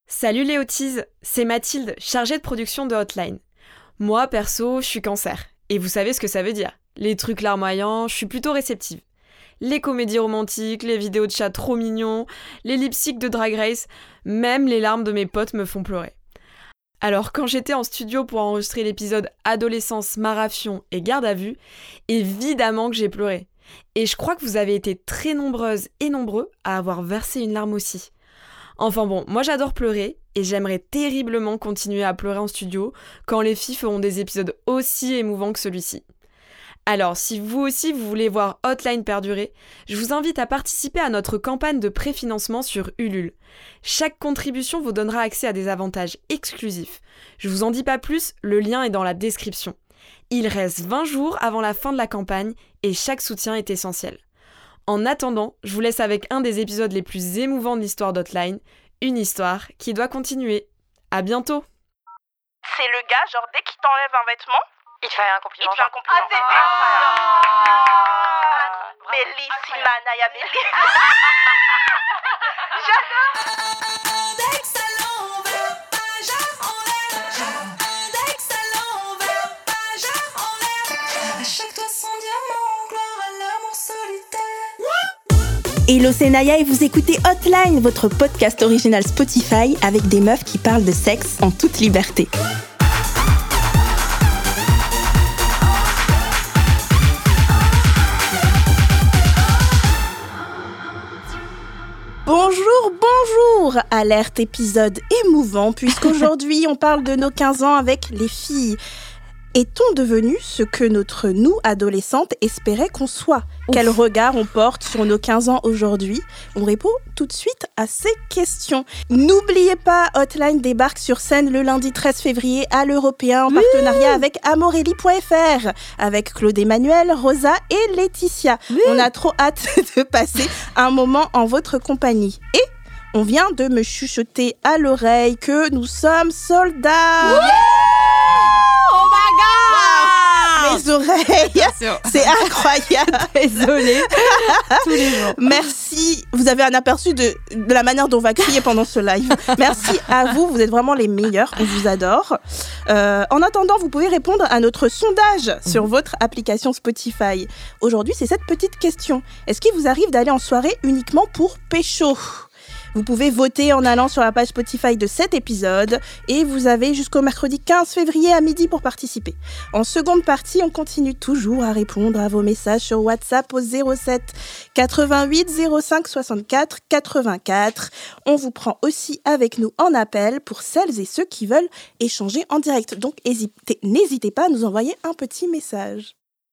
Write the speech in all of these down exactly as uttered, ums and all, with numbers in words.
Salut les Hotties, c'est Mathilde, chargée de production de Hotline. Moi, perso, je suis cancer. Et vous savez ce que ça veut dire. Les trucs larmoyants, je suis plutôt réceptive. Les comédies romantiques, les vidéos de chats trop mignons, les lip-syncs de Drag Race, même les larmes de mes potes me font pleurer. Alors quand j'étais en studio pour enregistrer l'épisode Adolescence, Marafion et Garde à vue, évidemment que j'ai pleuré. Et je crois que vous avez été très nombreuses et nombreux à avoir versé une larme aussi. Enfin bon, moi j'adore pleurer et j'aimerais terriblement continuer à pleurer en studio quand les filles feront des épisodes aussi émouvants que celui-ci. Alors, si vous aussi vous voulez voir Hotline perdurer, je vous invite à participer à notre campagne de préfinancement sur Ulule. Chaque contribution vous donnera accès à des avantages exclusifs. Je vous en dis pas plus, le lien est dans la description. Il reste vingt jours avant la fin de la campagne et chaque soutien est essentiel. En attendant, je vous laisse avec un des épisodes les plus émouvants de l'histoire d'Hotline, une histoire qui doit continuer. À bientôt. C'est le gars, genre dès qu'il t'enlève un vêtement, il te fait un compliment. il te fait un compliment. Ah, Ah, bellissima, Naya, bellissima. J'adore. Hello, c'est Naya et vous écoutez Hotline, votre podcast original Spotify avec des meufs qui parlent de sexe en toute liberté. Bonjour, bonjour! Alerte épisode émouvant puisqu'aujourd'hui on parle de nos quinze ans avec les filles. Est-on devenu ce que notre nous adolescente espérait qu'on soit ? Ouf. Quel regard on porte sur nos quinze ans aujourd'hui ? On répond tout de suite à ces questions. N'oubliez pas, Hotline débarque sur scène le lundi treize février à l'Européen en oui. partenariat avec Amorelli point F R avec Claude Emmanuel, Rosa et Laetitia. Oui. On a trop hâte de passer un moment en votre compagnie. Et on vient de me chuchoter à l'oreille que nous sommes soldats. Oui. Mes oreilles, c'est incroyable. Désolée. Tous les jours. Merci. Vous avez un aperçu de, de la manière dont on va crier pendant ce live. Merci à vous. Vous êtes vraiment les meilleurs. On vous adore. Euh, en attendant, vous pouvez répondre à notre sondage sur votre application Spotify. Aujourd'hui, c'est cette petite question. Est-ce qu'il vous arrive d'aller en soirée uniquement pour pécho ? Vous pouvez voter en allant sur la page Spotify de cet épisode et vous avez jusqu'au mercredi quinze février à midi pour participer. En seconde partie, on continue toujours à répondre à vos messages sur WhatsApp au zéro sept quatre-vingt-huit zéro cinq soixante-quatre quatre-vingt-quatre. On vous prend aussi avec nous en appel pour celles et ceux qui veulent échanger en direct. Donc hésitez, n'hésitez pas à nous envoyer un petit message.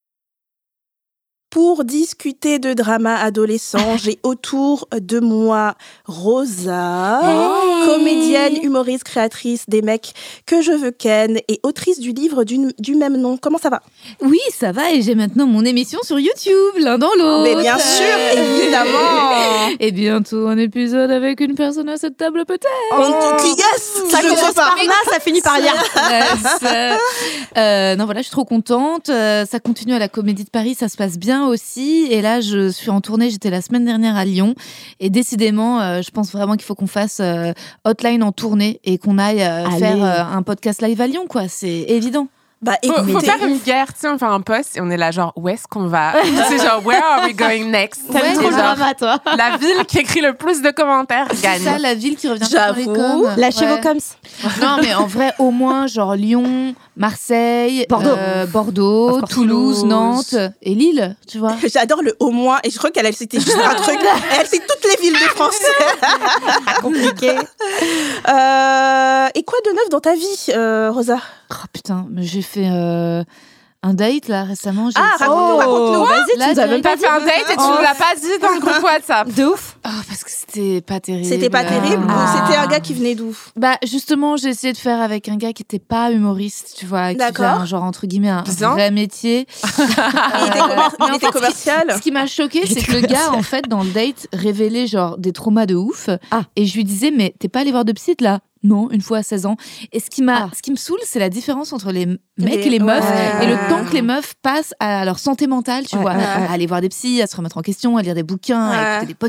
Pour discuter de drama adolescent, j'ai autour de moi Rosa, hey. comédienne, humoriste, créatrice des mecs que je veux ken et autrice du livre du, du même nom. Comment ça va ? Oui, ça va et j'ai maintenant mon émission sur YouTube, l'un dans l'autre. Mais bien sûr, évidemment. Et bientôt un épisode avec une personne à cette table peut-être. Oh, yes, ça commence par là, ça finit par rien. euh, non voilà, je suis trop contente. Ça continue à la Comédie de Paris, ça se passe bien aussi, et là je suis en tournée, j'étais la semaine dernière à Lyon et décidément euh, je pense vraiment qu'il faut qu'on fasse euh, Hotline en tournée et qu'on aille euh, faire euh, un podcast live à Lyon, quoi, c'est évident. Bah, faut, faut faire une guerre, tu sais, on fait un post et on est là genre où est-ce qu'on va ? C'est genre where are we going next ? T'aimes trop le drama, toi. La ville qui écrit le plus de commentaires gagne. C'est ça, la ville qui revient J'avoue. sur les coms. Lâchez vos coms. Non mais en vrai au moins genre Lyon, Marseille, Bordeaux, euh, Bordeaux, Toulouse, Nantes et Lille, tu vois. J'adore le au moins et je crois qu'elle elle c'était juste un truc. Elle sait toutes les villes de France. Pas compliqué. Euh, et quoi de neuf dans ta vie, euh, Rosa ? Oh putain, j'ai fait euh, un date là récemment. J'ai ah, raconte-nous, oh, raconte-nous. Vas-y, là, tu nous as même pas fait un date et tu oh. nous l'as pas dit dans le groupe WhatsApp. De ouf. Oh, parce que c'était pas terrible. C'était pas terrible ah. ou c'était un gars qui venait d'où ? Bah justement, j'ai essayé de faire avec un gars qui était pas humoriste, tu vois, qui D'accord. fait un genre entre guillemets un Bien. vrai métier. Il était, commer- il était commercial. Ce qui m'a choqué, c'est que le gars en fait dans le date révélait genre des traumas de ouf ah. et je lui disais mais t'es pas allé voir de psy là ? Non, une fois à seize ans. Et ce qui, m'a, ah. ce qui me saoule, c'est la différence entre les mecs les... et les meufs ouais. et le temps que les meufs passent à leur santé mentale, tu ouais, vois, ouais, ouais. à aller voir des psys, à se remettre en question, à lire des bouquins, ouais. à écouter des podcasts,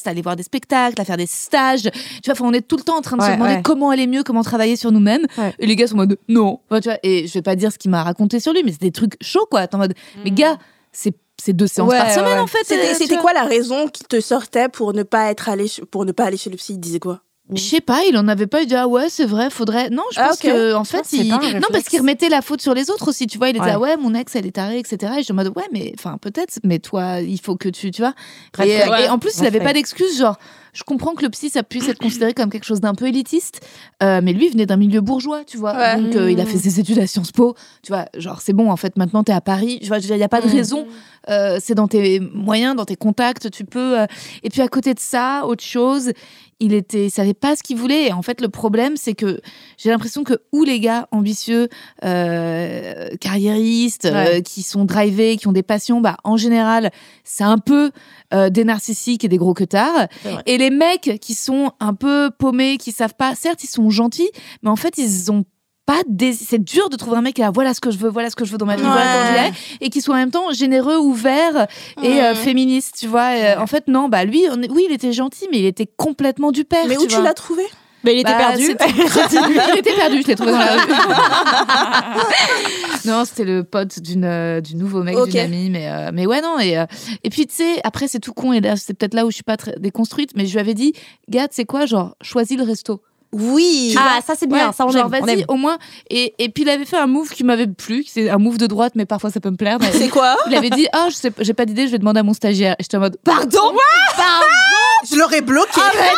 podcasts, à aller voir des spectacles, à faire des stages. Tu vois, enfin, on est tout le temps en train de Ouais, se demander ouais. comment aller mieux, comment travailler sur nous-mêmes. Ouais. Et les gars sont en mode non. Enfin, tu vois, et je vais pas dire ce qu'il m'a raconté sur lui, mais c'est des trucs chauds, quoi. T'es en mode, mais gars, c'est c'est deux séances Ouais, par semaine ouais. en fait. C'était, euh, tu c'était vois. quoi la raison qui te sortait pour ne pas être allé ch- pour ne pas aller chez le psy? Il disait quoi? Je sais pas, il en avait pas, il dit ah ouais c'est vrai, faudrait. Non, je Ah, pense ok. que en fait, c'est il... pas un non réflexe. parce qu'il remettait la faute sur les autres aussi, tu vois. Il était Ouais. ah ouais mon ex elle est tarée, et cetera. Et je suis en mode ouais mais enfin peut-être, mais toi il faut que tu tu vois. Red Et, flag. et en plus il Red avait flag. pas d'excuse, genre je comprends que le psy ça puisse être considéré comme quelque chose d'un peu élitiste, euh, mais lui il venait d'un milieu bourgeois, tu vois. Ouais. Donc euh, il a fait ses études à Sciences Po, tu vois. Genre c'est bon en fait maintenant t'es à Paris, tu vois. Il y a pas de raison. Euh, c'est dans tes moyens, dans tes contacts, tu peux. euh, Et puis à côté de ça, autre chose, il était, il savait pas ce qu'il voulait. Et en fait, le problème, c'est que j'ai l'impression que ou les gars ambitieux, euh, carriéristes, euh, qui sont drivés, qui ont des passions, bah en général, c'est un peu euh, des narcissiques et des gros queutards. C'est vrai. Et les mecs qui sont un peu paumés, qui savent pas, certes, ils sont gentils, mais en fait, ils ont pas des... c'est dur de trouver un mec qui a voilà ce que je veux, voilà ce que je veux dans ma vie, Ouais. voilà comment je l'ai, et qui soit en même temps généreux, ouvert et euh, Mhm. féministe, tu vois. Et, euh, en fait, non, bah lui, on est- oui, il était gentil, mais il était complètement du père. Mais où tu vois. l'as trouvé? Mais il était Bah, perdu. c'était- il était perdu, je l'ai trouvé dans la rue. Non, c'était le pote d'une, euh, du nouveau mec Ok. d'une amie, mais, euh, mais ouais, non. Et, euh, et puis, tu sais, après, c'est tout con, et là, c'est peut-être là où je suis pas très déconstruite, mais je lui avais dit, gars, tu sais quoi, genre, choisis le resto. Oui. Ah, ça c'est bien, Ouais, ça on genre, aime. on vas-y, aime. au moins. Et, et puis, il avait fait un move qui m'avait plu, c'est un move de droite, mais parfois ça peut me plaire. mais- C'est quoi? Il avait dit, ah, je sais, j'ai pas d'idée, je vais demander à mon stagiaire. Et j'étais en mode, pardon? Je l'aurais bloqué.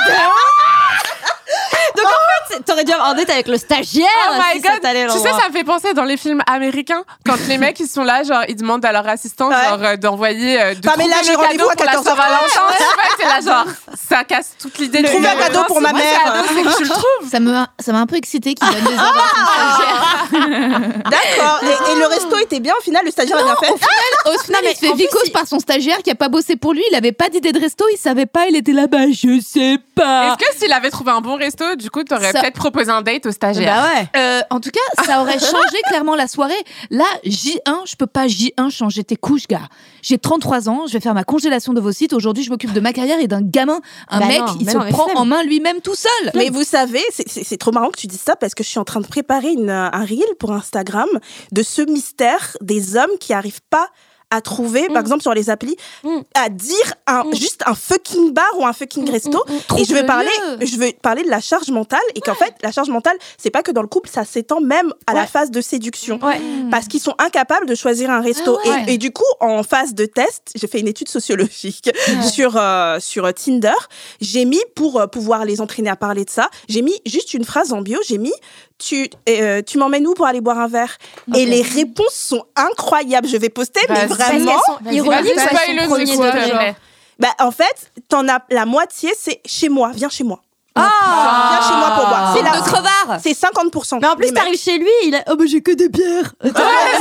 Donc en fait, t'aurais dû avoir un date avec le stagiaire. Oh my si ça god! t'allait Tu sais, l'endroit. ça me fait penser dans les films américains, quand les mecs ils sont là, genre ils demandent à leur assistant Ouais. genre euh, d'envoyer euh, de Pamela, trouver j'ai le rendez-vous cadeau à pour la quatorze heures. Saint-Valentin. Tu vois, c'est là genre ça casse toute l'idée de Trouver un cadeau pour ma mère. C'est que tu le trouves. Ça m'a, ça m'a un peu excité qu'il donne des ordres à son stagiaire. D'accord. Et, et le resto était bien au final, le stagiaire a bien fait. Au final, mais il se fait en plus, vicose il- par son stagiaire qui a pas bossé pour lui. Il avait pas d'idée de resto, il savait pas, il était là-bas, je sais pas. Est-ce que s'il avait trouvé un bon resto, du coup, t'aurais Ça- peut-être proposé un date au stagiaire? Bah ouais. Euh, en tout cas, ça aurait changé clairement la soirée. Là, J un, je peux pas J un changer tes couches, gars. J'ai trente-trois ans, je vais faire ma congélation d'ovocytes. Aujourd'hui, je m'occupe de ma carrière et d'un gamin. Un Bah mec, non, il mais se non, mais prend flemme. en main lui-même tout seul. Mais vous savez, c'est- c'est c'est trop marrant que tu dises ça parce que je suis en train de préparer une, un reel pour Instagram de ce mystère des hommes qui arrivent pas à trouver, par exemple sur les applis, Mm. à dire un, juste un fucking bar ou un fucking resto. Et je vais Trouve-le. parler, je vais parler de la charge mentale et qu'en fait, la charge mentale, c'est pas que dans le couple, ça s'étend même à la Ouais. phase de séduction. Ouais. Parce qu'ils sont incapables de choisir un resto. Ah ouais. et, et du coup, en phase de test, j'ai fait une étude sociologique sur, euh, sur Tinder. J'ai mis, pour euh, pouvoir les entraîner à parler de ça, j'ai mis juste une phrase en bio, j'ai mis tu, euh, tu m'emmènes où pour aller boire un verre? Et les réponses sont incroyables. Je vais poster, mais Vas-y. Parce vraiment. qu'elles sont Vas-y, ironiques, vas-y, ou elles sont spoil-le, premier c'est quoi, degré. genre Bah, en fait, t'en as la moitié, c'est chez moi. Viens chez moi. Ah. Viens chez moi pour boire. C'est C'est la- de crevard. C'est cinquante pour cent. Mais en plus, des mecs. t'arrives chez lui, il a. Oh, bah j'ai que des bières. T'es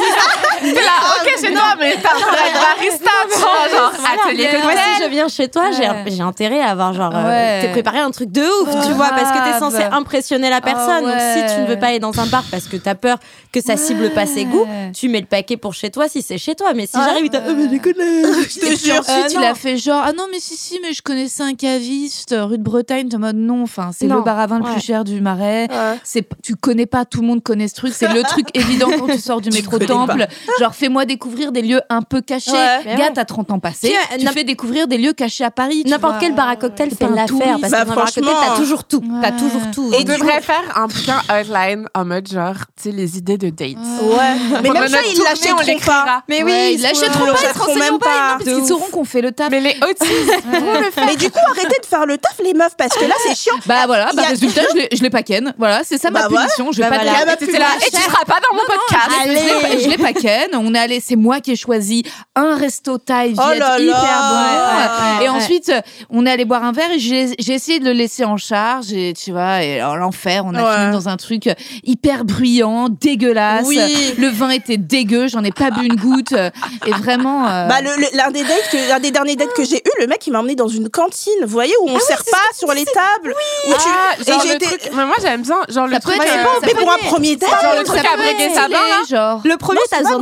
là, ok, chez toi, mais t'as un barista, tu vois, genre, atelier Moi, cocktail. si je viens chez toi, j'ai Ouais. j'ai intérêt à avoir genre. euh, Ouais. T'es préparé un truc de ouf, tu Grave. vois, parce que t'es censé impressionner la personne. Ah Donc si tu ne ouais. veux pas aller dans un bar parce que t'as peur que ça cible pas ses goûts, tu mets le paquet pour chez toi si c'est chez toi. Mais si j'arrive, il t'a. Oh, mais je connais. Je te jure. Ensuite, il non. a fait genre, ah non, mais si, si, mais je connaissais un caviste euh, rue de Bretagne. T'es en mode non, enfin, c'est Non. le bar à vin le Ouais. plus cher du Marais. Ouais. C'est, tu connais pas, tout le monde connaît ce truc. C'est le truc évident quand tu sors du Tu métro connais Temple. Genre, fais-moi découvrir des lieux un peu cachés. Ouais. Mais Gars, ouais. t'as trente ans passés. Tu vois, Tu n'a- fais découvrir des lieux cachés à Paris. tu N'importe vois. quel bar à cocktail C'est fait pas un l'affaire touriste. parce Bah, que dans un bar à cocktail, franchement. t'as toujours tout. T'as Ouais. toujours tout. Et On du devrait faire un bouquin outline en mode genre, tu sais, les idées de dates. Ouais. Mais Pendant même ça, notre ils tournée, on l'achèteront pas. l'écrira. Mais Ouais, oui, ils l'achèteront ils pas, ils se l'achèteront renseigneront même pas. pas. Non, parce De qu'ils ouf. sauront qu'on fait le taf. Mais les autistes, vous le faites. Mais du coup, arrêtez de faire le taf, les meufs, parce que là, c'est chiant. Bah voilà, Il bah y a- résultat, je l'ai, je l'ai pas ken. Voilà, c'est ça ma Bah voilà. punition. Je vais Bah pas voilà. te- Elle va Et plus t'es là, loin. et tu seras pas dans mon podcast. Je l'ai pas- je l'ai pas ken. On est allé, c'est moi qui ai choisi un resto taille Oh Viet là hyper là. bon. Ouais, et ouais. ensuite, euh, on est allé boire un verre et j'ai, j'ai essayé de le laisser en charge. Et tu vois, et alors, l'enfer, on a Ouais. fini dans un truc hyper bruyant, dégueulasse. Oui. Le vin était dégueu, j'en ai pas bu une goutte. Et vraiment. euh, Bah, le- le- l'un des dates que, l'un des derniers dates que j'ai eu, le mec, il m'a emmené dans une cantine, vous voyez, où on sert pas sur les tables. Où tu... Ah, et genre j'ai le été- truc. Mais moi, j'aime bien, genre le ça peut truc. être euh, un- Mais ça pour peut un être- premier date, genre le ça truc peut à être briguer stylé, sa barre, là. genre. Le premier, Non, t'as c'est besoin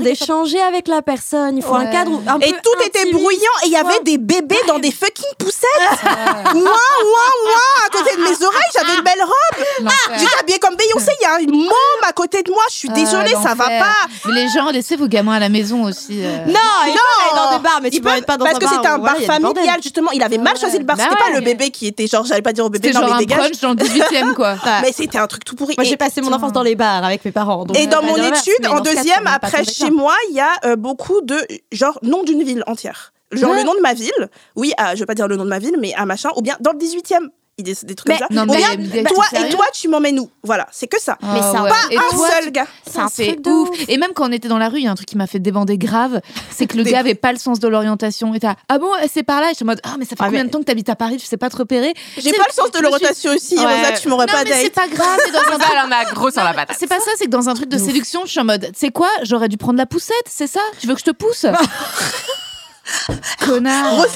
d'échanger avec la personne. Il faut Ouais. un cadre où- un Et peu tout était intimiste, bruyant et il y tu vois. avait des bébés dans des fucking poussettes. Ouin, ouin, ouin, à côté de mes oreilles, j'avais une belle robe. L'enfer. J'étais habillée comme Beyoncé, il y a une môme à côté de moi. Je suis Ah, désolée, ça va l'enfer. pas. Mais les gens, laissez vos gamins à la maison aussi. euh. Non, il Non. peut aller dans des bars, mais tu Ils peux peuvent- être pas dans parce un que bar. c'était un où, bar voilà, il y a du bordel. familial, justement. Il avait mal choisi le bar. Bah C'était ouais. pas le bébé qui était genre, j'allais pas dire au bébé, C'était non, genre mais un dégage. brunch dans le dix-huitième, quoi. Mais c'était un truc tout pourri. Moi, Et- j'ai passé mon enfance dans les bars avec mes parents. donc, Et euh, dans pas mon de reverse, étude, mais en dans ce cas, deuxième, ça m'est pas après tombé chez ça. moi, il y a euh, beaucoup de genre nom d'une ville entière. Genre Ouais. le nom de ma ville. Oui, à, je vais pas dire le nom de ma ville, mais à machin. Ou bien dans le dix-huitième. Il y a des, des trucs Mais- comme ça. non, Ou mais- bien, mais toi t'es et sérieux toi, tu m'emmènes où? Voilà, c'est que ça. Mais Ah ça ouais. va Et Un toi, seul gars. C'est un C'est truc de ouf. ouf. Et même quand on était dans la rue, il y a un truc qui m'a fait débander grave, c'est que le Des- gars avait pas le sens de l'orientation. Et t'as, ah bon, c'est par là. Et je suis en mode, ah mais ça fait Ah, combien mais- de temps que t'habites à Paris, tu sais pas te repérer. J'ai C'est- pas le sens de je me suis- l'orientation aussi, Ouais. Rosa, tu m'aurais Non pas mais c'est date. pas grave. Mais dans un Rosa, elle en a gros sur la patate. C'est pas ça, c'est que dans un truc de séduction, je suis en mode, c'est quoi? J'aurais dû prendre la poussette, c'est ça? Tu veux que je te pousse? Connard. Rosa,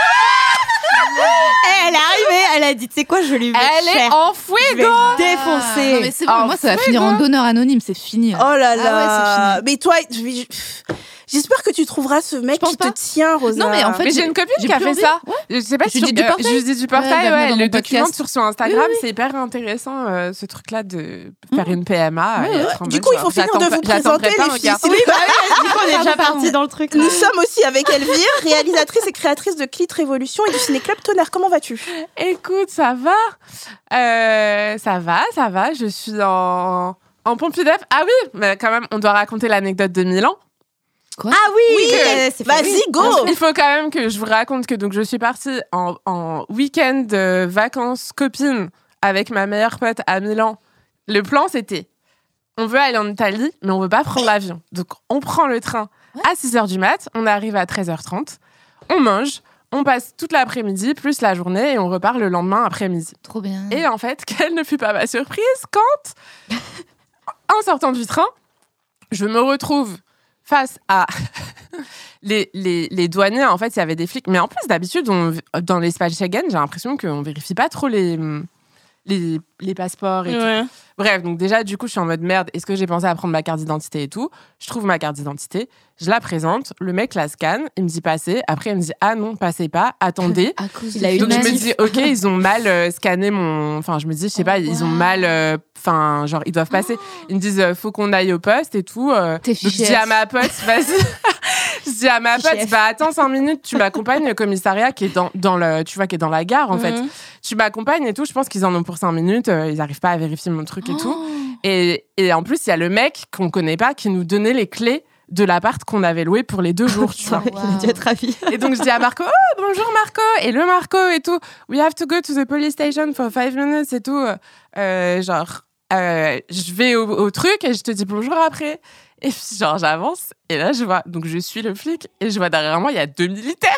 Eh, elle est arrivée, elle a dit, tu sais quoi, je vais lui mettre Elle est cher. en Je vais fuego. le défoncer. Non mais c'est bon, Oh, moi ça va finir en donneur anonyme, c'est fini. là. Oh là Ah là. ouais, c'est mais toi, je- je- j'espère que tu trouveras ce mec pense qui pas. te tient, Rosa. Non, mais en fait, Mais j'ai j'ai- une copine j'ai qui a plus fait envie. ça. Ouais. Je sais pas si Judith tu- Duportail. euh, Judith Duportail, Ouais, ouais, bienvenue elle dans le mon podcast. documente sur son Instagram. Oui, oui. C'est hyper intéressant, euh, ce truc-là de faire une P M A. Ouais, et ouais. être en Du mode coup, il genre, faut finir j'attends de pas- vous j'attendrai présenter, pas les un filles. garçon. Oui, bah oui, du coup, on est déjà Pardon, pardon. parti dans le truc. Nous sommes aussi avec Elvire, réalisatrice et créatrice de Clit Révolution et du Ciné-Club Tonnerre. Comment vas-tu? Écoute, ça va. Euh, ça va, ça va. Je suis en, en Pompidef. Ah oui, mais quand même, on doit raconter l'anecdote de Milan. Ah oui, Oui, euh, c'est fait. vas-y, go. Il faut quand même que je vous raconte que donc je suis partie en, en week-end de vacances copine avec ma meilleure pote à Milan. Le plan, c'était on veut aller en Italie, mais on veut pas prendre l'avion. Donc, on prend le train à six heures du mat, on arrive à treize heures trente, on mange, on passe toute l'après-midi, plus la journée, et on repart le lendemain après-midi. Trop bien. Et en fait, quelle ne fut pas ma surprise quand, en sortant du train, je me retrouve face à les, les, les douaniers. En fait, il y avait des flics. Mais en plus, d'habitude, on- dans l'espace Schengen, j'ai l'impression qu'on vérifie pas trop les, les, les passeports et tout. Ouais. Bref, donc déjà, du coup, je suis en mode merde. Est-ce que j'ai pensé à prendre ma carte d'identité et tout? Je trouve ma carte d'identité, je la présente, le mec la scanne, il me dit passez. Après, il me dit ah non, passez pas, attendez. À cause Il du a eu Donc je me manif. dis ok, ils ont mal euh, scanné mon. Enfin, je me dis, je sais pas, ils ont wow. mal. euh, Enfin, genre, ils doivent passer. Ils me disent, euh, faut qu'on aille au poste et tout. euh. T'es Donc je fiché dis à S. ma pote, vas-y. Je dis à ma Fiché pote, F. bah attends cinq minutes, tu m'accompagnes au commissariat qui est dans, dans le, tu vois, qui est dans la gare en fait. Mhm. Tu m'accompagnes et tout. Je pense qu'ils en ont pour cinq minutes. euh, ils arrivent pas à vérifier mon truc et tout. Et, et en plus, il y a le mec qu'on connaît pas qui nous donnait les clés de l'appart qu'on avait loué pour les deux jours, tu vois. Il a dû être ravi. Et donc je dis à Marco, oh bonjour Marco, et le Marco et tout, we have to go to the police station for five minutes et tout, euh, genre euh, je vais au, au truc et je te dis bonjour après. Et puis genre j'avance et là je vois, donc je suis le flic et je vois derrière moi il y a deux militaires.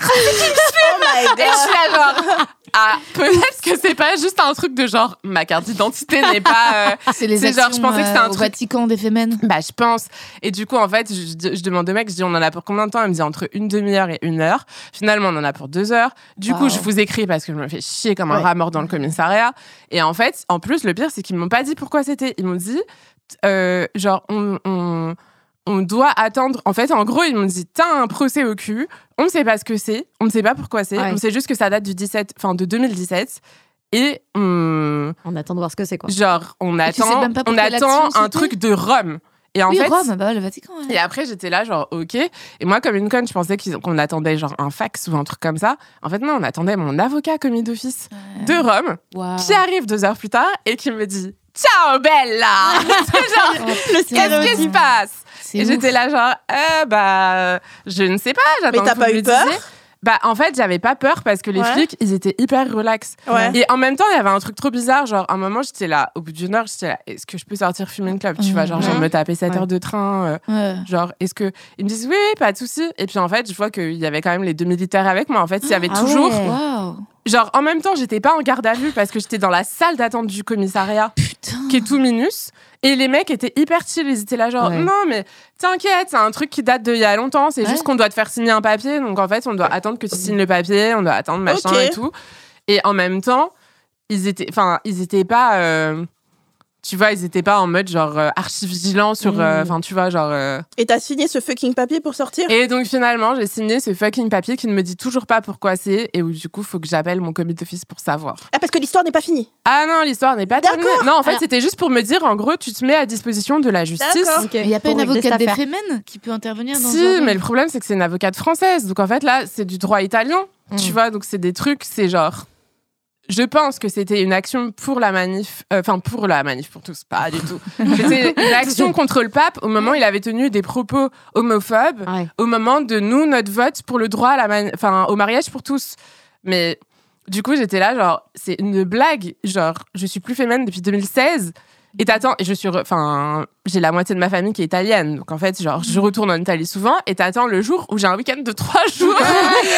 Oh my Et je god. suis là genre, ah peut-être que c'est pas juste un truc de genre ma carte d'identité n'est pas... euh, C'est les c'est actions genre, je pensais que c'était un euh, au truc- Vatican des Femen. Bah, je pense. Et du coup, en fait, je, je demande au mec, je dis, on en a pour combien de temps? Il me dit entre une demi-heure et une heure. Finalement, on en a pour deux heures. Du Wow. coup, je vous écris parce que je me fais chier comme un Ouais. rat mort dans le commissariat. Et en fait, en plus, le pire, c'est qu'ils m'ont pas dit pourquoi c'était. Ils m'ont dit, euh, genre, on, on, on doit attendre. En fait, en gros, ils m'ont dit, t'as un procès au cul. On ne sait pas ce que c'est. On ne sait pas pourquoi c'est. Ouais. On sait juste que ça date du dix-sept, enfin, de deux mille dix-sept. Et on, On attend de voir ce que c'est, quoi. genre, on Et tu sais attend, même pas pour on quelle attend action un c'était truc de Rome. Et en oui, fait, Rome, bah, le Vatican. ouais. et après, j'étais là, genre, ok. Et moi, comme une conne, je pensais qu'ils- qu'on attendait, genre, un fax ou un truc comme ça. En fait, non, on attendait mon avocat commis d'office de Rome, Waouh. qui arrive deux heures plus tard et qui me dit ciao, Bella. C'est genre, Le qu'est-ce qui se passe? C'est Et ouf. j'étais là, genre, euh, bah, je ne sais pas. J'attends Mais t'as que pas vous eu me peur? disiez. Bah, en fait, j'avais pas peur parce que les Ouais. flics, ils étaient hyper relax. Ouais. Et en même temps, il y avait un truc trop bizarre. Genre, à un moment, j'étais là, au bout d'une heure, j'étais là, est-ce que je peux sortir fumer une clope? Tu vois, genre, je viens de me taper sept Ouais. heures de train. euh, Ouais. Genre, est-ce que. Ils me disent, oui, oui, pas de souci. Et puis, en fait, je vois qu'il y avait quand même les deux militaires avec moi. En fait, il y avait Ah toujours. ouais. Waouh. Genre, en même temps, j'étais pas en garde à vue parce que j'étais dans la salle d'attente du commissariat, Putain. qui est tout minus. Et les mecs étaient hyper chill. Ils étaient là, genre, Ouais. non, mais t'inquiète, c'est un truc qui date d'il y a longtemps. C'est Ouais. juste qu'on doit te faire signer un papier. Donc, en fait, on doit attendre que tu signes le papier. On doit attendre machin Ok. et tout. Et en même temps, ils étaient. Enfin, ils étaient pas. euh, tu vois, ils étaient pas en mode genre euh, archi-vigilants sur. Enfin, mmh. tu vois, genre. Euh... Et t'as signé ce fucking papier pour sortir ? Et donc finalement, j'ai signé ce fucking papier qui ne me dit toujours pas pourquoi c'est et où du coup, il faut que j'appelle mon commis d'office pour savoir. Ah, parce que l'histoire n'est pas finie. Ah non, l'histoire n'est pas terminée. Non, en fait, Alors... c'était juste pour me dire, en gros, tu te mets à disposition de la justice. Okay. Il n'y a pas pour une avocate des Fremen qui peut intervenir dans Si, ce mais le problème, c'est que c'est une avocate française. Donc en fait, là, c'est du droit italien. Mmh. Tu vois, donc c'est des trucs, c'est genre. Je pense que c'était une action pour la manif, enfin euh, pour la manif pour tous, pas du tout. C'était une action contre le pape au moment où il avait tenu des propos homophobes, ouais. au moment de nous, notre vote pour le droit à la mani- enfin, au mariage pour tous. Mais du coup, j'étais là, genre, c'est une blague. Genre, je suis plus féminine depuis deux mille seize. Et t'attends, et je suis, enfin, re- j'ai la moitié de ma famille qui est italienne, donc en fait, genre, je retourne en Italie souvent, et t'attends le jour où j'ai un week-end de trois jours pour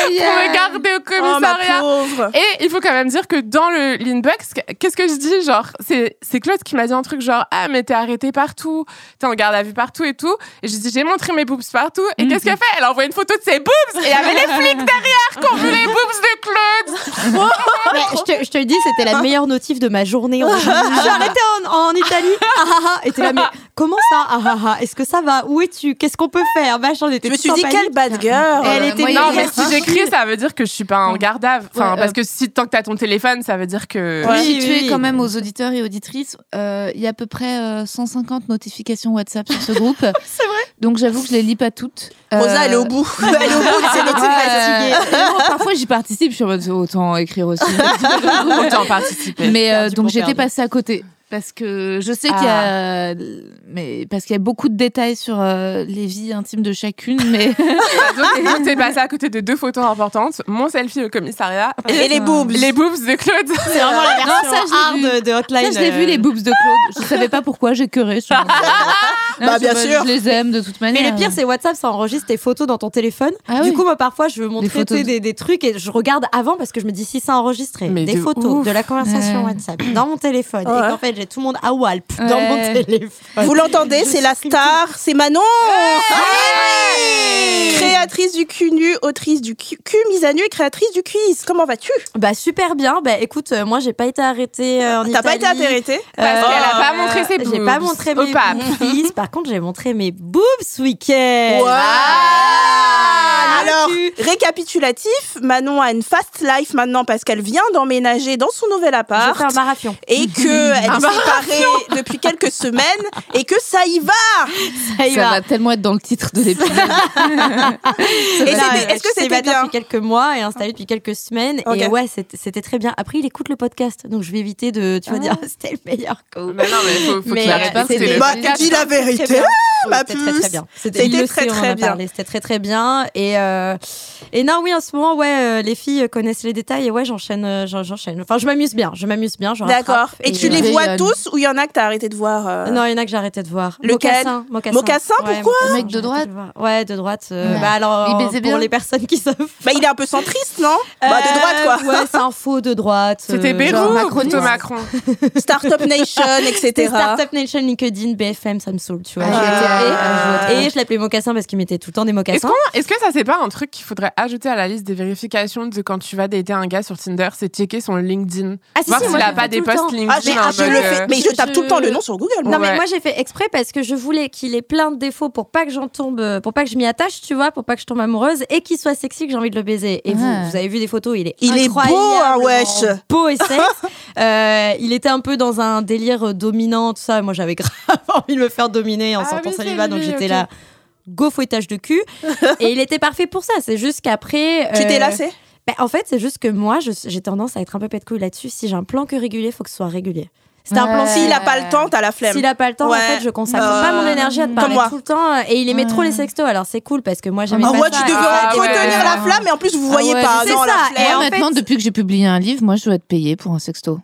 me garder au commissariat. Oh, ma pauvre. Et il faut quand même dire que dans le l'inbox, qu'est-ce que je dis, genre, c'est c'est Claude qui m'a dit un truc genre, ah mais t'es arrêtée partout, t'es en garde à vue partout et tout, et je dis j'ai montré mes boobs partout, et mm-hmm. qu'est-ce qu'elle fait? Elle a envoyé une photo de ses boobs, et il y avait les flics derrière qui ont vu les boobs de Claude. Mais je te, je te le dis, c'était la meilleure notif de ma journée. J'ai arrêté en, en Italie. Ah, ah, ah. Et t'es là, mais comment ça? Ah, ah, ah. Est-ce que ça va? Où es-tu? Qu'est-ce qu'on peut faire? Machin, on était je me suis dit, quelle bad girl. Elle était moi, non, mais si j'écris, ça veut dire que je suis pas en garde à vue. Enfin, ouais, parce que si tant que t'as ton téléphone, ça veut dire que. Pour oui, situer oui. quand même aux auditeurs et auditrices, il euh, y a à peu près euh, cent cinquante notifications WhatsApp sur ce groupe. C'est vrai. Donc j'avoue que je les lis pas toutes. Rosa, euh... elle est au bout. Elle est au bout de ses notifications. Euh... Parfois, j'y participe. Je suis en mode autant écrire aussi. Autant participer. Mais euh, donc j'étais passée à côté. Parce que je sais ah. qu'il y a, mais parce qu'il y a beaucoup de détails sur euh, les vies intimes de chacune, mais donc t'es passé à côté de deux photos importantes, mon selfie au commissariat et, et les boobs, les boobs de Claude. C'est vraiment la version non, ça, hard vu. de Hotline. Ça, je l'ai vu les boobs de Claude. Je savais pas pourquoi j'ai curé sur. Non, bah bien je, sûr. Je les aime de toute manière. Mais le pire, c'est WhatsApp, ça enregistre tes photos dans ton téléphone. Ah, du oui. coup, moi, parfois, je veux montrer des, des, des trucs et je regarde avant parce que je me dis si ça a enregistré mais des de photos ouf. de la conversation ouais. WhatsApp dans mon téléphone ouais. et qu'en fait, j'ai tout le monde à Walp ouais. dans mon téléphone. Vous l'entendez, c'est la star, c'est Manon. Ouais. Créatrice du cul nu, autrice du cul mise à nu et créatrice du quiz. Comment vas-tu? Bah super bien. Bah écoute, euh, moi, j'ai pas été arrêtée euh, en T'as Italie. pas été arrêtée parce euh, qu'elle a pas montré ses boobs. J'ai pas montré mes boobs. Par contre, j'ai montré mes boobs ce week-end. Wow. Alors, récapitulatif, Manon a une fast life maintenant parce qu'elle vient d'emménager dans son nouvel appart. Je fais un marathon. Et qu'elle est séparée depuis quelques semaines et que ça y va. Ça, y ça va. va tellement être dans le titre de l'épisode. et voilà, est-ce que c'était bien depuis quelques mois et installé depuis quelques semaines okay. Et ouais, c'était, c'était très bien. Après, il écoute le podcast, donc je vais éviter de, tu vas ah. dire, c'était le meilleur coup. Mais non, mais faut, faut mais, qu'il arrête pas. C'était le bah, dis la vérité. Ma puce. C'était très très bien. C'était, c'était très très bien. C'était très très bien. Et euh, et non, oui, en ce moment, ouais, euh, les filles connaissent les détails et ouais, j'enchaîne, euh, j'enchaîne. Enfin, je m'amuse bien, je m'amuse bien. Je D'accord. Et, et tu les vois tous ou il y en a que t'as arrêté de voir euh... Non, il y en a que j'ai arrêté de voir. Lequel? Mocassin. Mocassin. Mocassin, pourquoi? Le mec de droite. Ouais, de droite. Euh, ouais. Bah alors, pour bien. Les personnes qui savent. Bah, il est un peu centriste, non? Bah, de droite, quoi. Ouais, c'est un faux de droite. C'était Bérou ou plutôt Macron? Startup Nation, et cetera. Startup Nation, LinkedIn, B F M, ça me saoule, tu vois. Et je l'appelais Mocassin parce qu'il mettait tout le temps des mocassins. Est-ce que ça, c'est pas un truc qu'il faudrait ajouter à la liste des vérifications de quand tu vas dater un gars sur Tinder, c'est checker son LinkedIn. Ah, si, voir si, s'il a pas des posts LinkedIn. Ah, mais, ah, je le fais. Mais je tape tout le temps le nom sur Google. Non, mais moi, j'ai fait exprès parce que je voulais qu'il ait plein de défauts pour pas que j'en tombe, pour pas que je m'y attache, tu vois, pour pas que je tombe amoureuse et qu'il soit sexy, que j'ai envie de le baiser. Et vous, vous avez vu des photos, il est il incroyable. Il est beau, hein, wesh. Beau et sexe. euh, il était un peu dans un délire dominant, tout ça. Moi, j'avais grave envie de me faire dominer en ah, sortant célibat, donc j'étais okay. là. Go fouettage de cul. Et il était parfait pour ça. C'est juste qu'après. Tu euh, t'es lassée? Bah, en fait, c'est juste que moi, je, j'ai tendance à être un peu pète couille là-dessus. Si j'ai un plan que régulier, il faut que ce soit régulier. C'était ouais. un plan. S'il a pas le temps, t'as la flemme. S'il a pas le temps, ouais. en fait, je consacre euh... pas mon énergie à te parler tout le temps. Et il aimait ouais. trop les sextos. Alors c'est cool parce que moi, j'aimais ah, pas moi, ça. Moi, tu devais ah, entretenir ouais. la flamme, mais en plus, vous ah, voyez ouais, pas. C'est non, ça. La et en maintenant, fait... depuis que j'ai publié un livre, moi, je dois être payée pour un sexto.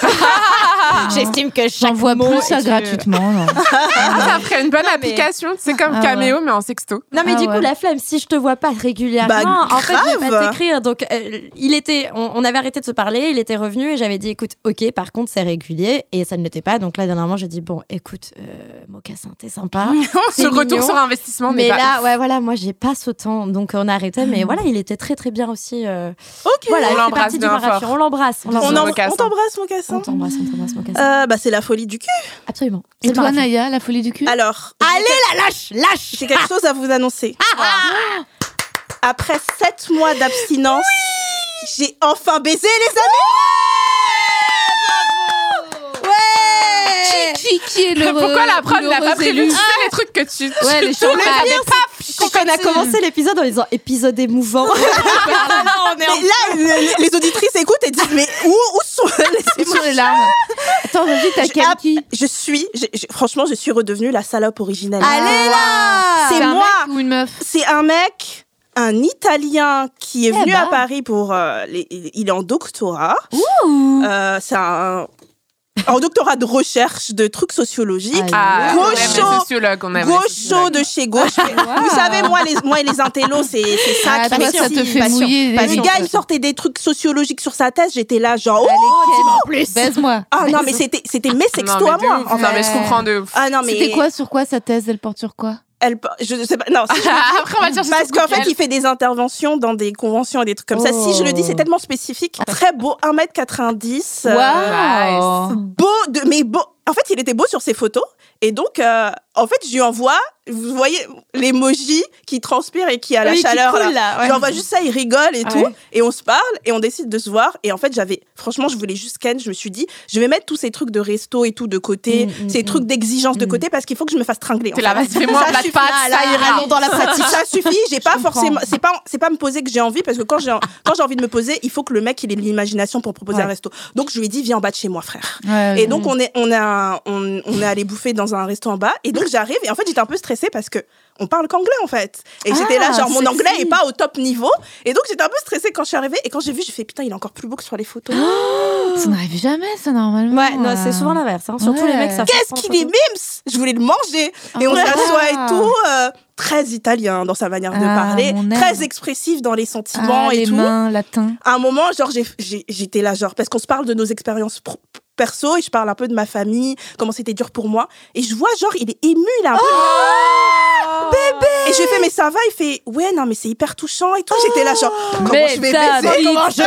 J'estime que chaque J'envoie mot plus ça tu... gratuitement. Non. Ah, ça ferait une bonne non, application. Mais... C'est comme ah, Cameo, ouais. mais en sexto. Non, mais ah, du ouais. coup, la flemme, si je te vois pas régulièrement, bah, en fait, je vais pas t'écrire. Donc, euh, il était, on, on avait arrêté de se parler, il était revenu et j'avais dit, écoute, ok, par contre, c'est régulier et ça ne l'était pas. Donc là, dernièrement, j'ai dit, bon, écoute, euh, Mocassin, t'es sympa. Ce retour sur investissement. Mais là, pas... ouais, voilà, moi, j'ai pas ce temps. Donc, on a arrêté. Mais voilà, il était très, très bien aussi. Euh... Ok, voilà, on l'embrasse bien fort. On l'embrasse. On t'embrasse, Mocassin. On t'embrasse, on t'embrasse, Mocassin. euh, bah, c'est la folie du cul. Absolument. Et c'est toi, Naya, la folie du cul? Alors. Allez, la lâche, lâche. J'ai quelque chose à vous annoncer. Ah, ah. Après sept mois d'abstinence, oui, j'ai enfin baisé, les amis. Qui, qui est l'heureux? Pourquoi la prod n'a pas prévu? Tu sais les trucs que tu. Ouais, les choses. On a commencé l'épisode en disant épisode émouvant. Mais là, les, les auditrices écoutent et disent mais où, où sont les émotions, les larmes? Attends, vas-y, t'as quel qui? Je suis, je, je, franchement, je suis redevenue la salope originelle. Allez là! C'est un moi. Mec ou une meuf? C'est un mec. Un Italien qui est eh venu bah. à Paris pour... Euh, les, il est en doctorat. Euh, c'est un... En doctorat de recherche de trucs sociologiques. Ah, gaucho, on aime les sociologues, on aime gaucho de chez gauche. Wow. Vous savez, moi, les, moi et les intellos, c'est, c'est ça ah, qui toi, ça te fait mouiller. Le gars, il sortait des trucs sociologiques sur sa thèse. J'étais là, genre, oh, dis-moi en plus. Baise-moi. Ah non, mais c'était, c'était mes sextos à moi. Enfin, mais je comprends de ouf. Ah non, mais... C'était quoi, sur quoi sa thèse? Elle porte sur quoi? Elle, je sais pas, non. Si Après, on va chercher parce qu'en fait, il fait des interventions dans des conventions et des trucs comme oh. ça. Si je le dis, c'est tellement spécifique. Très beau, un mètre quatre-vingt-dix. Wow. Euh, beau, de, mais beau. En fait, il était beau sur ses photos. Et donc, euh, en fait, je lui envoie, vous voyez, l'emoji qui transpire et qui a la oui, chaleur. Cool, là. là ouais. Je lui envoie juste ça, il rigole et ouais. tout. Et on se parle et on décide de se voir. Et en fait, j'avais, franchement, je voulais juste ken. Je me suis dit, je vais mettre tous ces trucs de resto et tout de côté, mmh, ces mmh, trucs d'exigence mmh. de côté parce qu'il faut que je me fasse tringler. C'est la base, fais-moi un plat de pâtes, ça ira. Dans la pratique, ça suffit. J'ai pas forcément, c'est pas, c'est pas me poser que j'ai envie parce que quand j'ai, quand j'ai envie de me poser, il faut que le mec il ait de l'imagination pour proposer ouais. un resto. Donc je lui ai dit, viens en bas de chez moi, frère. Ouais, et ouais. donc on est, on a, on, on est allé bouffer dans un resto en bas. Et donc j'arrive et en fait j'étais un peu stressée parce que on parle qu'anglais en fait. Et ah, j'étais là genre mon anglais est pas au top niveau. Et donc j'étais un peu stressée quand je suis arrivée et quand j'ai vu j'ai fait putain il est encore plus beau que sur les photos. Oh, ça n'arrive jamais ça normalement. Ouais non c'est souvent l'inverse. Hein. Surtout ouais. les mecs ça. Qu'est-ce qu'il est mims. Je voulais le manger et on s'assoit et tout. Euh, très italien dans sa manière de ah, parler, très expressif dans les sentiments ah, et les tout. Mains, latin. À un moment genre j'ai, j'ai, j'étais là genre parce qu'on se parle de nos expériences pro- perso et je parle un peu de ma famille, comment c'était dur pour moi et je vois genre il est ému il a un peu oh, bébé et je lui fais mais ça va il fait ouais non mais c'est hyper touchant et tout oh, j'étais là genre comment mais je vais baiser comment je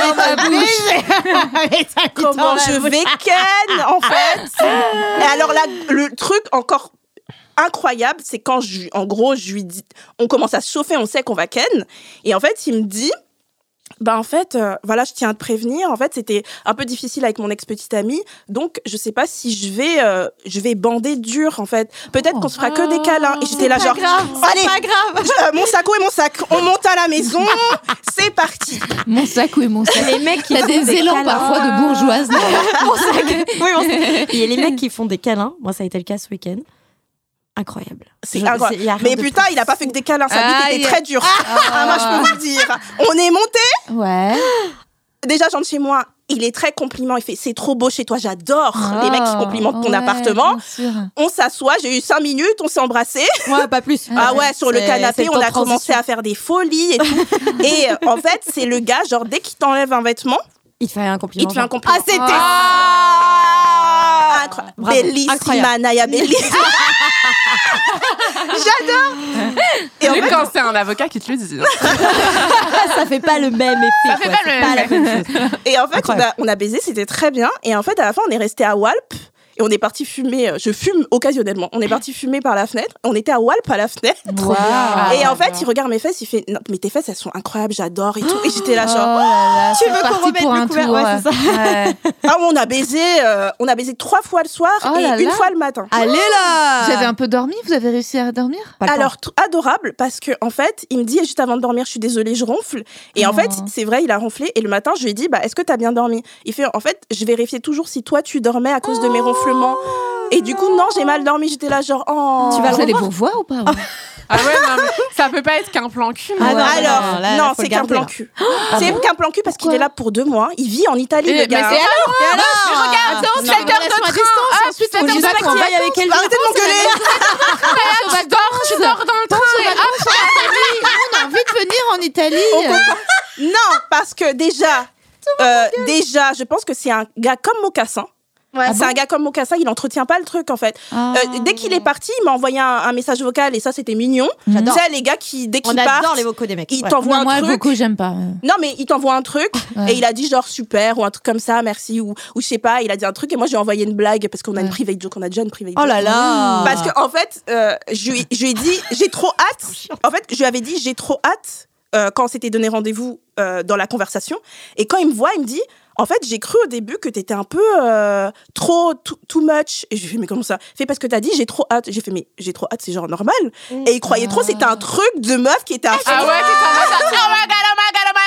vais baiser comment je vais ken en fait et alors là le truc encore incroyable c'est quand je, en gros je lui dis on commence à se chauffer on sait qu'on va ken et en fait il me dit bah en fait, euh, voilà, je tiens à te prévenir. En fait, c'était un peu difficile avec mon ex-petite amie, donc je sais pas si je vais, euh, je vais bander dur en fait. Peut-être oh. qu'on se fera que des câlins. Et j'étais là genre, grave, allez, pas grave. Je, euh, mon saco et mon sac, on monte à la maison, c'est parti. Mon sac et mon sac. Les mecs qui font des, des élans câlins. Parfois de bourgeoise. Mon sac. Oui, mon sac. Il y a les mecs qui font des câlins. Moi, ça a été le cas ce week-end. Incroyable. C'est Je, incroyable. C'est, mais putain, il a pas fait que des câlins. Sa ah, vie était très dure. Ah, ah, moi, je peux vous le dire. On est monté. Ouais. Déjà, j'entre chez moi. Il est très complimentant. Il fait c'est trop beau chez toi. J'adore oh, les mecs qui complimentent ton ouais, appartement. On s'assoit. J'ai eu cinq minutes. On s'est embrassés. Ouais, pas plus. Ah ouais, sur c'est, le canapé, on a commencé à faire des folies et tout. Et euh, en fait, c'est le gars, genre dès qu'il t'enlève un vêtement, il te fait un compliment. Il te fait un compliment. Ah, c'était. Oh incroyable. Bellissima, Naya Belli. J'adore. Et en fait, quand c'est un avocat qui te le dit. Ça fait pas le même effet. Ça fait quoi. pas, le pas même la même chose. Et en fait, on a, on a baisé, c'était très bien. Et en fait, à la fin, on est resté à Walp. Et on est parti fumer, je fume occasionnellement, on est parti fumer par la fenêtre, on était à Walp à la fenêtre. Wow. Et en fait, il regarde mes fesses, il fait non, mais tes fesses elles sont incroyables, j'adore et tout. Et j'étais là genre, oh là là, tu veux qu'on remette le couvert? Ouais, c'est ça. Ouais. Ah, on a baisé, euh, on a baisé trois fois le soir oh et là une là. fois le matin. Allez là! Vous avez un peu dormi? Vous avez réussi à dormir? Alors, t- adorable, parce que en fait, il me dit juste avant de dormir, je suis désolée, je ronfle. Et oh. en fait, c'est vrai, il a ronflé. Et le matin, je lui ai dit, bah, est-ce que t'as bien dormi? Il fait, en fait, je vérifiais toujours si toi tu dormais à cause oh. de mes ronflements. Et du coup, non, j'ai mal dormi. J'étais là, genre, oh. Tu vas le aller pour voir ou pas? Ouais. Ah ouais, non, mais ça peut pas être qu'un plan cul. Ah non, alors, non, là, non, là, c'est qu'un plan cul. Ah c'est bon qu'un plan cul parce qu'il est là pour deux mois. Il vit en Italie, et le gars. Mais c'est alors, et alors mais regarde, c'est sept heures de train. Ah, ensuite, faut juste pas qu'il aille avec elle. Arrêtez de m'engueuler. Tu dors, tu dors dans le train. On a envie de venir en Italie. Non, parce que déjà, euh, déjà, je pense que c'est un gars comme Mocassin. Ouais, Ah c'est bon un gars comme Mocassin, il entretient pas le truc en fait. Ah. Euh, dès qu'il est parti, il m'a envoyé un, un message vocal et ça c'était mignon. J'adore. Tu sais, les gars qui, dès On qu'ils adore partent, les vocaux des mecs. ils Ouais. t'envoient Non, un moi, truc. vocaux, j'aime pas. Non, mais il t'envoie un truc Ouais. et il a dit genre super ou un truc comme ça, merci ou, ou je sais pas, il a dit un truc et moi j'ai envoyé une blague parce qu'on a Ouais. une private joke, on a déjà une private Oh joke. là là. Parce que en fait, euh, je lui je lui ai dit j'ai trop hâte. En fait, je lui avais dit j'ai trop hâte euh, quand on s'était donné rendez-vous euh, dans la conversation et quand il me voit, il me dit en fait, j'ai cru au début que t'étais un peu euh, trop too, too much. Et j'ai fait mais comment ça? Fait parce que t'as dit j'ai trop hâte. J'ai fait mais j'ai trop hâte, c'est genre normal. Et il croyait trop c'était un truc de meuf qui était à fond. Ah ouais, t'es en mode oh my god, oh my god, oh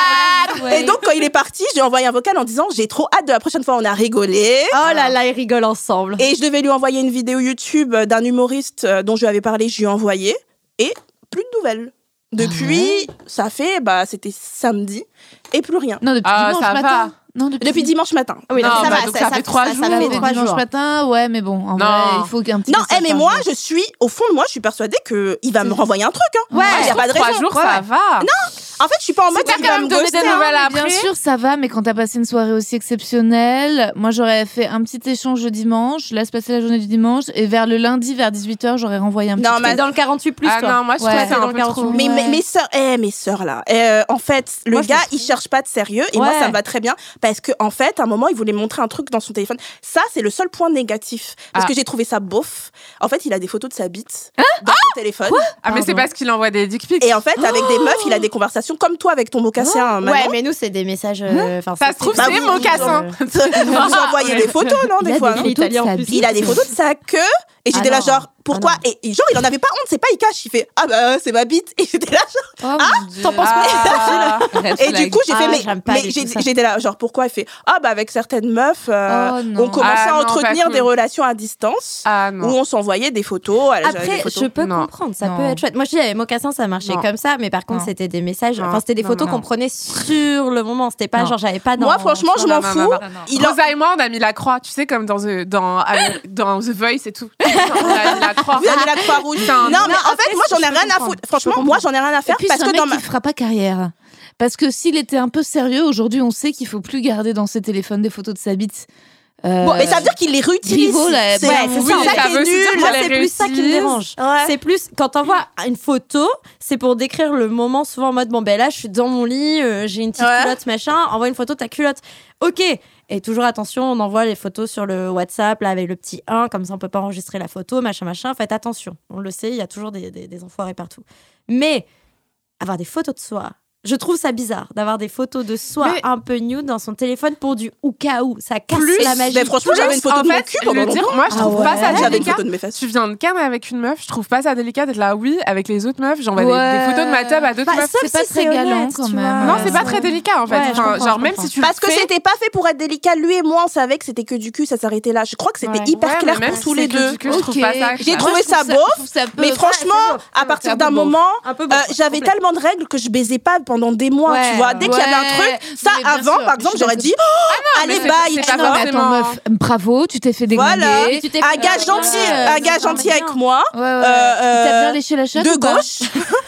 my god. Ouais. Et donc, quand il est parti, je lui ai envoyé un vocal en disant j'ai trop hâte de la prochaine fois, on a rigolé. Oh là là, ils rigolent ensemble. Et je devais lui envoyer une vidéo YouTube d'un humoriste euh, dont je lui avais parlé, je lui ai envoyé. Et plus de nouvelles. Depuis, ça fait, bah, c'était samedi, et plus rien. Non, depuis Ah, dimanche ça matin. va. Non, depuis, Depuis dimanche matin. Oui, Non, donc ça bah, va, donc ça fait trois ça, jours. Ça Ça fait fait trois dimanche jours. matin, ouais, mais bon, en Non. vrai, il faut qu'un petit Non, peu eh, ça mais change. moi, je suis, au fond de moi, je suis persuadée qu'il va me renvoyer un truc. Hein. Ouais, il n'y a pas de Trois raison. jours, Ouais, ça ouais. va. En fait, je suis pas en mode t'as il quand va même me donné ghoster, des hein. nouvelles Mais après. bien sûr, ça va, mais quand t'as passé une soirée aussi exceptionnelle, moi j'aurais fait un petit échange le dimanche, je laisse passer la journée du dimanche, et vers le lundi, vers dix-huit heures, j'aurais renvoyé un petit Non, truc. mais T'es dans le quarante-huit plus, Ah toi. non, moi je Ouais. trouve que c'est Dans un le peu quarante-huit. trop. Mais Ouais. mes, mes sœurs, eh, mes sœurs là, euh, en fait, le Moi, je gars, le il trouve. cherche pas de sérieux et moi, Ouais. ça me va très bien parce que en fait, à un moment, il voulait montrer un truc dans son téléphone. Ça, c'est le seul point négatif parce Ah. que j'ai trouvé ça beauf. En fait, il a des photos de sa bite dans son téléphone. Ah, mais c'est Pardon. parce qu'il envoie des dick pics. Et en fait, avec des meufs, il a des conversations comme toi avec ton mocassin. Manon. Ouais, mais nous, c'est des messages. euh, enfin, Ça se trouve, Bah c'est oui, mocassin. Vous nous envoyez des photos, non, Il des a fois. des hein. photos de Italien en sa plus. bite. Il a des photos de sa queue et Ah j'étais là non. genre pourquoi Ah non. et, et genre il en avait pas honte, c'est pas il cache, il fait ah bah c'est ma bite et j'étais là genre Oh mon Dieu. t'en penses quoi, Ah, red et du flag. coup j'ai Ah fait ouais, mais, j'aime pas mais du j'ai- tout ça. j'étais là genre pourquoi il fait ah bah avec certaines meufs euh, Oh non. on commençait Ah à non, entretenir pas des cool. relations à distance Ah où non. on s'envoyait des photos à la j'avais des Après, photos. je peux Non. comprendre, ça Non. peut être chouette. Moi, je dis, avec Mocassin, ça marchait Non. comme ça, mais par contre, Non. c'était des messages, Non. enfin, c'était des Non, photos non. qu'on prenait sur le moment. C'était pas Non. genre, j'avais pas dans. Moi franchement je Non, m'en non, fous. non, non. Il en- Rosa et moi, on a mis la croix, tu sais, comme dans The, dans, dans The Voice et tout. On a mis la croix. Vous avez la croix rouge. Putain. Non, mais Non, en après, fait, moi, je j'en ai peux rien à comprendre. foutre. Je Franchement, peux moi, j'en ai rien à Et faire puis parce c'est un que dans mec ma. qui fera pas carrière. Parce que s'il était un peu sérieux, aujourd'hui, on sait qu'il faut plus garder dans ses téléphones des photos de sa bite. Euh, Bon, mais ça veut dire qu'il les réutilise. Griveaux, là, C'est ouais, c'est oui, ça, ça qui veut est aussi dire nul. Moi, qu'elle c'est les plus ça qui me réutilise. dérange. Ouais. C'est plus quand t'envoies une photo, c'est pour décrire le moment, souvent en mode bon, ben là, je suis dans mon lit, euh, j'ai une petite Ouais. culotte, machin, envoie une photo de ta culotte. Ok. Et toujours attention, on envoie les photos sur le WhatsApp, là, avec le petit un, comme ça on peut pas enregistrer la photo, machin, machin. Faites attention. On le sait, il y a toujours des, des, des enfoirés partout. Mais avoir des photos de soi, je trouve ça bizarre d'avoir des photos de soi Mais- un peu nude dans son téléphone pour du ou cas où. Ça casse Plus, la magie. Mais franchement, j'avais une photo en de mon fait, cul pendant le dire, longtemps. moi, je Ah trouve pas ouais. ça J'avais une délicat. photo de mes fesses. Tu viens de canne avec une meuf, je trouve pas ça délicat d'être là, oui, avec les autres meufs. J'envoie des- Ouais. des, photos de ma tub à d'autres Bah, meufs. sauf c'est pas si très c'est galant, honnête, quand tu même. vois. Non, c'est pas très délicat en fait. Ouais, je Enfin, comprends, genre, je même comprends. si tu le Parce que fais, c'était pas fait pour être délicat. Lui et moi, on savait que c'était que du cul, ça s'arrêtait là. Je crois que c'était Ouais. hyper Ouais, clair mais même pour si tous c'est les que deux. du cul, je trouve Ok. pas ça. J'ai clair. trouvé Moi, je ça trouve beau, je trouve ça peu- Mais ouais, franchement, c'est beau. à C'est partir un peu d'un beau. moment, Un peu euh, beau, j'avais complet. tellement de règles que je baisais pas pendant des mois, Ouais, tu vois. Dès qu'il y avait un ouais. truc, ça Mais bien avant, sûr, par je exemple, suis j'aurais d'accord. dit, oh, allez, mais c'est- bye, c'est tu pas Non, vois. mais attends, meuf, bravo, tu t'es fait Voilà, déglinguer. tu t'es un fait gars déglinguer. gentil, Ouais, un gars c'est gentil bien. avec moi. Ouais, ouais. Euh, Il t'a bien euh, léché la chatte de ou pas gauche,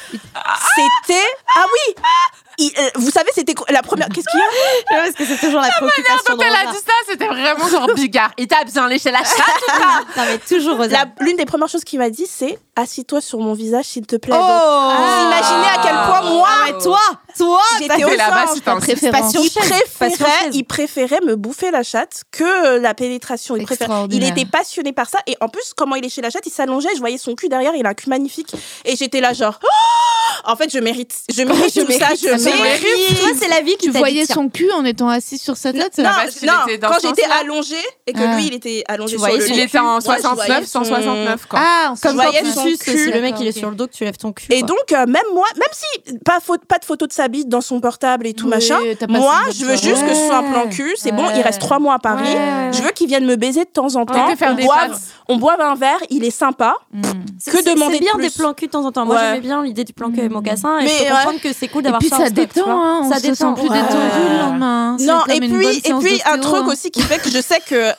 c'était ah oui. Il- euh, vous savez, c'était quoi- la première. Qu'est-ce qu'il y a? Parce que c'est toujours la préoccupation. Quand elle a dit ça, c'était vraiment genre bigard. Il t'a bien léché la chatte. Non, mais toujours Rosa. La- L'une des premières choses qu'il m'a dit, c'est assis-toi sur mon visage, s'il te plaît. Oh. Donc, vous imaginez à quel point moi, Ah, mais toi, toi, j'étais fait aux là-bas, anges. c'est ta préférence. Passion Il chaise. Passion préférait, chaise. il préférait me bouffer la chatte que la pénétration. Il, préférait, il Extraordinaire. était passionné par ça. Et en plus, comment il léchait la chatte, il s'allongeait, je voyais son cul derrière, il a un cul magnifique. Et j'étais là genre, oh en fait, je mérite. Je mérite Je tout ça, mérite, je ça, je mérite. Toi, c'est la vie qui Tu t'a voyais dit, tiens. son cul en étant assis sur sa tête Non, parce qu'il non, était dans quand ce j'étais sens-là. allongée et que Ah. lui, il était allongé Tu sur voyais le son Il lit. était en Moi, je voyais soixante-neuf, son- cent soixante-neuf quoi. Ah, Comme Quand voyais tu son suces, cul. si le mec il est D'accord, sur le dos, que tu lèves ton cul. Et quoi. donc, euh, même moi, même si pas, faute, pas de photo de sa bite dans son portable et tout Oui, machin, t'as passé moi, une bonne je veux soirée. juste que ce soit un plan cul. C'est bon, il Ouais. reste trois mois à Paris. Ouais. Je veux qu'il vienne me baiser de temps en temps. Ouais, te faire on, des boive, passes. on boive un verre, il est sympa. Hmm. C'est- que c'est- demander C'est bien de plus. des plans cul de temps en temps. Moi, Ouais. j'aimais bien l'idée du plan cul avec mon cassin. Et Mais je peux ouais. comprendre que c'est cool Et d'avoir puis ça en ça stock, tu détend, vois. hein, on Ça se sent détend. plus Ouais. détendu le lendemain. C'est Non, comme et une puis, bonne et séance puis un d'ostéo, truc hein. aussi qui fait que je sais que.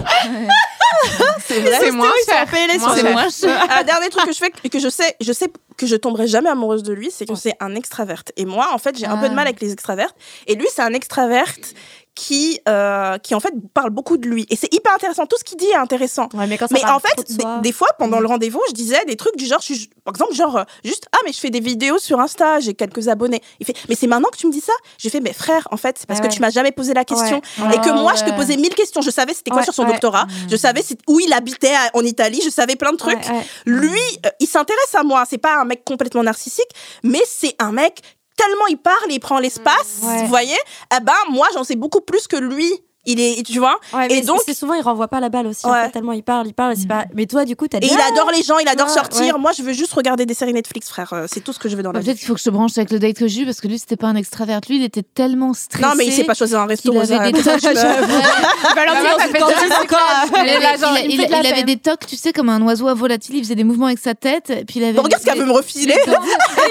C'est vrai, c'est moins cher. Moins C'est cher. moins cher. Un dernier truc que je fais et que je sais, je sais que je tomberai jamais amoureuse de lui, c'est que c'est un extraverte. Et moi, en fait, j'ai un peu de Ah. mal avec les extravertes. Et lui, c'est un extraverte qui, euh, qui en fait parle beaucoup de lui. Et c'est hyper intéressant. Tout ce qu'il dit est intéressant. Ouais, mais quand ça mais parle en fait, trop de des, soi. des fois, pendant le rendez-vous, je disais des trucs du genre, je suis, par exemple, genre, euh, juste, ah, mais je fais des vidéos sur Insta, j'ai quelques abonnés. Il fait, mais c'est maintenant que tu me dis ça? J'ai fait, mais frère, en fait, c'est parce Ah que ouais. tu m'as jamais posé la question. Ouais. Et que Ah moi, ouais. je te posais mille questions. Je savais c'était quoi Ouais, sur son ouais. doctorat. Mmh. Je savais c'est- où il habitait à- en Italie. Je savais plein de trucs. Ouais, ouais. Lui, euh, il s'intéresse à moi. C'est pas un mec complètement narcissique, mais c'est un mec tellement il parle et il prend l'espace, Ouais. vous voyez. Eh ben moi, j'en sais beaucoup plus que lui. Il est, tu vois. Ouais, et mais donc, c'est souvent il renvoie pas la balle aussi. En Ouais. fait, tellement il parle, il parle. C'est pas. Mais toi, du coup, t'as et dit. il adore les gens, il adore Ouais, sortir. ouais. Moi, je veux juste regarder des séries Netflix, frère. Euh, C'est tout ce que je veux dans la vie. Peut-être qu'il faut que je te branche avec le date que j'ai eu parce que lui, c'était pas un extravert. Lui, il était tellement stressé. Non, mais il sait pas choisir un resto. qu'il Rosa. avait des tocs. Valentine, ça fait déjà encore. Il avait, là, genre, il- il me fait il- de la il avait peine. des tocs, tu sais, comme un oiseau volatile. Il faisait des mouvements avec sa tête. et Puis il avait. Bon, regarde ce qu'elle veut me refiler. il, était,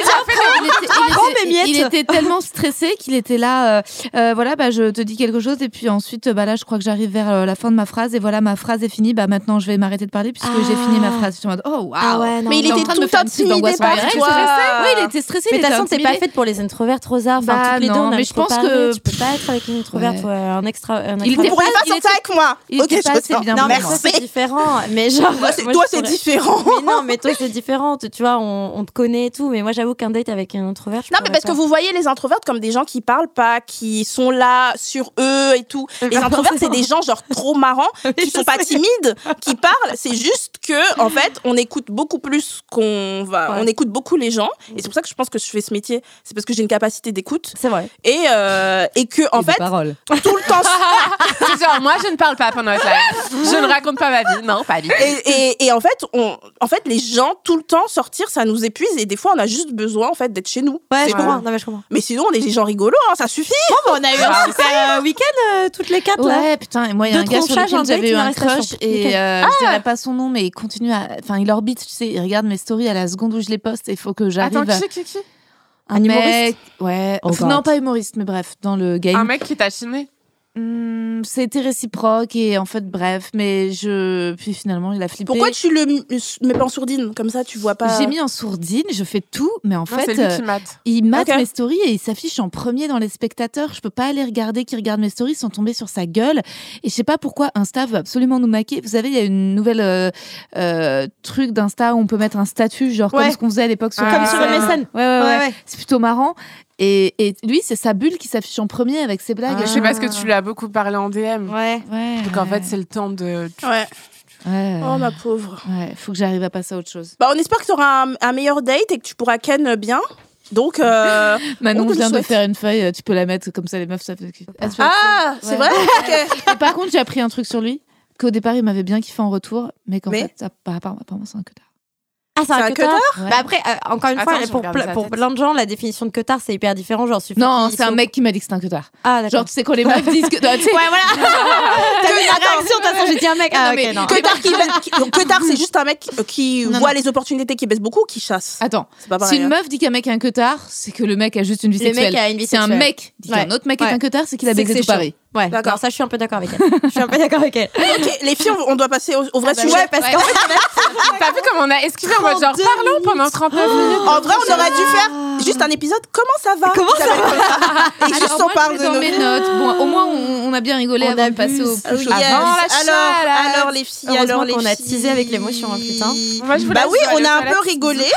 il Oh, était- mes miettes. il était tellement stressé qu'il était là. euh, euh, voilà, bah, je te dis quelque chose et puis ensuite, bah là, je crois que j'arrive vers euh, la fin de ma phrase et voilà, ma phrase est finie. Bah maintenant, je vais m'arrêter de parler puisque Ah. j'ai fini ma phrase. Je suis en mode, oh waouh. Ah ouais, non. Mais il est en était train de tout me faire une crise intimidé d'angoisse par en direct. toi. Oui, il était stressé. Mais il de toute était façon, t'es pas intimidé. faite pour les introvertes, Rosa. Enfin, Bah, toutes les deux, non, on aime mais je trop pense parler. que- Tu peux pas être avec une introverte Ouais. ou euh, un extra. Un Il Vous était extravert. pourriez pas- pas il sortir était- avec moi. il Ok, était je pas veux assez ça. bien Non, mais bon, toi, Merci. c'est différent. Mais genre. Moi, c'est- moi, Toi, je c'est pourrais- différent. Mais non, mais toi, c'est différent. Tu tu vois, on, on te connaît et tout. Mais moi, j'avoue qu'un date avec un introvert, je Non, mais pourrais parce que pas. vous voyez les introvertes comme des gens qui parlent pas, qui sont là sur eux et tout. Les introvertes, c'est des gens genre trop marrants, qui sont pas timides, qui parlent. C'est juste que, en fait, on écoute beaucoup plus qu'on va. Ouais. On écoute beaucoup les gens. Et c'est pour ça que je pense que je fais ce métier. C'est parce que j'ai une capacité d'écoute. C'est vrai. Et, euh, et que, en fait, Parole. tout le temps. C'est genre, moi, je ne parle pas pendant notre live. Je ne raconte pas ma vie. Non, pas du tout. Et, et, et en fait, on, en fait, les gens tout le temps sortir, ça nous épuise et des fois, on a juste besoin en fait d'être chez nous. Ouais, C'est je tout. comprends. Non, mais je comprends. Mais sinon, on est des gens rigolos, hein, ça suffit. On a eu un super euh, week-end euh, toutes les quatre là. Ouais, putain, et moi, il y a Deux un gars sur tronchages, lequel un date, j'avais eu une un arrestation. crush et Nickel. euh, je dirais pas son nom, mais il continue à. Enfin, il orbite, tu sais, il regarde mes stories à la seconde où je les poste et il faut que j'arrive Attends, à. qui, qui, qui Un, Un mec. humoriste Ouais. Oh non, God. pas humoriste, mais bref, dans le game. Un mec qui t'a chiné. Hmm, c'était réciproque et en fait, bref, mais je. Puis finalement, il a flippé. Pourquoi tu le m- mets pas en sourdine comme ça, tu vois pas. J'ai mis en sourdine, je fais tout, mais en Non, fait. c'est lui euh, qui mate. Il mate Ok. mes stories et il s'affiche en premier dans les spectateurs. Je peux pas aller regarder qui regarde mes stories sans tomber sur sa gueule. Et je sais pas pourquoi Insta veut absolument nous maquer. Vous savez, il y a une nouvelle euh, euh, truc d'Insta où on peut mettre un statut, genre Ouais. comme ce qu'on faisait à l'époque sur Ah, Comme sur ouais. M S N. Ouais, ouais, ouais. Ouais, ouais. C'est plutôt marrant. Et, et lui, c'est sa bulle qui s'affiche en premier avec ses blagues. Mais je sais parce que tu lui as beaucoup parlé en D M. Ouais. Ouais. Donc en fait, c'est le temps de. Ouais. Ouais. Oh ma pauvre. Ouais, faut que j'arrive à passer à autre chose. Bah, on espère que tu auras un, un meilleur date et que tu pourras ken bien. Donc. Euh... Manon on te le vient de souhaite. faire une feuille, euh, tu peux la mettre comme ça, les meufs savent. Ah, Ah, c'est Ouais. vrai. Ok. Et par contre, j'ai appris un truc sur lui, qu'au départ, il m'avait bien kiffé en retour, mais qu'en Mais fait, ça, bah, apparemment, apparemment, c'est un cutard. Ah, c'est C'est un un cutter. Ouais. Bah après, euh, encore une Attends, fois, je pour, regarde ple- sa pour tête. plein de gens, la définition de cutard, c'est hyper différent. Genre, suffit Non, qu'il c'est un soit- mec qui m'a dit que c'était un cutard. Ah, d'accord. Genre, tu sais, quand les meufs disent que. Tu sais, Ouais, voilà. T'as vu la réaction, de toute façon, j'ai dit un mec. Ah, Non, mais ok, non. que- Cutard, qui ba- qui- donc, cutard, c'est juste un mec euh, qui Non, voit non. les opportunités, qui baisse beaucoup, qui chasse. Attends, C'est pas si pareil. une hein. meuf dit qu'un mec est un cutard, c'est que le mec a juste une vie Le mec sexuelle. a une vie Si un sexuelle. mec dit Ouais. qu'un autre mec est Ouais. un cutard, c'est qu'il a C'est que baisé c'est tout chaud. Paris. Ouais, D'accord. d'accord. Ça, je suis un peu d'accord avec elle. Je suis un peu d'accord avec elle. Ok, les filles, on on doit passer au, au vrai bah sujet. Ouais, parce Ouais. qu'en fait, on a- T'as vu comme on a esquivé en mode genre trente-deux parlons pendant trente-neuf minutes. En vrai, on aurait dû faire juste un épisode. Comment ça va Comment ça va Et juste Alors, on moi, parle je de vais dans nos mes vies. notes. Bon, au moins, on, on a bien rigolé On avant de abuse. passer au Oh, plus yes. chaud. Avant la alors, chaleur. alors les filles, Heureusement alors les qu'on a filles. teasé avec l'émotion, hein, putain. Moi, je vous Bah laisse, oui, je vais on aller a aux un peu toilettes. rigolé.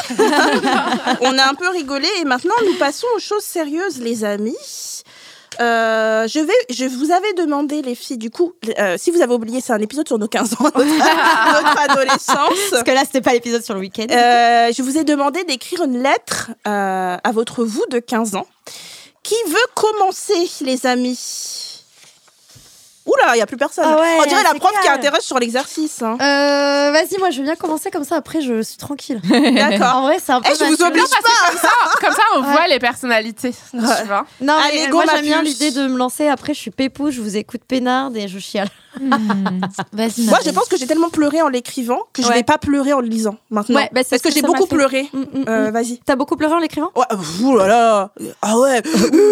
On a un peu rigolé et maintenant nous passons aux choses sérieuses, les amis. Euh, je vais, je vous avais demandé les filles, du coup, euh, si vous avez oublié, c'est un épisode sur nos quinze ans, notre, notre adolescence. Parce que là, c'était pas l'épisode sur le week-end. Euh, je vous ai demandé d'écrire une lettre euh, à votre vous de quinze ans. Qui veut commencer, les amis? Oula, il n'y a plus personne. Ah ouais, On dirait la c'est prof qui clair. interroge sur l'exercice. Hein. Euh, vas-y, moi, je veux bien commencer comme ça. Après, je suis tranquille. D'accord. En vrai, c'est un peu. Eh, je vous mature. oblige pas. Comme ça, comme ça, on voit les personnalités. Tu vois. Non, Allez, mais go, moi, ma j'aime bien puce. l'idée de me lancer. Après, je suis pépou, je vous écoute peinarde et je chiale. Hmm. Vas-y, Moi, Marie. je pense que j'ai tellement pleuré en l'écrivant que je Ouais. vais pas pleurer en le lisant maintenant. Ouais, bah, c'est Parce ce que que j'ai ça m'a beaucoup fait. pleuré. Mm, mm, Euh, mm. Vas-y. T'as beaucoup pleuré en l'écrivant? Ouais, ouh là là. Ah ouais.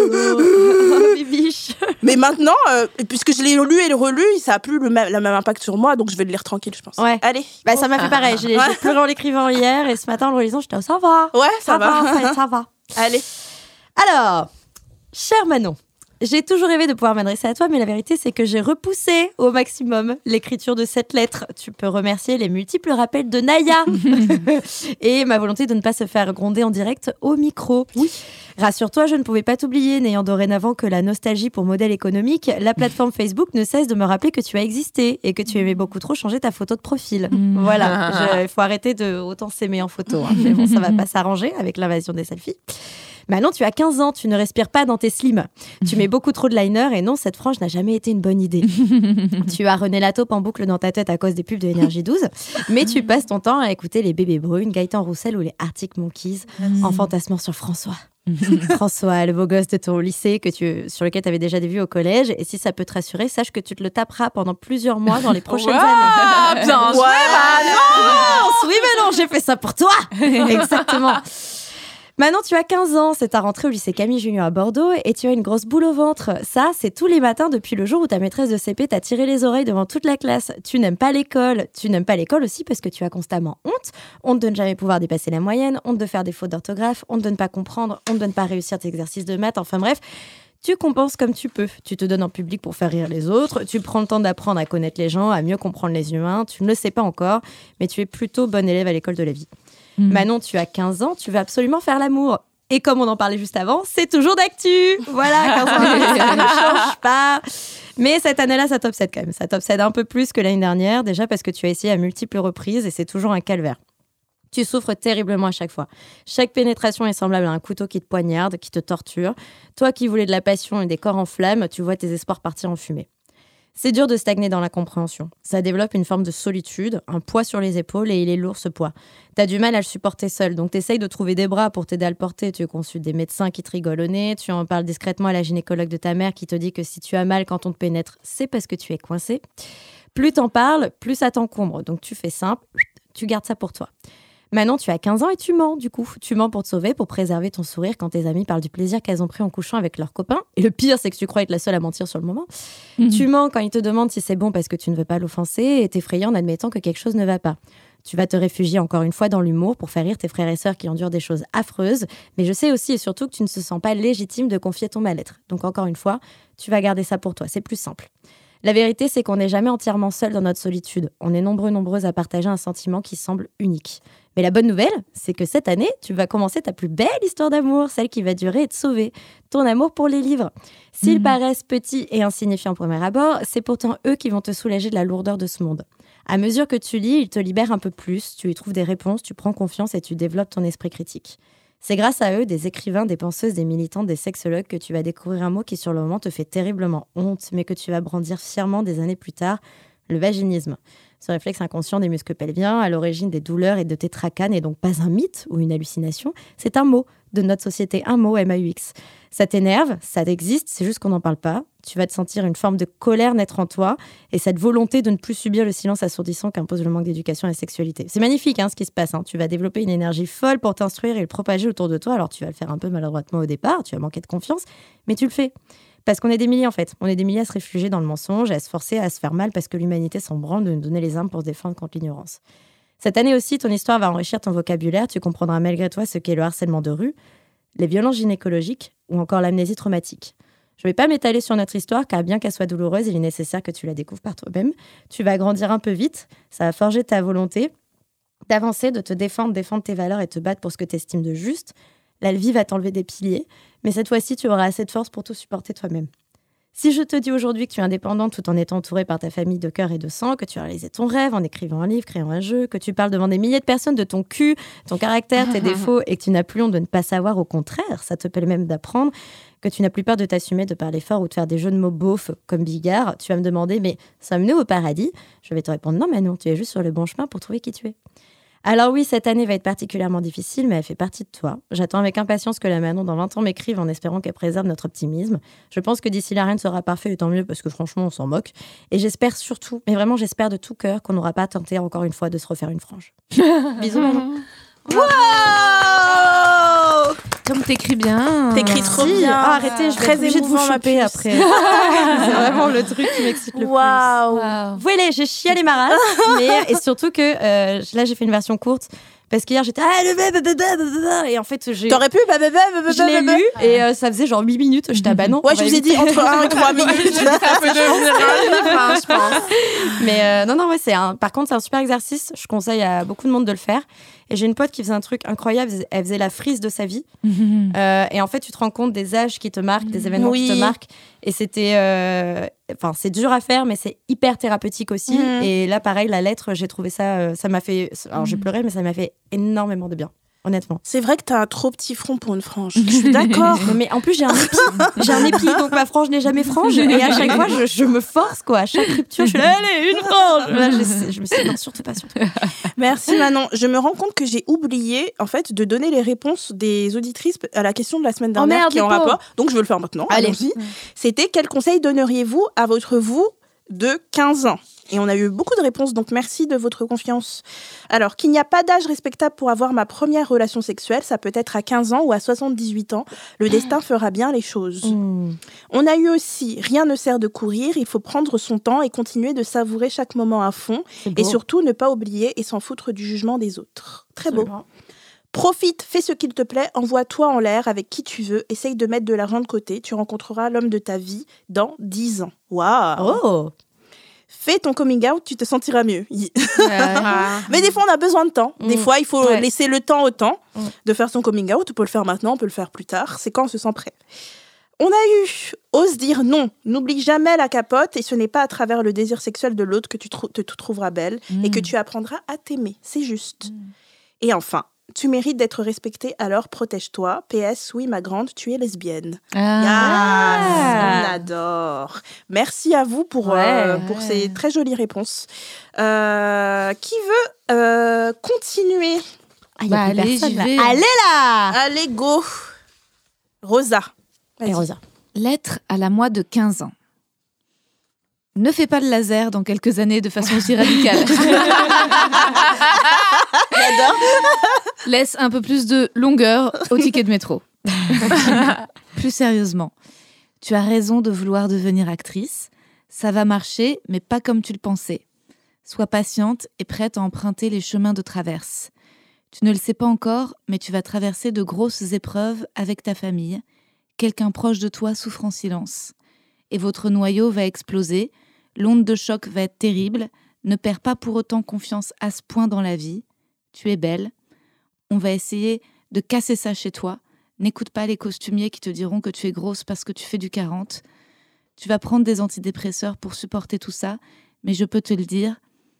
Oh, bibiche. Mais maintenant, euh, puisque je l'ai lu et relu, ça a plus le même, le même impact sur moi, donc je vais le lire tranquille, je pense. Ouais. Allez. Bah, ça m'a fait pareil. J'ai Ouais. j'ai pleuré en l'écrivant hier et ce matin, en le relisant, j'étais, oh, ça va. Ouais, ça, Ça va. va, ça, ça va. Allez. Alors, cher Manon, J'ai toujours rêvé de pouvoir m'adresser à toi, mais la vérité, c'est que j'ai repoussé au maximum l'écriture de cette lettre. Tu peux remercier les multiples rappels de Naya et ma volonté de ne pas se faire gronder en direct au micro. Oui. Rassure-toi, je ne pouvais pas t'oublier, n'ayant dorénavant que la nostalgie pour modèle économique. La plateforme Facebook ne cesse de me rappeler que tu as existé et que tu aimais beaucoup trop changer ta photo de profil. Mmh. Voilà, il faut arrêter de autant s'aimer en photo. Hein. Mais bon, ça va pas s'arranger avec l'invasion des selfies. Maintenant, tu as quinze ans, tu ne respires pas dans tes slims. Tu mets beaucoup trop de liner et non, cette frange n'a jamais été une bonne idée. Tu as René Lataupe en boucle dans ta tête à cause des pubs de Énergie douze, mais tu passes ton temps à écouter les Bébés Brunes, Gaëtan Roussel ou les Arctic Monkeys en fantasmant sur François. François, le beau gosse de ton lycée que tu, sur lequel tu avais déjà des vues au collège. Et si ça peut te rassurer, sache que tu te le taperas pendant plusieurs mois dans les prochaines wow, années. Bien joué, Manon. Oui, mais non, j'ai fait ça pour toi. Exactement. Maintenant, tu as quinze ans, c'est ta rentrée au lycée Camille Junio à Bordeaux et tu as une grosse boule au ventre. Ça, c'est tous les matins depuis le jour où ta maîtresse de C P t'a tiré les oreilles devant toute la classe. Tu n'aimes pas l'école. Tu n'aimes pas l'école aussi parce que tu as constamment honte. Honte de ne jamais pouvoir dépasser la moyenne, honte de faire des fautes d'orthographe, honte de ne pas comprendre, honte de ne pas réussir tes exercices de maths. Enfin bref, tu compenses comme tu peux. Tu te donnes en public pour faire rire les autres. Tu prends le temps d'apprendre à connaître les gens, à mieux comprendre les humains. Tu ne le sais pas encore, mais tu es plutôt bonne élève à l'école de la vie. Mmh. Manon, tu as quinze ans, tu veux absolument faire l'amour. Et comme on en parlait juste avant, c'est toujours d'actu. Voilà, quinze ans, ça ne change pas. Mais cette année-là, ça t'obsède quand même. Ça t'obsède un peu plus que l'année dernière, déjà parce que tu as essayé à multiples reprises et c'est toujours un calvaire. Tu souffres terriblement à chaque fois. Chaque pénétration est semblable à un couteau qui te poignarde, qui te torture. Toi qui voulais de la passion et des corps en flammes, tu vois tes espoirs partir en fumée. C'est dur de stagner dans l'incompréhension. Ça développe une forme de solitude, un poids sur les épaules et il est lourd ce poids. T'as du mal à le supporter seul, donc t'essayes de trouver des bras pour t'aider à le porter. Tu consultes des médecins qui te rigolent au nez, tu en parles discrètement à la gynécologue de ta mère qui te dit que si tu as mal quand on te pénètre, c'est parce que tu es coincé. Plus t'en parles, plus ça t'encombre. Donc tu fais simple, tu gardes ça pour toi. Maintenant, tu as quinze ans et tu mens, du coup. Tu mens pour te sauver, pour préserver ton sourire quand tes amis parlent du plaisir qu'elles ont pris en couchant avec leurs copains. Et le pire, c'est que tu crois être la seule à mentir sur le moment. Mmh. Tu mens quand ils te demandent si c'est bon parce que tu ne veux pas l'offenser et t'effrayer en admettant que quelque chose ne va pas. Tu vas te réfugier encore une fois dans l'humour pour faire rire tes frères et sœurs qui endurent des choses affreuses. Mais je sais aussi et surtout que tu ne te sens pas légitime de confier ton mal-être. Donc encore une fois, tu vas garder ça pour toi. C'est plus simple. La vérité, c'est qu'on n'est jamais entièrement seul dans notre solitude. On est nombreux, nombreuses à partager un sentiment qui semble unique. Mais la bonne nouvelle, c'est que cette année, tu vas commencer ta plus belle histoire d'amour, celle qui va durer et te sauver. Ton amour pour les livres. S'ils mmh. paraissent petits et insignifiants au premier abord, c'est pourtant eux qui vont te soulager de la lourdeur de ce monde. À mesure que tu lis, ils te libèrent un peu plus, tu y trouves des réponses, tu prends confiance et tu développes ton esprit critique. C'est grâce à eux, des écrivains, des penseuses, des militantes, des sexologues, que tu vas découvrir un mot qui sur le moment te fait terriblement honte, mais que tu vas brandir fièrement des années plus tard, le vaginisme. Ce réflexe inconscient des muscles pelviens, à l'origine des douleurs et de tes tracas, n'est donc pas un mythe ou une hallucination, c'est un mot de notre société, un mot M A U X. Ça t'énerve, ça existe, c'est juste qu'on n'en parle pas. Tu vas te sentir une forme de colère naître en toi et cette volonté de ne plus subir le silence assourdissant qu'impose le manque d'éducation à la sexualité. C'est magnifique hein, ce qui se passe. Hein. Tu vas développer une énergie folle pour t'instruire et le propager autour de toi. Alors tu vas le faire un peu maladroitement au départ, tu vas manquer de confiance, mais tu le fais. Parce qu'on est des milliers en fait. On est des milliers à se réfugier dans le mensonge, à se forcer à se faire mal parce que l'humanité s'en branle de nous donner les armes pour se défendre contre l'ignorance. Cette année aussi, ton histoire va enrichir ton vocabulaire. Tu comprendras malgré toi ce qu'est le harcèlement de rue, les violences gynécologiques ou encore l'amnésie traumatique. Je ne vais pas m'étaler sur notre histoire car bien qu'elle soit douloureuse, il est nécessaire que tu la découvres par toi-même. Tu vas grandir un peu vite, ça va forger ta volonté d'avancer, de te défendre, défendre tes valeurs et te battre pour ce que tu estimes de juste. La vie va t'enlever des piliers, mais cette fois-ci, tu auras assez de force pour tout supporter toi-même. Si je te dis aujourd'hui que tu es indépendante tout en étant entourée par ta famille de cœur et de sang, que tu as réalisé ton rêve en écrivant un livre, créant un jeu, que tu parles devant des milliers de personnes de ton cul, ton caractère, tes défauts et que tu n'as plus honte de ne pas savoir, au contraire, ça te plaît même d'apprendre, que tu n'as plus peur de t'assumer, de parler fort ou de faire des jeux de mots beaufs comme Bigard, tu vas me demander « mais sommes-nous au paradis ?» Je vais te répondre « non, mais non, tu es juste sur le bon chemin pour trouver qui tu es ». Alors oui, cette année va être particulièrement difficile, mais elle fait partie de toi. J'attends avec impatience que la Manon dans vingt ans m'écrive en espérant qu'elle préserve notre optimisme. Je pense que d'ici là, rien ne sera parfait, et tant mieux, parce que franchement, on s'en moque. Et j'espère surtout, mais vraiment j'espère de tout cœur, qu'on n'aura pas tenté encore une fois de se refaire une frange. Bisous Manon. Wow! Comme t'écris bien. T'écris trop bien. Ah, arrêtez, je vais être obligée de vous choper après. C'est vraiment le truc qui m'excite le wow. plus. Wow. Voilà, j'ai chialé ma race. mais, et surtout que euh, là, j'ai fait une version courte. Parce qu'hier, j'étais ah, le bébé, et en fait, j'ai. T'aurais pu Je l'ai lu et euh, ça faisait genre huit minutes. J'étais ah bah non. Ouais, je vous ai dit entre un et trois minutes. Ça peut devenir un livre, hein, je pense. Mais euh, non, non, ouais, c'est un. Par contre, c'est un super exercice. Je conseille à beaucoup de monde de le faire. Et j'ai une pote qui faisait un truc incroyable. Elle faisait la frise de sa vie. Mmh. Euh, et en fait, tu te rends compte des âges qui te marquent, des événements oui. qui te marquent. Et c'était. Enfin, euh... c'est dur à faire, mais c'est hyper thérapeutique aussi. Mmh. Et là, pareil, la lettre, j'ai trouvé ça. Euh, ça m'a fait. Alors, j'ai pleuré, mais ça m'a fait énormément de bien. Honnêtement. C'est vrai que t'as un trop petit front pour une frange. Je suis d'accord. Mais en plus, j'ai un épi. J'ai un épi, donc ma frange n'est jamais frange. Et à chaque fois, je, je me force, quoi. À chaque rupture, je suis là, allez, une frange. Là, je, je me suis dit, non, surtout pas, surtout pas. Merci, Manon. Je me rends compte que j'ai oublié, en fait, de donner les réponses des auditrices à la question de la semaine dernière oh merde, qui est en rapport. Donc, je veux le faire maintenant. Allez. Allons-y. C'était, quel conseil donneriez-vous à votre vous de quinze ans ? Et on a eu beaucoup de réponses, donc merci de votre confiance. Alors, qu'il n'y a pas d'âge respectable pour avoir ma première relation sexuelle, ça peut être à quinze ans ou à soixante-dix-huit ans. Le destin fera bien les choses. Mmh. On a eu aussi, rien ne sert de courir, il faut prendre son temps et continuer de savourer chaque moment à fond. Et surtout, ne pas oublier et s'en foutre du jugement des autres. Très beau. Absolument. Profite, fais ce qu'il te plaît, envoie-toi en l'air avec qui tu veux, essaye de mettre de l'argent de côté, tu rencontreras l'homme de ta vie dans dix ans. Waouh. Oh. Fais ton coming out, tu te sentiras mieux. Mais des fois, on a besoin de temps. Des mmh. fois, il faut ouais. laisser le temps au temps mmh. de faire son coming out. On peut le faire maintenant, on peut le faire plus tard. C'est quand on se sent prêt. On a eu « Ose dire non ». N'oublie jamais la capote et ce n'est pas à travers le désir sexuel de l'autre que tu te, te trouveras belle mmh. et que tu apprendras à t'aimer. C'est juste. Mmh. Et enfin, tu mérites d'être respectée, alors protège-toi. P S, oui, ma grande, tu es lesbienne. Ah. Yes, on adore. Merci à vous pour, ouais, euh, pour ouais. ces très jolies réponses. Euh, qui veut euh, continuer? Ah, y a bah, allez, personne, j'y vais. Là. Allez là. Allez, go. Rosa. Et Rosa. Lettre à la moi de quinze ans. Ne fais pas le laser dans quelques années de façon aussi radicale. J'adore. Laisse un peu plus de longueur au ticket de métro. Plus sérieusement, tu as raison de vouloir devenir actrice. Ça va marcher, mais pas comme tu le pensais. Sois patiente et prête à emprunter les chemins de traverse. Tu ne le sais pas encore, mais tu vas traverser de grosses épreuves avec ta famille. Quelqu'un proche de toi souffre en silence. Et votre noyau va exploser. L'onde de choc va être terrible. Ne perds pas pour autant confiance à ce point dans la vie. Tu es belle. On va essayer de casser ça chez toi. N'écoute pas les costumiers qui te diront que tu es grosse parce que tu fais du quarante. Tu vas prendre des antidépresseurs pour supporter tout ça, mais je peux te le dire,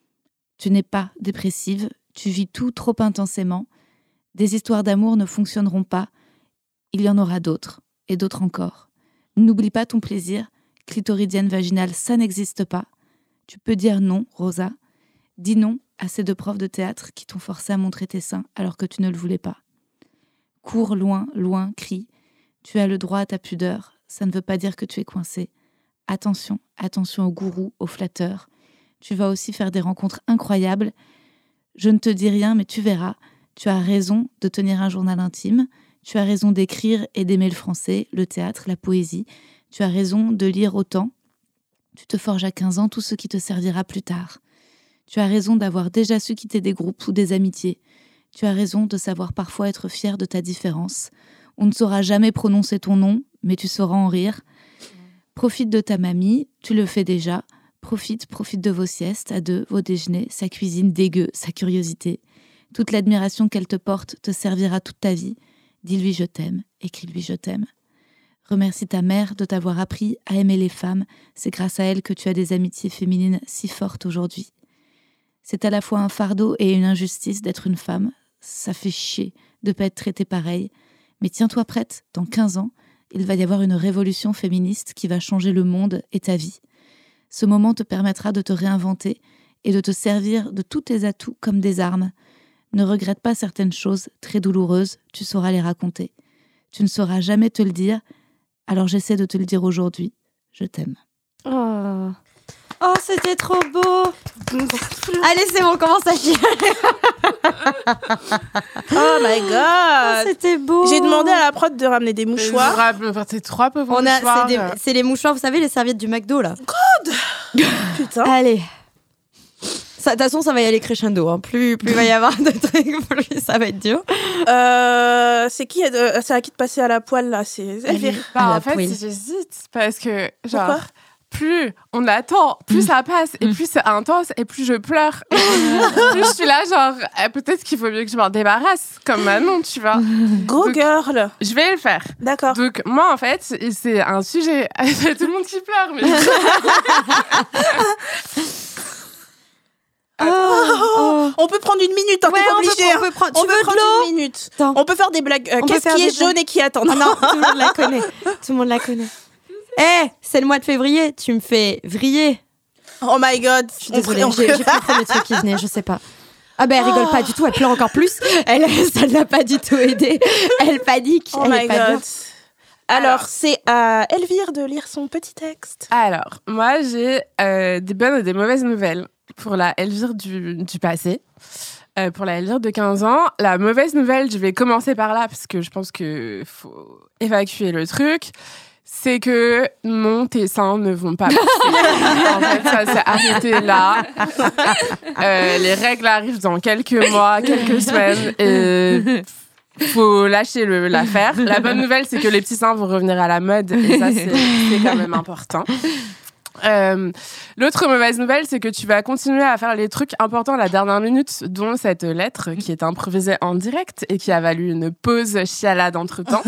tu n'es pas dépressive, tu vis tout trop intensément. Des histoires d'amour ne fonctionneront pas. Il y en aura d'autres, et d'autres encore. N'oublie pas ton plaisir. Clitoridienne vaginale, ça n'existe pas. Tu peux dire non, Rosa. Dis non à ces deux profs de théâtre qui t'ont forcé à montrer tes seins alors que tu ne le voulais pas. Cours loin, loin, crie. Tu as le droit à ta pudeur. Ça ne veut pas dire que tu es coincé. Attention, attention aux gourous, aux flatteurs. Tu vas aussi faire des rencontres incroyables. Je ne te dis rien, mais tu verras. Tu as raison de tenir un journal intime. Tu as raison d'écrire et d'aimer le français, le théâtre, la poésie. Tu as raison de lire autant. Tu te forges à quinze ans tout ce qui te servira plus tard. Tu as raison d'avoir déjà su quitter des groupes ou des amitiés. Tu as raison de savoir parfois être fier de ta différence. On ne saura jamais prononcer ton nom, mais tu sauras en rire. Profite de ta mamie, tu le fais déjà. Profite, profite de vos siestes à deux, vos déjeuners, sa cuisine dégueu, sa curiosité. Toute l'admiration qu'elle te porte te servira toute ta vie. Dis-lui je t'aime, écris-lui je t'aime. Remercie ta mère de t'avoir appris à aimer les femmes. C'est grâce à elle que tu as des amitiés féminines si fortes aujourd'hui. C'est à la fois un fardeau et une injustice d'être une femme. Ça fait chier de ne pas être traitée pareil. Mais tiens-toi prête, dans quinze ans, il va y avoir une révolution féministe qui va changer le monde et ta vie. Ce moment te permettra de te réinventer et de te servir de tous tes atouts comme des armes. Ne regrette pas certaines choses très douloureuses, tu sauras les raconter. Tu ne sauras jamais te le dire, alors j'essaie de te le dire aujourd'hui. Je t'aime. Oh, oh c'était trop beau. Allez, c'est bon, commence à chier. Oh my god. Oh, c'était beau. J'ai demandé à la prod de ramener des mouchoirs. C'est trois pauvres On a, mouchoirs. C'est, des, c'est les mouchoirs, vous savez, les serviettes du McDo, là. God. Putain. Allez. De toute façon, ça va y aller crescendo. Hein. Plus, plus il va y avoir de trucs, plus ça va être dur. Euh, c'est qui euh, C'est à qui de passer à la poêle, là? C'est Elvire. Bah, en fait, poêle. j'hésite. Parce que, genre... Pourquoi plus on attend, plus ça passe, et plus c'est intense, et plus je pleure. Et plus je suis là, genre, peut-être qu'il vaut mieux que je m'en débarrasse, comme Manon, tu vois. Go Donc, girl. Je vais le faire. D'accord. Donc, moi, en fait, c'est un sujet... Il y a tout le monde qui pleure, mais... Oh, oh. On peut prendre une minute, hein, ouais, t'es pas obligé. On peut, on peut prendre, on tu peut veux prendre de l'eau une minute. Attends. On peut faire des blagues. Euh, qu'est-ce qui est jaune blagues. Et qui attend? Non, non, tout le monde la connaît. Tout le monde la connaît. Eh, hey, c'est le mois de février, tu me fais vriller. Oh my god. Je suis désolée, j'ai, j'ai pris le premier truc qui venait, je sais pas. Ah ben, elle rigole oh. pas du tout, elle pleure encore plus. Elle, ça ne l'a pas du tout aidé. Elle panique. Oh elle my est pas god. bien. Alors, Alors, c'est à Elvire de lire son petit texte. Alors, moi, j'ai euh, des bonnes et des mauvaises nouvelles pour la Elvire du, du passé. Euh, pour la Elvire de quinze ans. La mauvaise nouvelle, je vais commencer par là, parce que je pense qu'il faut évacuer le truc. C'est que non, tes seins ne vont pas pousser. En fait, ça s'est arrêté là. Euh, les règles arrivent dans quelques mois, quelques semaines, et faut lâcher le, l'affaire. La bonne nouvelle, c'est que les petits seins vont revenir à la mode, et ça, c'est, c'est quand même important. Euh, l'autre mauvaise nouvelle, c'est que tu vas continuer à faire les trucs importants à la dernière minute, dont cette lettre qui est improvisée en direct et qui a valu une pause chialade entre-temps.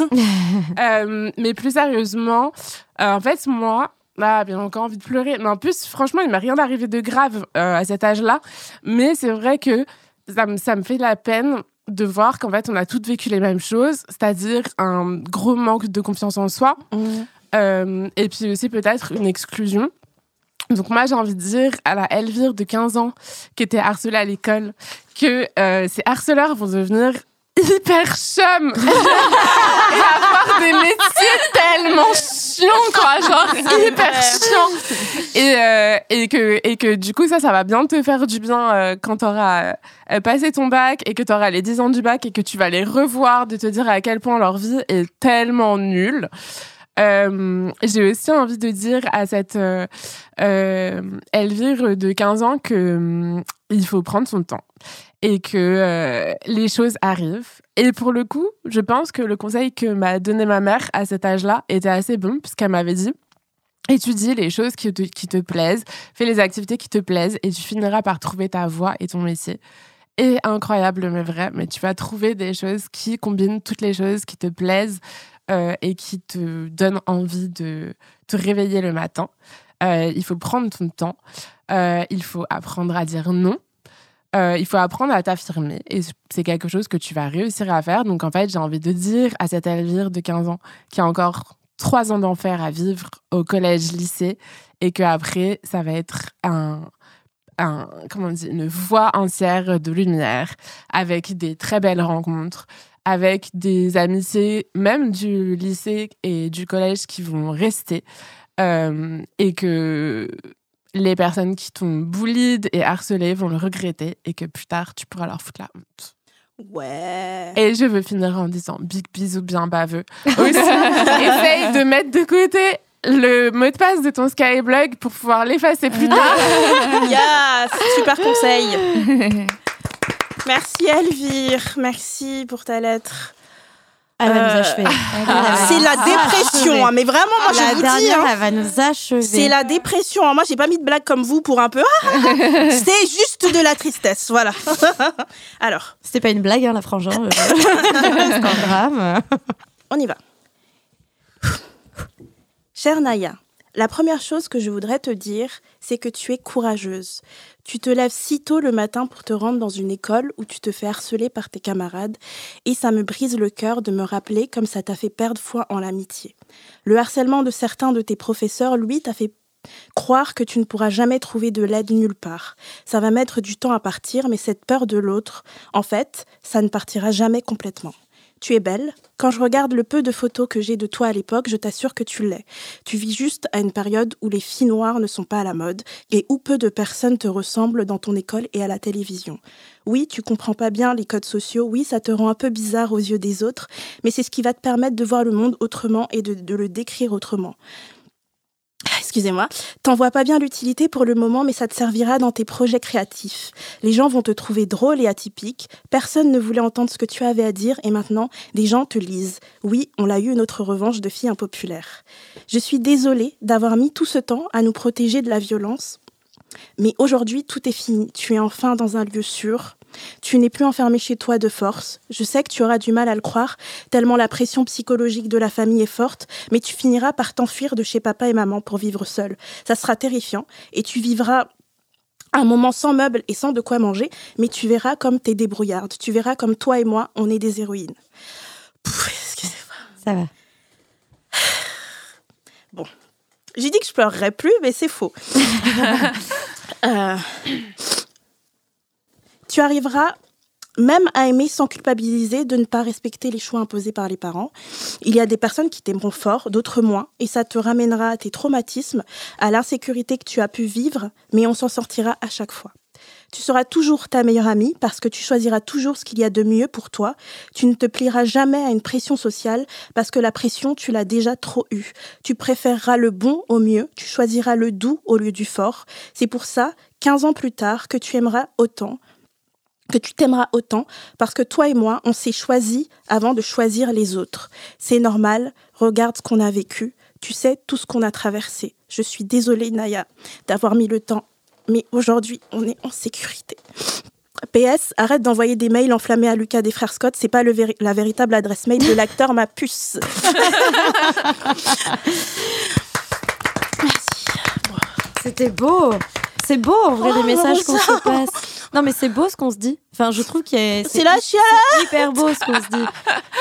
euh, mais plus sérieusement, euh, en fait, moi, ah, j'ai encore envie de pleurer. Mais en plus, franchement, il m'est rien arrivé de grave euh, à cet âge-là. Mais c'est vrai que ça me, ça me fait la peine de voir qu'en fait, on a toutes vécu les mêmes choses, c'est-à-dire un gros manque de confiance en soi. Mmh. Euh, et puis aussi peut-être une exclusion. Donc moi, j'ai envie de dire à la Elvire de quinze ans qui était harcelée à l'école que euh, ces harceleurs vont devenir hyper chum et avoir des métiers tellement chiants, quoi, genre hyper chiants. Et, euh, et, que, et que du coup, ça, ça va bien te faire du bien euh, quand t'auras euh, passé ton bac et que t'auras les dix ans du bac et que tu vas les revoir, de te dire à quel point leur vie est tellement nulle. Euh, j'ai aussi envie de dire à cette euh, euh, Elvire de quinze ans que euh, il faut prendre son temps et que euh, les choses arrivent. Et pour le coup, je pense que le conseil que m'a donné ma mère à cet âge-là était assez bon, puisqu'elle m'avait dit: étudie les choses qui te, qui te plaisent, fais les activités qui te plaisent et tu finiras par trouver ta voie et ton métier. Et incroyable mais vrai, mais tu vas trouver des choses qui combinent toutes les choses qui te plaisent euh, et qui te donnent envie de te réveiller le matin. Euh, il faut prendre ton temps, euh, il faut apprendre à dire non, euh, il faut apprendre à t'affirmer et c'est quelque chose que tu vas réussir à faire. Donc en fait, j'ai envie de dire à cette Elvire de quinze ans qui a encore trois ans d'enfer à vivre au collège, lycée, et qu'après, ça va être un... Un, comment on dit, une voie entière de lumière, avec des très belles rencontres, avec des amitiés, même du lycée et du collège, qui vont rester, euh, et que les personnes qui t'ont bullied et harcelé vont le regretter, et que plus tard, tu pourras leur foutre la honte. Ouais. Et je veux finir en disant big bisous bien baveux. Aussi, essaye de mettre de côté le mot de passe de ton Skyblog pour pouvoir l'effacer plus tard. Yes, super conseil. Merci Elvire, merci pour ta lettre. Elle va euh... nous achever. C'est la dépression, hein, mais vraiment, moi la je vous dernière, dis. Hein, elle va nous achever. C'est la dépression. Hein. Moi, j'ai pas mis de blague comme vous pour un peu. C'est juste de la tristesse, voilà. Alors. C'était pas une blague, hein, la frangin. C'est un drame. On y va. Chère Naya, la première chose que je voudrais te dire, c'est que tu es courageuse. Tu te lèves si tôt le matin pour te rendre dans une école où tu te fais harceler par tes camarades et ça me brise le cœur de me rappeler comme ça t'a fait perdre foi en l'amitié. Le harcèlement de certains de tes professeurs, lui, t'a fait croire que tu ne pourras jamais trouver de l'aide nulle part. Ça va mettre du temps à partir, mais cette peur de l'autre, en fait, ça ne partira jamais complètement. Tu es belle. Quand je regarde le peu de photos que j'ai de toi à l'époque, je t'assure que tu l'es. Tu vis juste à une période où les filles noires ne sont pas à la mode et où peu de personnes te ressemblent dans ton école et à la télévision. Oui, tu comprends pas bien les codes sociaux, oui, ça te rend un peu bizarre aux yeux des autres, mais c'est ce qui va te permettre de voir le monde autrement et de, de le décrire autrement. excusez-moi, t'en vois pas bien l'utilité pour le moment, mais ça te servira dans tes projets créatifs. Les gens vont te trouver drôle et atypique. Personne ne voulait entendre ce que tu avais à dire et maintenant, des gens te lisent. Oui, on l'a eu notre revanche de fille impopulaire. Je suis désolée d'avoir mis tout ce temps à nous protéger de la violence, mais aujourd'hui, tout est fini. Tu es enfin dans un lieu sûr. Tu n'es plus enfermé chez toi de force. Je sais que tu auras du mal à le croire, tellement la pression psychologique de la famille est forte, mais tu finiras par t'enfuir de chez papa et maman pour vivre seule. Ça sera terrifiant et tu vivras un moment sans meubles et sans de quoi manger, mais tu verras comme t'es débrouillarde. Tu verras comme toi et moi, on est des héroïnes. Pouf, excusez-moi. Ça va. Bon. J'ai dit que je pleurerais plus, mais c'est faux. euh... Tu arriveras même à aimer sans culpabiliser de ne pas respecter les choix imposés par les parents. Il y a des personnes qui t'aimeront fort, d'autres moins, et ça te ramènera à tes traumatismes, à l'insécurité que tu as pu vivre, mais on s'en sortira à chaque fois. Tu seras toujours ta meilleure amie parce que tu choisiras toujours ce qu'il y a de mieux pour toi. Tu ne te plieras jamais à une pression sociale parce que la pression, tu l'as déjà trop eue. Tu préféreras le bon au mieux, tu choisiras le doux au lieu du fort. C'est pour ça, quinze ans plus tard, que tu aimeras autant, que tu t'aimeras autant, parce que toi et moi, on s'est choisis avant de choisir les autres. C'est normal, regarde ce qu'on a vécu, tu sais tout ce qu'on a traversé. Je suis désolée, Naya, d'avoir mis le temps, mais aujourd'hui, on est en sécurité. P S, arrête d'envoyer des mails enflammés à Lucas des frères Scott, c'est pas le véri- la véritable adresse mail de l'acteur, ma puce. Merci. C'était beau. C'est beau, en vrai, Oh, les messages qu'on ça. se passe. Non, mais c'est beau ce qu'on se dit. Enfin, je trouve que c'est, C'est la chiale. c'est hyper beau ce qu'on se dit.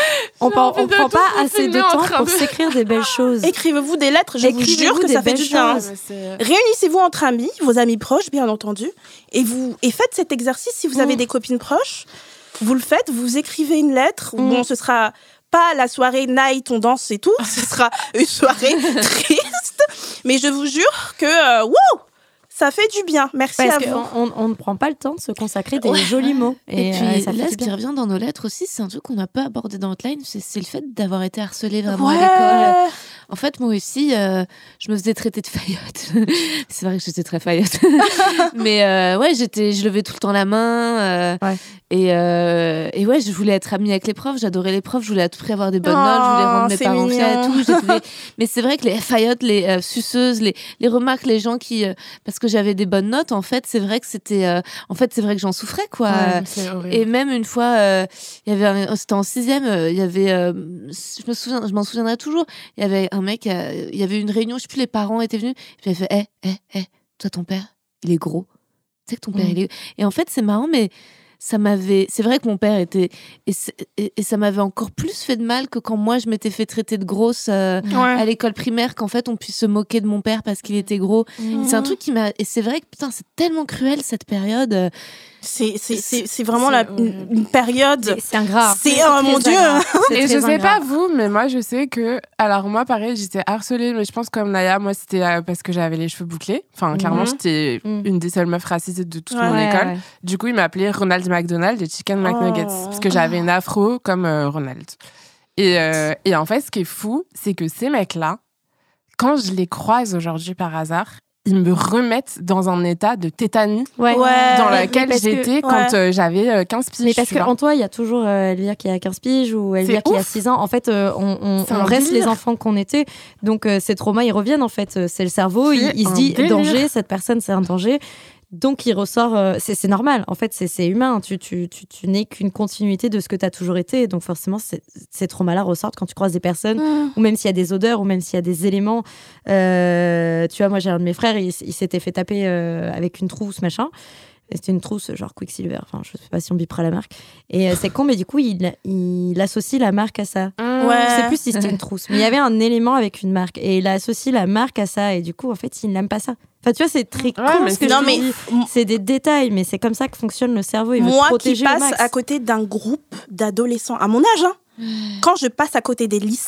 On prend, on envie de prend tout pas assez de filmer en temps train pour de- s'écrire des belles choses. Écrivez-vous des lettres, je vous Écrivez-vous jure que des ça fait belles du bien. choses. Réunissez-vous entre amis, vos amis proches, bien entendu, et vous et faites cet exercice si vous avez Mm. des copines proches. Vous le faites, vous écrivez une lettre. Mm. Bon, ce sera pas la soirée night, on danse et tout. Ce sera une soirée triste. Mais je vous jure que, euh, wow, ça fait du bien. Merci Parce à vous. qu'on on, on ne prend pas le temps de se consacrer des jolis mots. Et, Et, puis euh, ça là, fait ce du qui bien. revient dans nos lettres aussi, c'est un truc qu'on n'a pas abordé dans Hotline, c'est, c'est le fait d'avoir été harcelée vraiment Ouais. à l'école. En fait, moi aussi, euh, je me faisais traiter de faillotte. C'est vrai que j'étais très faillotte. Mais euh, ouais, j'étais, je levais tout le temps la main. Euh, Ouais. Et, euh, et ouais, je voulais être amie avec les profs. J'adorais les profs. Je voulais à tout prix avoir des bonnes Oh, notes. Je voulais rendre mes c'est parents fiers et mignon. tout. J'étais des- Mais c'est vrai que les faillottes, les euh, suceuses, les, les remarques, les gens qui... euh, parce que j'avais des bonnes notes, en fait, c'est vrai que c'était... euh, en fait, c'est vrai que j'en souffrais, quoi. Ouais, c'est horrible. Et même une fois, euh, il y avait un- c'était en sixième, euh, il y avait, euh, je me souviens, je m'en souviendrai toujours. Il y avait un mec, euh, il y avait une réunion, je sais plus, les parents étaient venus, et puis il a fait, hé, hé, hé, toi ton père, il est gros. Tu sais que ton père, Mm. il est. Et en fait, c'est marrant, mais ça m'avait. C'est vrai que mon père était. Et, c'est- et, et ça m'avait encore plus fait de mal que quand moi je m'étais fait traiter de grosse euh, à l'école primaire, qu'en fait on puisse se moquer de mon père parce qu'il était gros. C'est un truc qui m'a. Et c'est vrai que putain, c'est tellement cruel cette période. euh, C'est, c'est, c'est, c'est vraiment C'est la, horrible. une, une période. C'est ingrat. C'est, C'est oh très mon Dieu. ingrat. C'est Et très je sais ingrat. pas vous, mais moi je sais que. Alors moi, pareil, j'étais harcelée, mais je pense comme Naya, moi c'était euh, parce que j'avais les cheveux bouclés. Enfin, clairement, Mhm. j'étais Mhm. une des seules meufs racisées de toute Ouais, mon Ouais, école. ouais. Du coup, ils m'appelaient Ronald McDonald et Chicken McNuggets Oh. parce que j'avais une afro comme euh, Ronald. Et, euh, et en fait, ce qui est fou, c'est que ces mecs-là, quand je les croise aujourd'hui par hasard, ils me remettent dans un état de tétanie Ouais. Ouais. dans Mais lequel parce que- j'étais quand ouais. euh, j'avais euh, quinze piges. Mais parce tu vois. qu'en toi, il y a toujours euh, Elvire qui a quinze piges ou Elvire C'est qui a ouf. six ans. En fait, euh, on, on, C'est on un reste délire. les enfants qu'on était. Donc, euh, ces traumas, ils reviennent, en fait. Euh, C'est le cerveau, il, C'est il se un dit délire. danger, cette personne, c'est un danger. Donc, il ressort. euh, c'est c'est normal, en fait, c'est c'est humain. Tu, tu, tu, tu n'es qu'une continuité de ce que tu as toujours été. Donc, forcément, c'est- ces traumas-là ressortent quand tu croises des personnes, ou même s'il y a des odeurs, ou même s'il y a des éléments. Euh, tu vois, moi, j'ai un de mes frères, il, il s'était fait taper euh, avec une trousse, machin. Et c'était une trousse genre Quicksilver. Enfin, je sais pas si on bipera la marque. Et euh, c'est con, mais du coup, il, il associe la marque à ça. Ouais. Je sais plus si c'était une trousse, mais il y avait un élément avec une marque. Et il associe la marque à ça. Et du coup, en fait, il n'aime pas ça. Enfin, tu vois, c'est très con mais ce que c'est- je Non, mais dis. C'est des détails, mais c'est comme ça que fonctionne le cerveau. Il veut te Moi qui protéger au passe max. à côté d'un groupe d'adolescents, à mon âge, hein, quand je passe à côté des lycées,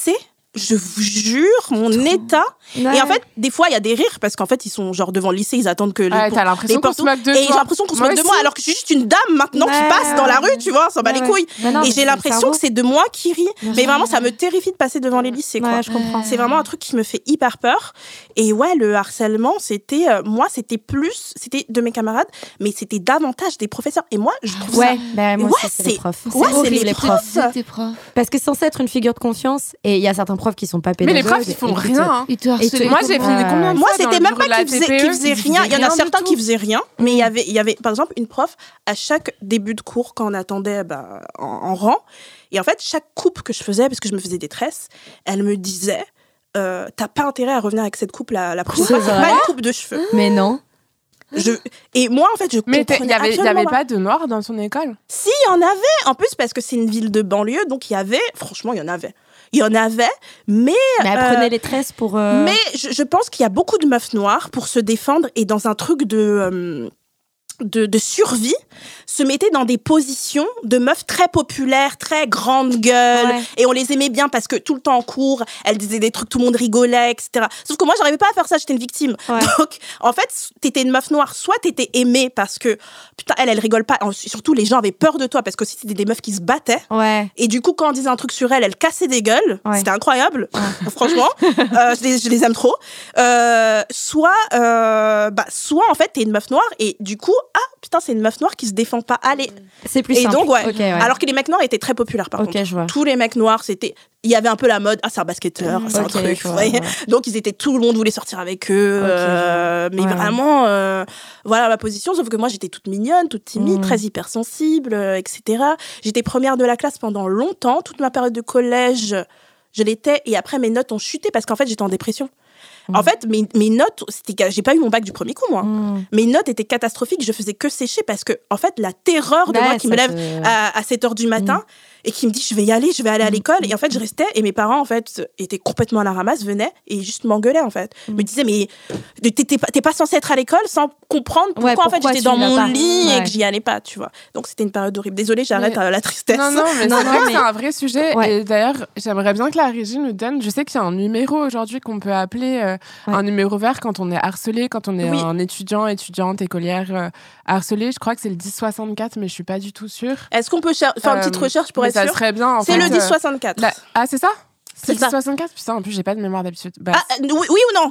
je vous jure, mon état. Ouais. Et en fait, des fois, il y a des rires parce qu'en fait, ils sont genre devant le lycée, ils attendent que les. Ouais, t'as l'impression qu'on se moque de et toi. Et j'ai l'impression qu'on se moque de moi alors que je suis juste une dame maintenant ouais, qui passe dans la rue, tu vois, on s'en bat ouais, les couilles. Ouais. Non, et j'ai l'impression que c'est de moi qui rit. Bien mais vraiment, ça me terrifie de passer devant les lycées, quoi. Ouais, je comprends. C'est vraiment un truc qui me fait hyper peur. Et ouais, le harcèlement, c'était. Euh, moi, c'était plus. C'était de mes camarades, mais c'était davantage des professeurs. Et moi, je trouve ouais, ça. Bah, moi ouais, aussi, c'est les profs. Ouais, c'est les profs. Parce que c'est censé être une figure de confiance. Et il y a certains profs qui sont pas pédagogues. Mais les profs, ils font rien. Ils te harcèlent. Moi, j'ai fini combien de Moi, fois c'était même pas qu'ils faisaient, qu'ils faisaient rien. Il y en a certains qui faisaient rien. Mais il y avait, il y avait, par exemple, une prof à chaque début de cours quand on attendait bah, en, en rang. Et en fait, chaque coupe que je faisais, parce que je me faisais des tresses, elle me disait euh, t'as pas intérêt à revenir avec cette coupe la, la prochaine fois. C'est pas une coupe de cheveux. Mais non. Je... Et moi, en fait, je mais comprenais il y avait, absolument il y avait pas. pas de noirs dans son école. Si, il y en avait. En plus, parce que c'est une ville de banlieue, donc il y avait. Franchement, il y en avait. Il y en avait, mais. Mais elle euh, prenait les tresses pour. Euh... Mais je, je pense qu'il y a beaucoup de meufs noires pour se défendre et dans un truc de. Euh, De, de survie, se mettaient dans des positions de meufs très populaires, très grande gueule, ouais. Et on les aimait bien parce que tout le temps en cours, elles disaient des trucs, tout le monde rigolait, et cetera. Sauf que moi, j'arrivais pas à faire ça, j'étais une victime. Ouais. Donc, en fait, t'étais une meuf noire, soit t'étais aimée parce que, putain, elle, elle rigole pas. Surtout, les gens avaient peur de toi parce que c'était des meufs qui se battaient. Ouais. Et du coup, quand on disait un truc sur elle, elle cassait des gueules. Ouais. C'était incroyable, ouais. Franchement. euh, je, les, je les aime trop. Euh, soit, euh, bah, soit, en fait, t'es une meuf noire et du coup, ah, putain, c'est une meuf noire qui se défend pas. Allez. C'est plus et simple. donc, ouais. Okay, ouais. Alors que les mecs noirs étaient très populaires, par okay, contre. Je vois. Tous les mecs noirs, c'était. Il y avait un peu la mode, ah, c'est un basketteur, c'est okay, un truc. Vois, ouais. Donc, ils étaient. Tout le monde voulait sortir avec eux. Okay, euh, mais ouais, vraiment, euh, voilà ma position. Sauf que moi, j'étais toute mignonne, toute timide, mmh. très hypersensible, euh, et cetera. J'étais première de la classe pendant longtemps. Toute ma période de collège, je l'étais. Et après, mes notes ont chuté parce qu'en fait, j'étais en dépression. Mmh. En fait, mes, mes notes, c'était, j'ai pas eu mon bac du premier coup, moi. Mmh. Mes notes étaient catastrophiques, je faisais que sécher parce que, en fait, la terreur de ouais, moi qui me lève te... à, à sept heures du matin mmh. et qui me dit, je vais y aller, je vais aller à l'école. Et en fait, je restais et mes parents, en fait, étaient complètement à la ramasse, venaient et juste m'engueulaient, en fait. Mmh. Me disaient, mais t'es, t'es, pas, t'es pas censée être à l'école sans comprendre pourquoi, ouais, pourquoi en fait, j'étais dans mon lit ouais. et que j'y allais pas, tu vois. Donc, c'était une période horrible. Désolée, j'arrête mais... la tristesse. Non, non, mais non, c'est vrai que c'est un vrai sujet. Ouais. Et d'ailleurs, j'aimerais bien que la régie nous donne, je sais qu'il y a un numéro aujourd'hui qu'on peut appeler euh, ouais. un numéro vert quand on est harcelé, quand on est oui. un étudiant, étudiante, écolière euh, harcelé. Je crois que c'est le dix soixante-quatre, mais je suis pas du tout sûre. Est-ce qu'on peut cher- faire euh, une petite recherche pour être sûr ? Ça serait bien. En c'est fait, le dix soixante-quatre. Euh, la... Ah, c'est ça ? C'est, c'est le dix soixante-quatre ? Putain, en plus, j'ai pas de mémoire d'habitude. Bah, ah, oui, oui ou non ?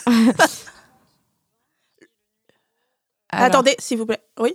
Alors. Attendez, s'il vous plaît. Oui.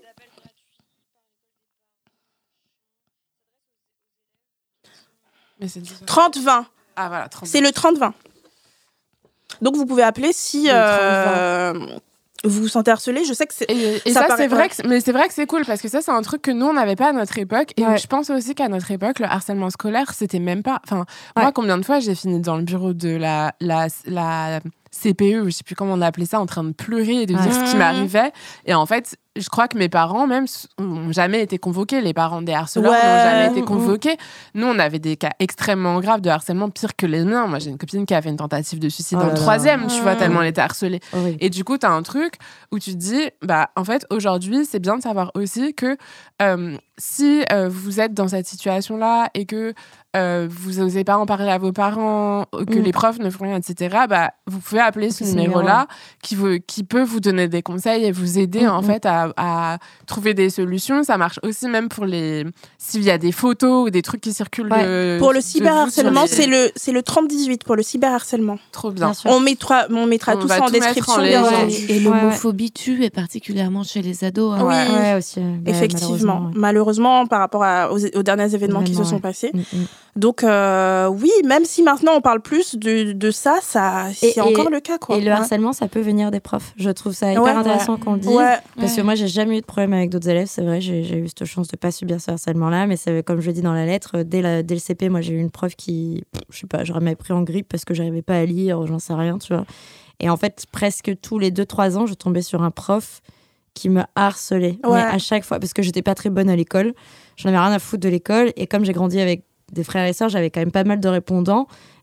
Mais c'est trente vingt. Ah voilà, trente vingt. C'est le trente vingt. Donc vous pouvez appeler si euh, vous vous sentez harcelé. Je sais que c'est. Et, et ça, ça paraît... c'est vrai, que, mais c'est vrai que c'est cool parce que ça c'est un truc que nous on n'avait pas à notre époque. Et ouais. je pense aussi qu'à notre époque le harcèlement scolaire c'était même pas. Enfin ouais. moi combien de fois j'ai fini dans le bureau de la la la C P E, je sais plus comment on appelait ça, en train de pleurer et de dire ouais. ce qui m'arrivait. Et en fait, je crois que mes parents même n'ont jamais été convoqués. Les parents des harceleurs ouais. n'ont jamais été convoqués. Nous, on avait des cas extrêmement graves de harcèlement, pire que les miens. Moi, j'ai une copine qui a fait une tentative de suicide oh dans le troisième, tu vois, tellement elle était harcelée. Oh oui. Et du coup, t'as un truc où tu te dis, bah, en fait, aujourd'hui, c'est bien de savoir aussi que euh, si euh, vous êtes dans cette situation-là et que euh, vous n'osez pas en parler à vos parents, que mmh. les profs ne font rien, et cetera, bah, vous pouvez appeler ce numéro-là qui, vous, qui peut vous donner des conseils et vous aider, mmh. en fait, à, à trouver des solutions. Ça marche aussi même pour les... S'il y a des photos ou des trucs qui circulent ouais. de, pour le cyberharcèlement, les... c'est le, c'est le trente dix-huit pour le cyberharcèlement. Trop bien. bien on mettra, on mettra on tout ça en description. En ouais. Et l'homophobie ouais. tue, et particulièrement chez les ados. Hein. Oui, ouais, aussi. Effectivement. Malheureusement, malheureusement par rapport à, aux, aux derniers événements Vraiment, qui se sont ouais. passés. Mm-hmm. Donc, euh, oui, même si maintenant on parle plus de, de ça, ça c'est et, encore et, le cas. Quoi. Et le ouais. harcèlement, ça peut venir des profs. Je trouve ça hyper ouais, intéressant ouais. qu'on le dise. Ouais. Parce que moi, j'ai jamais eu de problème avec d'autres élèves. C'est vrai, j'ai, j'ai eu cette chance de ne pas subir ce harcèlement-là. Mais c'est, comme je le dis dans la lettre, dès, la, dès le C P, moi, j'ai eu une prof qui, je sais pas, j'aurais même pris en grippe parce que j'arrivais pas à lire, j'en sais rien, tu vois. Et en fait, presque tous les deux trois ans, je tombais sur un prof qui me harcelait. Ouais. Mais à chaque fois, parce que j'étais pas très bonne à l'école. J'en avais rien à foutre de l'école. Et comme j'ai grandi avec des frères et sœurs, j'avais quand même pas mal de répondants.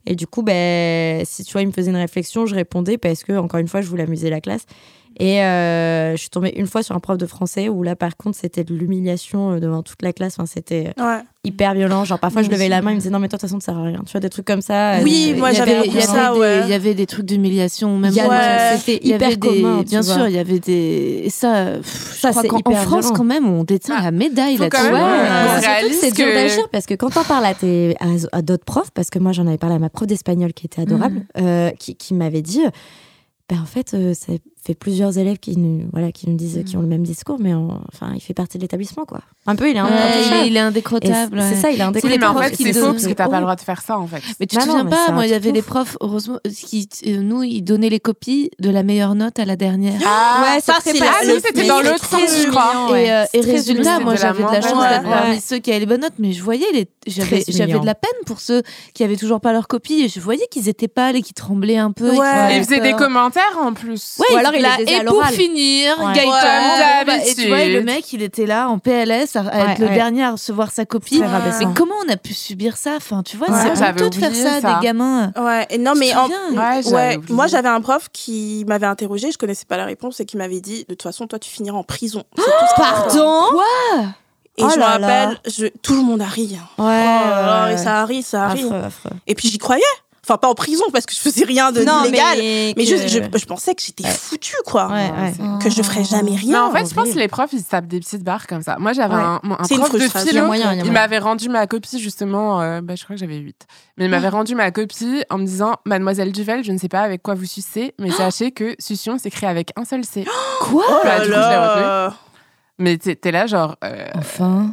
Et du coup, ben, si tu vois, il me faisait une réflexion, je répondais parce que, encore une fois, je voulais amuser la classe. Et euh, je suis tombée une fois sur un prof de français où là, par contre, c'était de l'humiliation devant toute la classe. Enfin, c'était ouais. hyper violent. Genre, parfois, je levais la main, il me disait non, mais toi, de toute façon, ça sert à rien. Tu vois, des trucs comme ça. Oui, euh, moi, j'avais avait, ça. Il ouais. y avait des trucs d'humiliation. Même ouais. moi, c'était hyper commun. Des, bien sûr, vois. il y avait des. Et ça, pff, ça je c'est hyper en France, violent. Quand même, on détient ah, la médaille là-dessus. Ouais, ouais. Surtout que c'est dur que... d'agir parce que quand t'en parles à, tes, à, à d'autres profs, parce que moi, j'en avais parlé à ma prof d'espagnol qui était adorable, mmh. euh, qui, qui m'avait dit. Ben en fait, euh, ça fait plusieurs élèves qui nous, voilà, qui nous disent, mmh. qui ont le même discours, mais on, enfin, il fait partie de l'établissement, quoi. Un peu, il est ouais, il, il est indécrottable. C'est, c'est ça, il est indécrottable. Oui, mais en fait, c'est faux parce que t'as pas le droit de faire ça, en fait. Mais tu te souviens pas, moi, il y avait des profs, heureusement, qui, nous, ils donnaient les copies de la meilleure note à la dernière. Ah, ouais, ça, c'est pas. Nous, c'était dans l'autre sens, je crois. Et, euh, et résultat, moi, j'avais de la chance d'être parmi ceux qui avaient les bonnes notes, mais je voyais, les, j'avais, j'avais de la peine pour ceux qui avaient toujours pas leur copie, et je voyais qu'ils étaient pâles et qu'ils tremblaient un peu. Et ils faisaient des commentaires en plus. Ou alors il a et pour finir, Gaëtan, et tu vois, le mec, il était là en P L S à être le dernier à recevoir sa copie. Mais comment on a pu subir ça? Enfin, tu vois, c'est honteux de faire ça, des gamins. Ouais, et non, mais en... ouais, ouais. Moi, j'avais un prof qui m'avait interrogée, je connaissais pas la réponse, et qui m'avait dit, de toute façon, toi, tu finiras en prison. Oh, pardon? Quoi? Et oh je me rappelle, je... tout le monde a ri. Hein. Ouais, oh, ouais. Et ça a ri, ça a ri. Affreux, affreux. Et puis j'y croyais. Enfin, pas en prison parce que je faisais rien de non, illégal, mais, mais que... je, je, je pensais que j'étais ouais. foutue, quoi. Ouais, ouais. Que je ferais jamais rien. Mais en fait, je pense que les profs, ils se tapent des petites barres comme ça. Moi, j'avais ouais. un, un prof de philo, moyen, il m'avait rendu ma copie, justement, euh, bah, je crois que j'avais huit. Mais il m'avait rendu ma copie en me disant, Mademoiselle Duvel, je ne sais pas avec quoi vous sucez, mais sachez que succion s'écrit avec un seul C. Quoi? Oh là là. Du coup, je l'ai retenu. Mais t'es, t'es là, genre... Euh, enfin...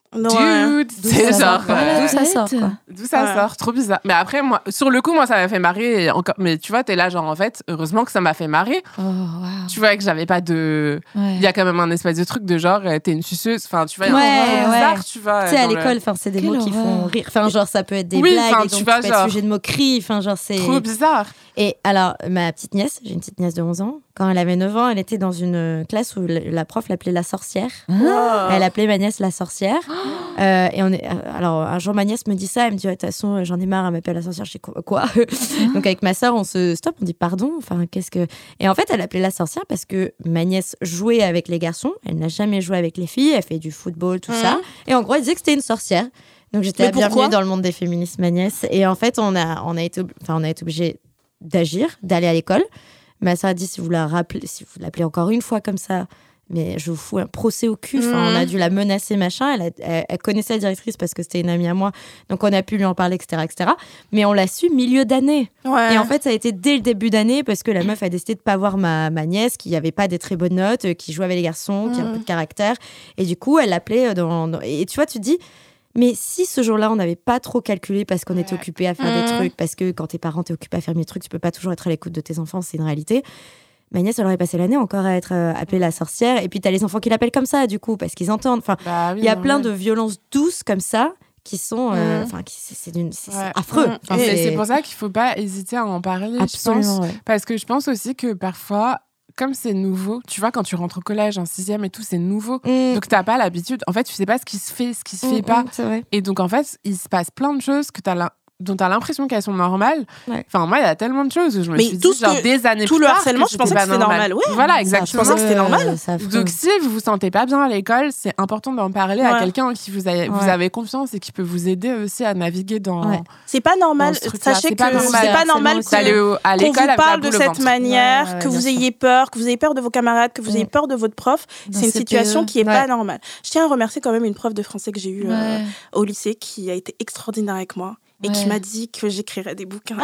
Dude, c'est genre euh, d'où ça sort quoi. D'où ça ouais. sort, trop bizarre. Mais après moi sur le coup moi ça m'a fait marrer encore mais tu vois t'es là genre en fait heureusement que ça m'a fait marrer. Oh, wow. Tu vois que j'avais pas de il ouais. y a quand même un espèce de truc de genre t'es une suceuse enfin tu vois ouais, un ouais. bizarre, tu vois. Tu sais à l'école enfin le... c'est des Quelle mots horreur. Qui font rire. Enfin genre ça peut être des oui, blagues et donc tu ça vois, peut genre... être sujet de moquerie enfin genre c'est trop bizarre. Et alors ma petite nièce, j'ai une petite nièce de onze ans, quand elle avait neuf ans, elle était dans une classe où la prof l'appelait la sorcière. Oh. Elle appelait ma nièce la sorcière. Oh. Euh, et on est, alors un jour ma nièce me dit ça, elle me dit de toute façon j'en ai marre, elle m'appelle la sorcière. Je dis quoi, quoi donc avec ma sœur on se stoppe, on dit pardon. Enfin qu'est-ce que et en fait elle appelait la sorcière parce que ma nièce jouait avec les garçons, elle n'a jamais joué avec les filles, elle fait du football tout mmh. ça. Et en gros elle disait que c'était une sorcière. Donc j'étais la bienvenue dans le monde des féministes ma nièce. Et en fait on a on a été enfin on a été obligé d'agir, d'aller à l'école. Ma sœur a dit si vous la rappelez, si vous l'appelez encore une fois comme ça, mais je vous fous un procès au cul. Enfin, mmh. on a dû la menacer, machin. Elle, a, elle, elle connaissait la directrice parce que c'était une amie à moi, donc on a pu lui en parler, et cetera, et cetera. Mais on l'a su milieu d'année. Ouais. Et en fait, ça a été dès le début d'année parce que la meuf a décidé de pas voir ma, ma nièce, qui avait pas des très bonnes notes, qui jouait avec les garçons, mmh. qui a un peu de caractère. Et du coup, elle l'appelait dans, dans... Et tu vois, tu te dis. Mais si ce jour-là, on n'avait pas trop calculé parce qu'on ouais. était occupé à faire mmh. des trucs, parce que quand tes parents t'es occupé à faire des trucs, tu peux pas toujours être à l'écoute de tes enfants, c'est une réalité. Ma nièce, elle aurait passé l'année encore à être euh, appelée la sorcière. Et puis t'as les enfants qui l'appellent comme ça, du coup, parce qu'ils entendent. Enfin, il bah oui, y a plein ouais. de violences douces comme ça qui sont, enfin, euh, mmh. c'est, c'est, d'une, c'est, ouais. c'est affreux. Mmh. Enfin, c'est... c'est pour ça qu'il faut pas hésiter à en parler. Absolument, je pense, ouais. parce que je pense aussi que parfois. Comme c'est nouveau, tu vois, quand tu rentres au collège en sixième et tout, c'est nouveau. Mmh. Donc, t'as pas l'habitude. En fait, tu sais pas ce qui se fait, ce qui se mmh, fait pas. Mmh, c'est vrai. Et donc, en fait, il se passe plein de choses que t'as la... dont t'as l'impression qu'elles sont normales. Ouais. Enfin, moi, il y a tellement de choses où je me mais suis dit, genre, des années tout plus le tard, harcèlement, je pensais que c'était normal. normal. Oui, voilà, exactement. Je pensais que c'était normal. Euh, donc, si vous vous sentez pas bien à l'école, c'est important d'en parler ouais. à quelqu'un en qui vous avez, ouais. vous avez confiance et qui peut vous aider aussi à naviguer dans. Ouais. C'est pas normal. Sachez que c'est pas normal qu'on vous parle de cette manière, que vous ayez peur, que vous ayez peur de vos camarades, que vous ayez peur de votre prof. C'est une situation qui est pas normale. Je tiens à remercier quand même une prof de français que j'ai eue au lycée qui a été extraordinaire avec moi. Et ouais. qui m'a dit que j'écrirais des bouquins.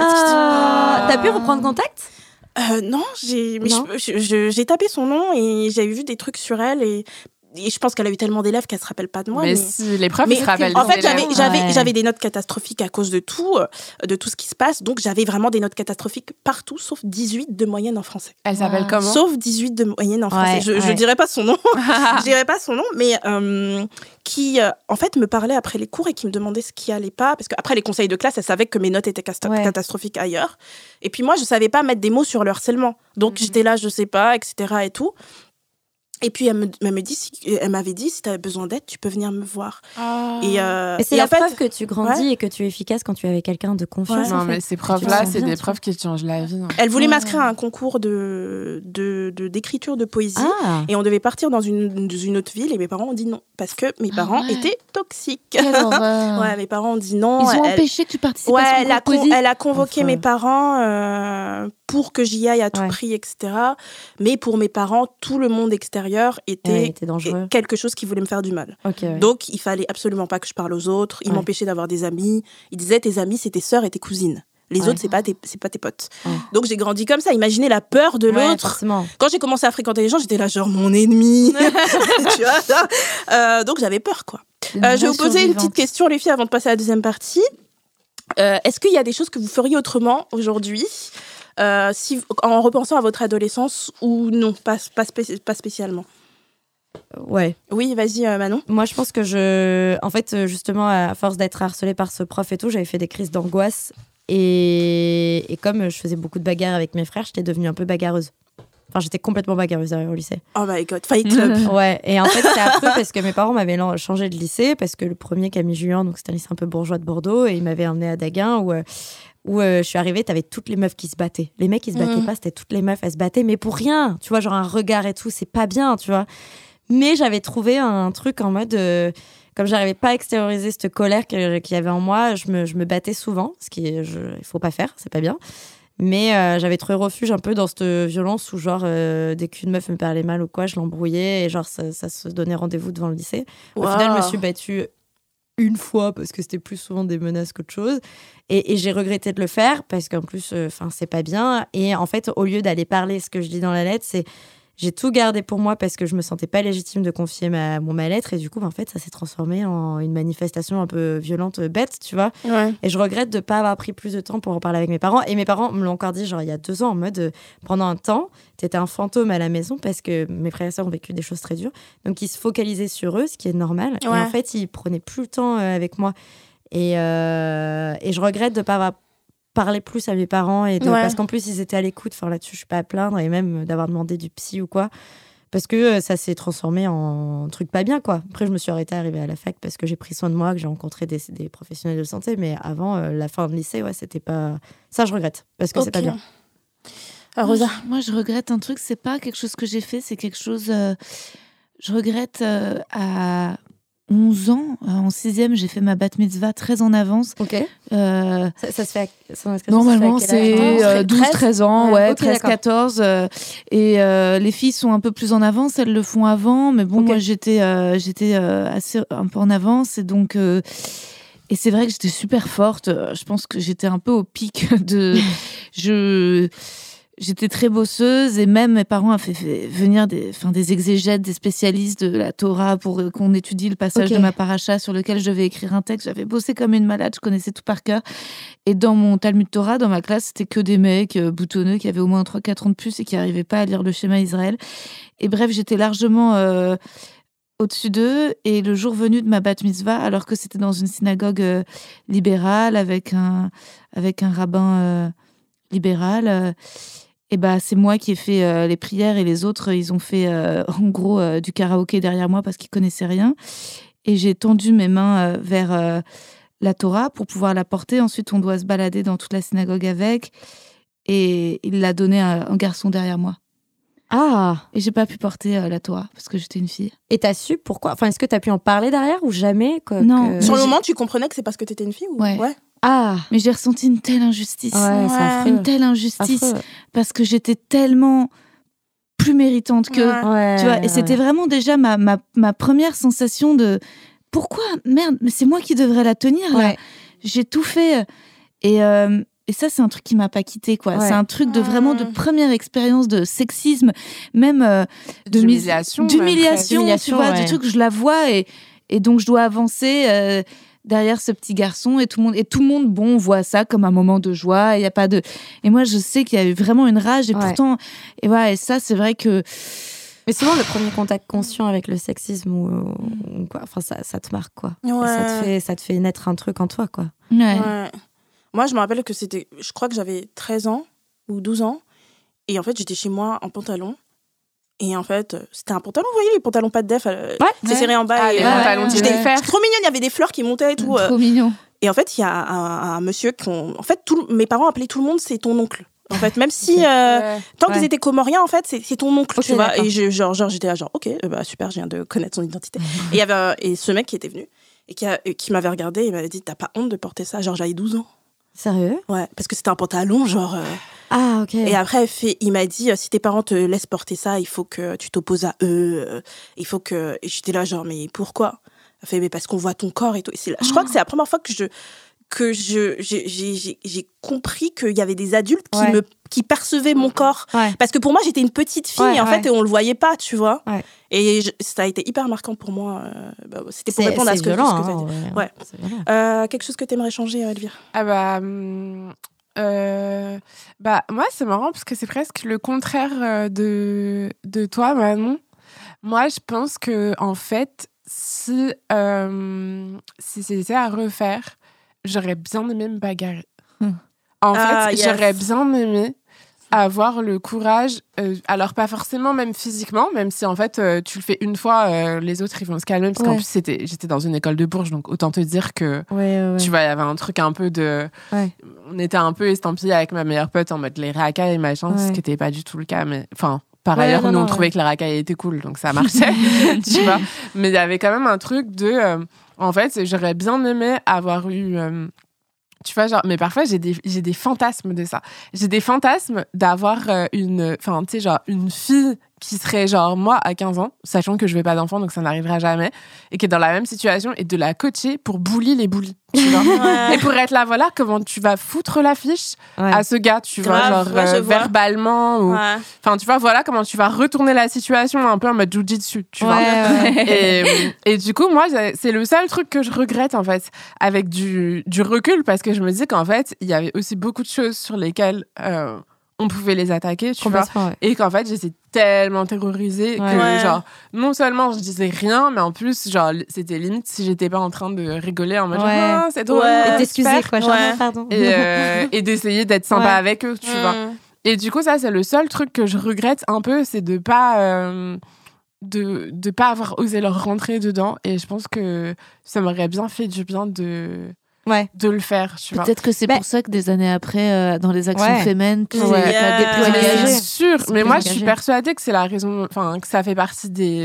Ah, t'as pu reprendre contact ? euh, Non, j'ai, mais non. Je, je, j'ai tapé son nom et j'avais vu des trucs sur elle et, et je pense qu'elle a eu tellement d'élèves qu'elle se rappelle pas de moi. Mais, mais... si les profs mais se rappellent. En fait, j'avais, j'avais, ouais. j'avais des notes catastrophiques à cause de tout, de tout ce qui se passe. Donc, j'avais vraiment des notes catastrophiques partout, sauf dix-huit de moyenne en français. Elle s'appelle ah. comment ? Sauf dix-huit de moyenne en français. Ouais, je, ouais. je dirais pas son nom. je dirais pas son nom, mais euh, qui, euh, en fait, me parlait après les cours et qui me demandait ce qui allait pas. Parce qu'après les conseils de classe, elle savait que mes notes étaient cast- ouais. catastrophiques ailleurs. Et puis moi, je savais pas mettre des mots sur le harcèlement. Donc, mmh. j'étais là, je sais pas, et cetera et tout. Et puis, elle, me, elle, me dit, elle m'avait dit, si tu as besoin d'aide, tu peux venir me voir. Oh. Et, euh, et c'est et la en fait, preuve que tu grandis ouais. et que tu es efficace quand tu es avec quelqu'un de confiance. Ouais. Non, en fait. mais ces preuves-là, c'est des preuves qui te changent la vie. Hein. Elle voulait ouais. m'inscrire à un concours de, de, de, d'écriture de poésie. Ah. Et on devait partir dans une, dans une autre ville. Et mes parents ont dit non. Parce que mes parents ah ouais. étaient toxiques. Quelle horreur. Ouais, mes parents ont dit non. Ils ont elle... empêché que tu participes ouais, à ce elle a, concours con- elle a convoqué enfin. mes parents euh, pour que j'y aille à tout ouais. prix, et cetera. Mais pour mes parents, tout le monde extérieur était, ouais, était dangereux. quelque chose qui voulait me faire du mal. Okay, ouais. Donc, il fallait absolument pas que je parle aux autres. Ils ouais. m'empêchaient d'avoir des amis. Ils disaient, tes amis, c'est tes sœurs et tes cousines. Les ouais. autres, c'est pas tes, c'est pas tes potes. Ouais. Donc, j'ai grandi comme ça. Imaginez la peur de ouais, l'autre. Forcément. Quand j'ai commencé à fréquenter les gens, j'étais là, genre, mon ennemi. Tu vois, ça euh, donc, j'avais peur, quoi. Euh, je vais vous poser une petite question, les filles, avant de passer à la deuxième partie. Euh, est-ce qu'il y a des choses que vous feriez autrement aujourd'hui, euh, si, en repensant à votre adolescence, ou non, pas, pas, spé- pas spécialement? Ouais. Oui, vas-y, euh, Manon. Moi, je pense que je... En fait, justement, à force d'être harcelée par ce prof et tout, j'avais fait des crises d'angoisse. Et, et comme je faisais beaucoup de bagarres avec mes frères, j'étais devenue un peu bagarreuse. Enfin, j'étais complètement bagarreuse au lycée. Oh my god, Fight Club. Ouais, et en fait, c'est affreux parce que mes parents m'avaient changé de lycée, parce que le premier, Camille Julien, donc c'était un lycée un peu bourgeois de Bordeaux, et ils m'avaient emmenée à Daguin, où, où euh, je suis arrivée, t'avais toutes les meufs qui se battaient. Les mecs, ils se battaient mmh. pas, c'était toutes les meufs, elles se battaient, mais pour rien. Tu vois, genre un regard et tout, c'est pas bien, tu vois. Mais j'avais trouvé un truc en mode... Euh, comme j'arrivais pas à extérioriser cette colère qu'il y avait en moi, je me, je me battais souvent, ce qui il faut pas faire, c'est pas bien. Mais euh, j'avais trouvé refuge un peu dans cette violence où genre euh, dès qu'une meuf me parlait mal ou quoi, je l'embrouillais et genre ça, ça se donnait rendez-vous devant le lycée. Wow. Au final, je me suis battue une fois parce que c'était plus souvent des menaces qu'autre chose. Et, et j'ai regretté de le faire parce qu'en plus, enfin, euh, c'est pas bien. Et en fait, au lieu d'aller parler, ce que je dis dans la lettre, c'est j'ai tout gardé pour moi parce que je me sentais pas légitime de confier ma, mon mal-être. Et du coup, en fait, ça s'est transformé en une manifestation un peu violente, bête, tu vois. Ouais. Et je regrette de pas avoir pris plus de temps pour en parler avec mes parents. Et mes parents me l'ont encore dit, genre, il y a deux ans, en mode, euh, pendant un temps, t'étais un fantôme à la maison parce que mes frères et sœurs ont vécu des choses très dures. Donc, ils se focalisaient sur eux, ce qui est normal. Ouais. Et en fait, ils prenaient plus le temps euh, avec moi. Et, euh, et je regrette de pas avoir parler plus à mes parents et de, ouais. parce qu'en plus ils étaient à l'écoute, enfin là-dessus je suis pas à plaindre, et même d'avoir demandé du psy ou quoi, parce que euh, ça s'est transformé en truc pas bien, quoi. Après je me suis arrêtée arrivée à la fac parce que j'ai pris soin de moi, que j'ai rencontré des, des professionnels de santé, mais avant euh, la fin de lycée, ouais, c'était pas ça, je regrette parce que okay. c'est pas bien. Ah, Rosa, moi je, moi je regrette un truc, c'est pas quelque chose que j'ai fait, c'est quelque chose euh, je regrette euh, à onze ans, en sixième, j'ai fait ma bat mitzvah très en avance. Ok. Euh, ça, ça se fait à, normalement, se fait c'est euh, douze treize ans, ouais, ouais okay, treize quatorze. Euh, et euh, les filles sont un peu plus en avance, elles le font avant. Mais bon, okay. moi, j'étais, euh, j'étais euh, assez un peu en avance. Et donc, euh, et c'est vrai que j'étais super forte. Je pense que j'étais un peu au pic de... je... J'étais très bosseuse et même mes parents ont fait venir des, enfin, des exégètes, des spécialistes de la Torah pour qu'on étudie le passage okay. de ma paracha sur lequel je devais écrire un texte. J'avais bossé comme une malade, je connaissais tout par cœur. Et dans mon Talmud Torah, dans ma classe, c'était que des mecs euh, boutonneux qui avaient au moins trois quatre ans de plus et qui n'arrivaient pas à lire le schéma Israël. Et bref, j'étais largement euh, au-dessus d'eux. Et le jour venu de ma bat mitzvah, alors que c'était dans une synagogue euh, libérale avec un, avec un rabbin euh, libéral... Euh, Et bah, c'est moi qui ai fait euh, les prières et les autres, ils ont fait euh, en gros euh, du karaoké derrière moi parce qu'ils connaissaient rien. Et j'ai tendu mes mains euh, vers euh, la Torah pour pouvoir la porter. Ensuite, on doit se balader dans toute la synagogue avec. Et il l'a donnée à un garçon derrière moi. Ah. Et j'ai pas pu porter euh, la Torah parce que j'étais une fille. Et t'as su pourquoi ? Enfin, est-ce que t'as pu en parler derrière ou jamais quoi, Non. Que... Sur le moment, tu comprenais que c'est parce que t'étais une fille ou... Ouais. ouais. Ah. Mais j'ai ressenti une telle injustice. Ouais, c'est affreux. Une telle injustice. Affreux. Parce que j'étais tellement plus méritante que... Ouais. Tu vois, et ouais. c'était vraiment déjà ma, ma, ma première sensation de... Pourquoi ? Merde, mais c'est moi qui devrais la tenir, là. Ouais. J'ai tout fait. Et, euh, et ça, c'est un truc qui m'a pas quittée, quoi. Ouais. C'est un truc de vraiment de première expérience de sexisme, même euh, de d'humiliation. Mis... D'humiliation, d'humiliation, tu vois, ouais. du truc, je la vois et, et donc je dois avancer... Euh, derrière ce petit garçon et tout le monde et tout le monde bon voit ça comme un moment de joie, il y a pas de et moi je sais qu'il y a eu vraiment une rage et ouais. pourtant et ouais et ça c'est vrai que mais souvent le premier contact conscient avec le sexisme ou, ou quoi, enfin ça ça te marque quoi. Ouais. Ça te fait ça te fait naître un truc en toi quoi. Ouais. ouais. Moi je me rappelle que c'était je crois que j'avais treize ans ou douze ans et en fait j'étais chez moi en pantalon Et en fait, c'était un pantalon, vous voyez, les pantalons pas de def, euh, ouais, c'est serré en bas. Ah, et, les euh, pantalons de c'était fer. trop mignon, il y avait des fleurs qui montaient et tout. Trop euh. mignon. Et en fait, il y a un, un monsieur qu'on... En fait, tout, mes parents appelaient tout le monde, c'est ton oncle. En fait, même si, okay. euh, ouais. tant ouais. qu'ils étaient comoriens, en fait, c'est, c'est ton oncle, okay, tu vois. D'accord. Et je, genre, genre, j'étais là, genre, ok, euh, bah, super, je viens de connaître son identité. et il y avait un, et ce mec qui était venu, et qui, a, qui m'avait regardé, il m'avait dit, t'as pas honte de porter ça? Genre, j'avais douze ans. Sérieux? Ouais, parce que c'était un pantalon, genre... Euh, Ah, ok. Et après, fait, il m'a dit, si tes parents te laissent porter ça, il faut que tu t'opposes à eux. Il faut que... Et j'étais là, genre, mais pourquoi? Elle fait, mais parce qu'on voit ton corps et tout. Et c'est là, je crois que c'est la première fois que je... que je, j'ai, j'ai, j'ai compris qu'il y avait des adultes qui, ouais. me, qui percevaient mon corps. Ouais. Parce que pour moi, j'étais une petite fille, ouais, en ouais. fait, et on le voyait pas, tu vois. Ouais. Et je, ça a été hyper marquant pour moi. Euh, bah, c'était pour c'est, répondre c'est à ce que, violent, ce que tu as hein, dit. ouais, ouais. C'est violent. Euh, quelque chose que tu aimerais changer, Elvire? Ah bah... Euh, bah, moi, c'est marrant parce que c'est presque le contraire de, de toi, Manon. Moi, je pense que, en fait, si, euh, si c'était à refaire, j'aurais bien aimé me bagarrer. Mmh. En ah, fait, yes. j'aurais bien aimé avoir le courage, euh, alors pas forcément même physiquement, même si en fait euh, tu le fais une fois, euh, les autres ils vont se calmer, parce ouais. qu'en plus c'était, j'étais dans une école de Bourges, donc autant te dire que ouais, ouais, ouais. tu vois, il y avait un truc un peu de... Ouais. On était un peu estampillés avec ma meilleure pote en mode les racailles et machin, ouais. ce qui n'était pas du tout le cas, mais enfin... Par ouais, ailleurs, non, nous, non, on ouais. trouvait que la racaille était cool, donc ça marchait, tu vois. Mais il y avait quand même un truc de... Euh, en fait, j'aurais bien aimé avoir eu... Euh, tu vois, genre... Mais parfois, j'ai des, j'ai des fantasmes de ça. J'ai des fantasmes d'avoir euh, une... Enfin, tu sais, genre, une fille qui serait, genre, moi, à quinze ans, sachant que je veux pas d'enfant, donc ça n'arrivera jamais, et qui est dans la même situation, et de la coacher pour bully les bullies, tu vois. Ouais. Et pour être là, voilà, comment tu vas foutre la fiche ouais. à ce gars, tu Grave, vois, genre, ouais, euh, verbalement, ou... Ouais. Enfin, tu vois, voilà comment tu vas retourner la situation un peu en mode jujitsu, tu ouais, vois. Ouais. Et, et du coup, moi, c'est le seul truc que je regrette, en fait, avec du, du recul, parce que je me dis qu'en fait, il y avait aussi beaucoup de choses sur lesquelles... Euh, on pouvait les attaquer, tu vois. Ouais. Et qu'en fait, j'étais tellement terrorisée ouais. que, ouais. genre, non seulement je disais rien, mais en plus, genre, c'était limite si j'étais pas en train de rigoler en mode, ouais. genre, oh, c'est drôle. Ouais. Et t'excuser, quoi, genre, ouais. pardon. Et, euh, et d'essayer d'être sympa ouais. avec eux, tu mmh. vois. Et du coup, ça, c'est le seul truc que je regrette un peu, c'est de pas... Euh, de de pas avoir osé leur rentrer dedans. Et je pense que ça m'aurait bien fait du bien de... Ouais. de le faire, tu vois. Peut-être que c'est bah, pour ça que des années après, euh, dans les actions ouais. féminines, tu ouais. as déployé. C'est sûr, c'est mais moi, engagé. Je suis persuadée que c'est la raison, enfin, que ça fait partie des...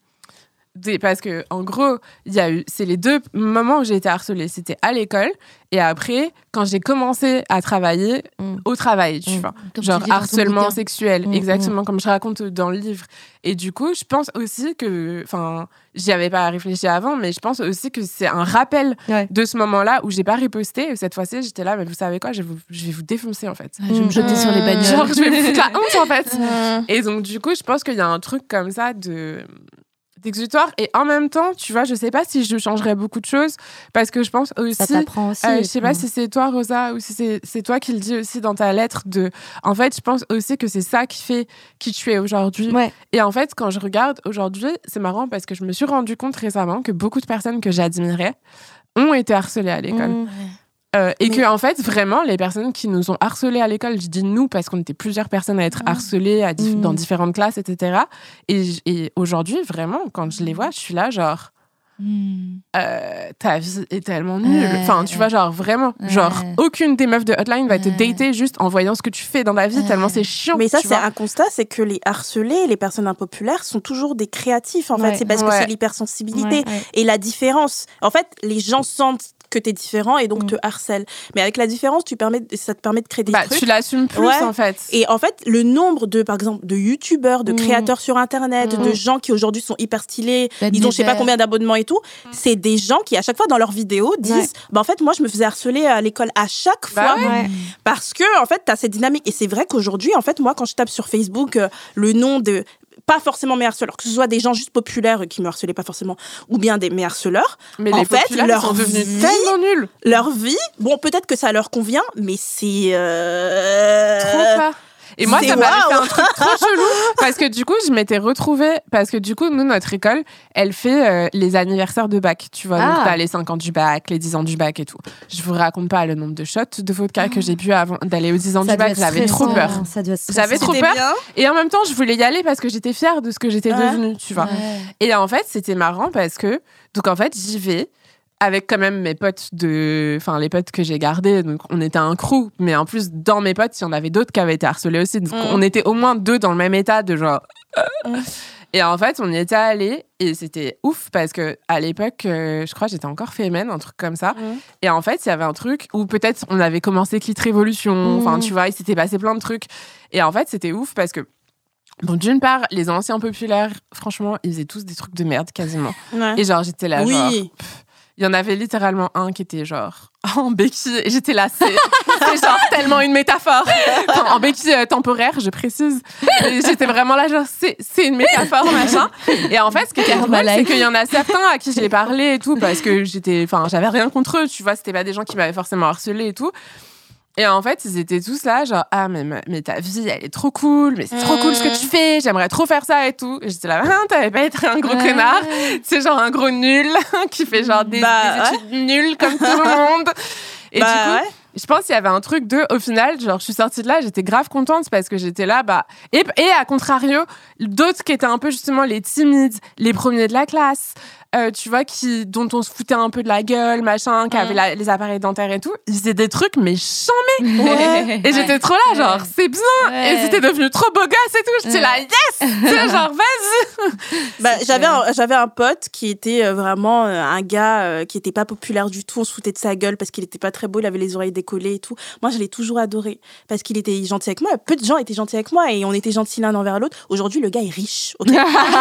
des parce que, en gros, il y a eu... C'est les deux moments où j'ai été harcelée. C'était à l'école et après, quand j'ai commencé à travailler mm. au travail, tu mm. vois. Comme genre tu harcèlement sexuel, mm. exactement, mm. comme je raconte dans le livre. Et du coup, je pense aussi que... Enfin, j'y avais pas réfléchi avant, mais je pense aussi que c'est un rappel ouais. de ce moment-là où j'ai pas riposté. Et cette fois-ci, j'étais là, mais vous savez quoi, je vais vous, je vais vous défoncer, en fait. Ouais, je vais me jeter mmh. sur les bagnoles. Genre, je vais vous foutre la honte, en fait. Mmh. Et donc, du coup, je pense qu'il y a un truc comme ça de... d'exutoire. Et en même temps, tu vois, je sais pas si je changerais beaucoup de choses, parce que je pense aussi... Ça t'apprend aussi. Euh, je sais pas si c'est toi, Rosa, ou si c'est, c'est toi qui le dis aussi dans ta lettre de... En fait, je pense aussi que c'est ça qui fait qui tu es aujourd'hui. Ouais. Et en fait, quand je regarde aujourd'hui, c'est marrant parce que je me suis rendu compte récemment que beaucoup de personnes que j'admirais ont été harcelées à l'école. Mmh. Euh, et mais... que en fait vraiment les personnes qui nous ont harcelés à l'école, je dis nous parce qu'on était plusieurs personnes à être mmh. harcelées à dif- mmh. dans différentes classes, etc. Et, et aujourd'hui vraiment quand je les vois, je suis là genre mmh. euh, ta vie est tellement nulle. Euh, enfin tu vois genre vraiment euh, genre aucune des meufs de Hotline va te dater juste en voyant ce que tu fais dans la vie euh, tellement c'est chiant. Mais ça c'est vois. Un constat, c'est que les harcelés, les personnes impopulaires sont toujours des créatifs en ouais. fait. C'est parce ouais. que c'est l'hypersensibilité ouais, ouais. et la différence. En fait les gens sentent que t'es différent et donc mmh. te harcèlent. Mais avec la différence, tu permets, ça te permet de créer des bah, trucs. Tu l'assumes plus ouais. en fait. Et en fait, le nombre de, par exemple, de youtubeurs, de mmh. créateurs sur internet, mmh. de gens qui aujourd'hui sont hyper stylés, ben ils ont je sais pas combien d'abonnements et tout, mmh. c'est des gens qui à chaque fois dans leurs vidéos disent ouais. bah en fait moi je me faisais harceler à l'école à chaque fois bah ouais. parce que en fait t'as cette dynamique. Et c'est vrai qu'aujourd'hui en fait moi quand je tape sur Facebook euh, le nom de pas forcément mes harceleurs, que ce soit des gens juste populaires qui me harcelaient pas forcément, ou bien des mes harceleurs. Mais en les fait, leur sont devenus vie, tellement nuls. Leur vie, bon, peut-être que ça leur convient, mais c'est... Euh... Trop pas. Et moi, C'est ça m'avait waouh. fait un truc trop chelou parce que du coup, je m'étais retrouvée parce que du coup, nous, notre école, elle fait euh, les anniversaires de bac, tu vois. Ah. Donc, t'as les cinq ans du bac, les dix ans du bac et tout. Je vous raconte pas le nombre de shots de vodka que j'ai bu avant d'aller aux dix ans ça du bac. J'avais trop peur. Ça doit être J'avais trop peur. Bien. Et en même temps, je voulais y aller parce que j'étais fière de ce que j'étais ouais. devenue, tu vois. Ouais. Et en fait, c'était marrant parce que, donc en fait, j'y vais avec quand même mes potes de, enfin les potes que j'ai gardés. Donc on était un crew, mais en plus dans mes potes, il y en avait d'autres qui avaient été harcelés aussi. Donc mmh. on était au moins deux dans le même état de genre. Mmh. Et en fait, on y était allés et c'était ouf parce que à l'époque, euh, je crois, j'étais encore féminin, un truc comme ça. Mmh. Et en fait, il y avait un truc où peut-être on avait commencé Clit Révolution. Enfin, mmh. tu vois, il s'était passé plein de trucs. Et en fait, c'était ouf parce que bon, d'une part, les anciens populaires, franchement, ils faisaient tous des trucs de merde quasiment. Ouais. Et genre, j'étais là, oui. genre. Pff, il y en avait littéralement un qui était genre en béquille. Et j'étais là, c'est, c'est genre tellement une métaphore. Enfin, en béquille euh, temporaire, je précise. Et j'étais vraiment là, genre, c'est, c'est une métaphore, machin. Et en fait, ce qui était drôle, c'est qu'il y en a certains à qui j'ai parlé et tout, parce que j'étais, enfin, j'avais rien contre eux, tu vois, c'était pas des gens qui m'avaient forcément harcelé et tout. Et en fait, ils étaient tous là, genre, ah, mais, mais ta vie, elle est trop cool, mais c'est trop cool ce que tu fais, j'aimerais trop faire ça et tout. Et j'étais là, ah, t'avais pas été un gros ouais. connard, c'est genre un gros nul qui fait genre des, bah, des ouais. études nulles comme tout le monde. Et bah, du coup, ouais. je pense qu'il y avait un truc de, au final, genre, je suis sortie de là, j'étais grave contente parce que j'étais là, bah, et, et à contrario, d'autres qui étaient un peu justement les timides, les premiers de la classe, Euh, tu vois, qui, dont on se foutait un peu de la gueule, machin, qui mmh. avaient la, les appareils dentaires et tout, ils faisaient des trucs, mais chambés. Ouais. Et j'étais trop là, genre, c'est bien. Ouais. Et c'était devenu trop beau gosse et tout. J'étais là, yes! C'est là, genre, vas-y! Bah, j'avais, un, j'avais un pote qui était euh, vraiment euh, un gars euh, qui était pas populaire du tout. On se foutait de sa gueule parce qu'il était pas très beau, il avait les oreilles décollées et tout. Moi, je l'ai toujours adoré parce qu'il était gentil avec moi. Peu de gens étaient gentils avec moi et on était gentils l'un envers l'autre. Aujourd'hui, le gars est riche. Okay. Il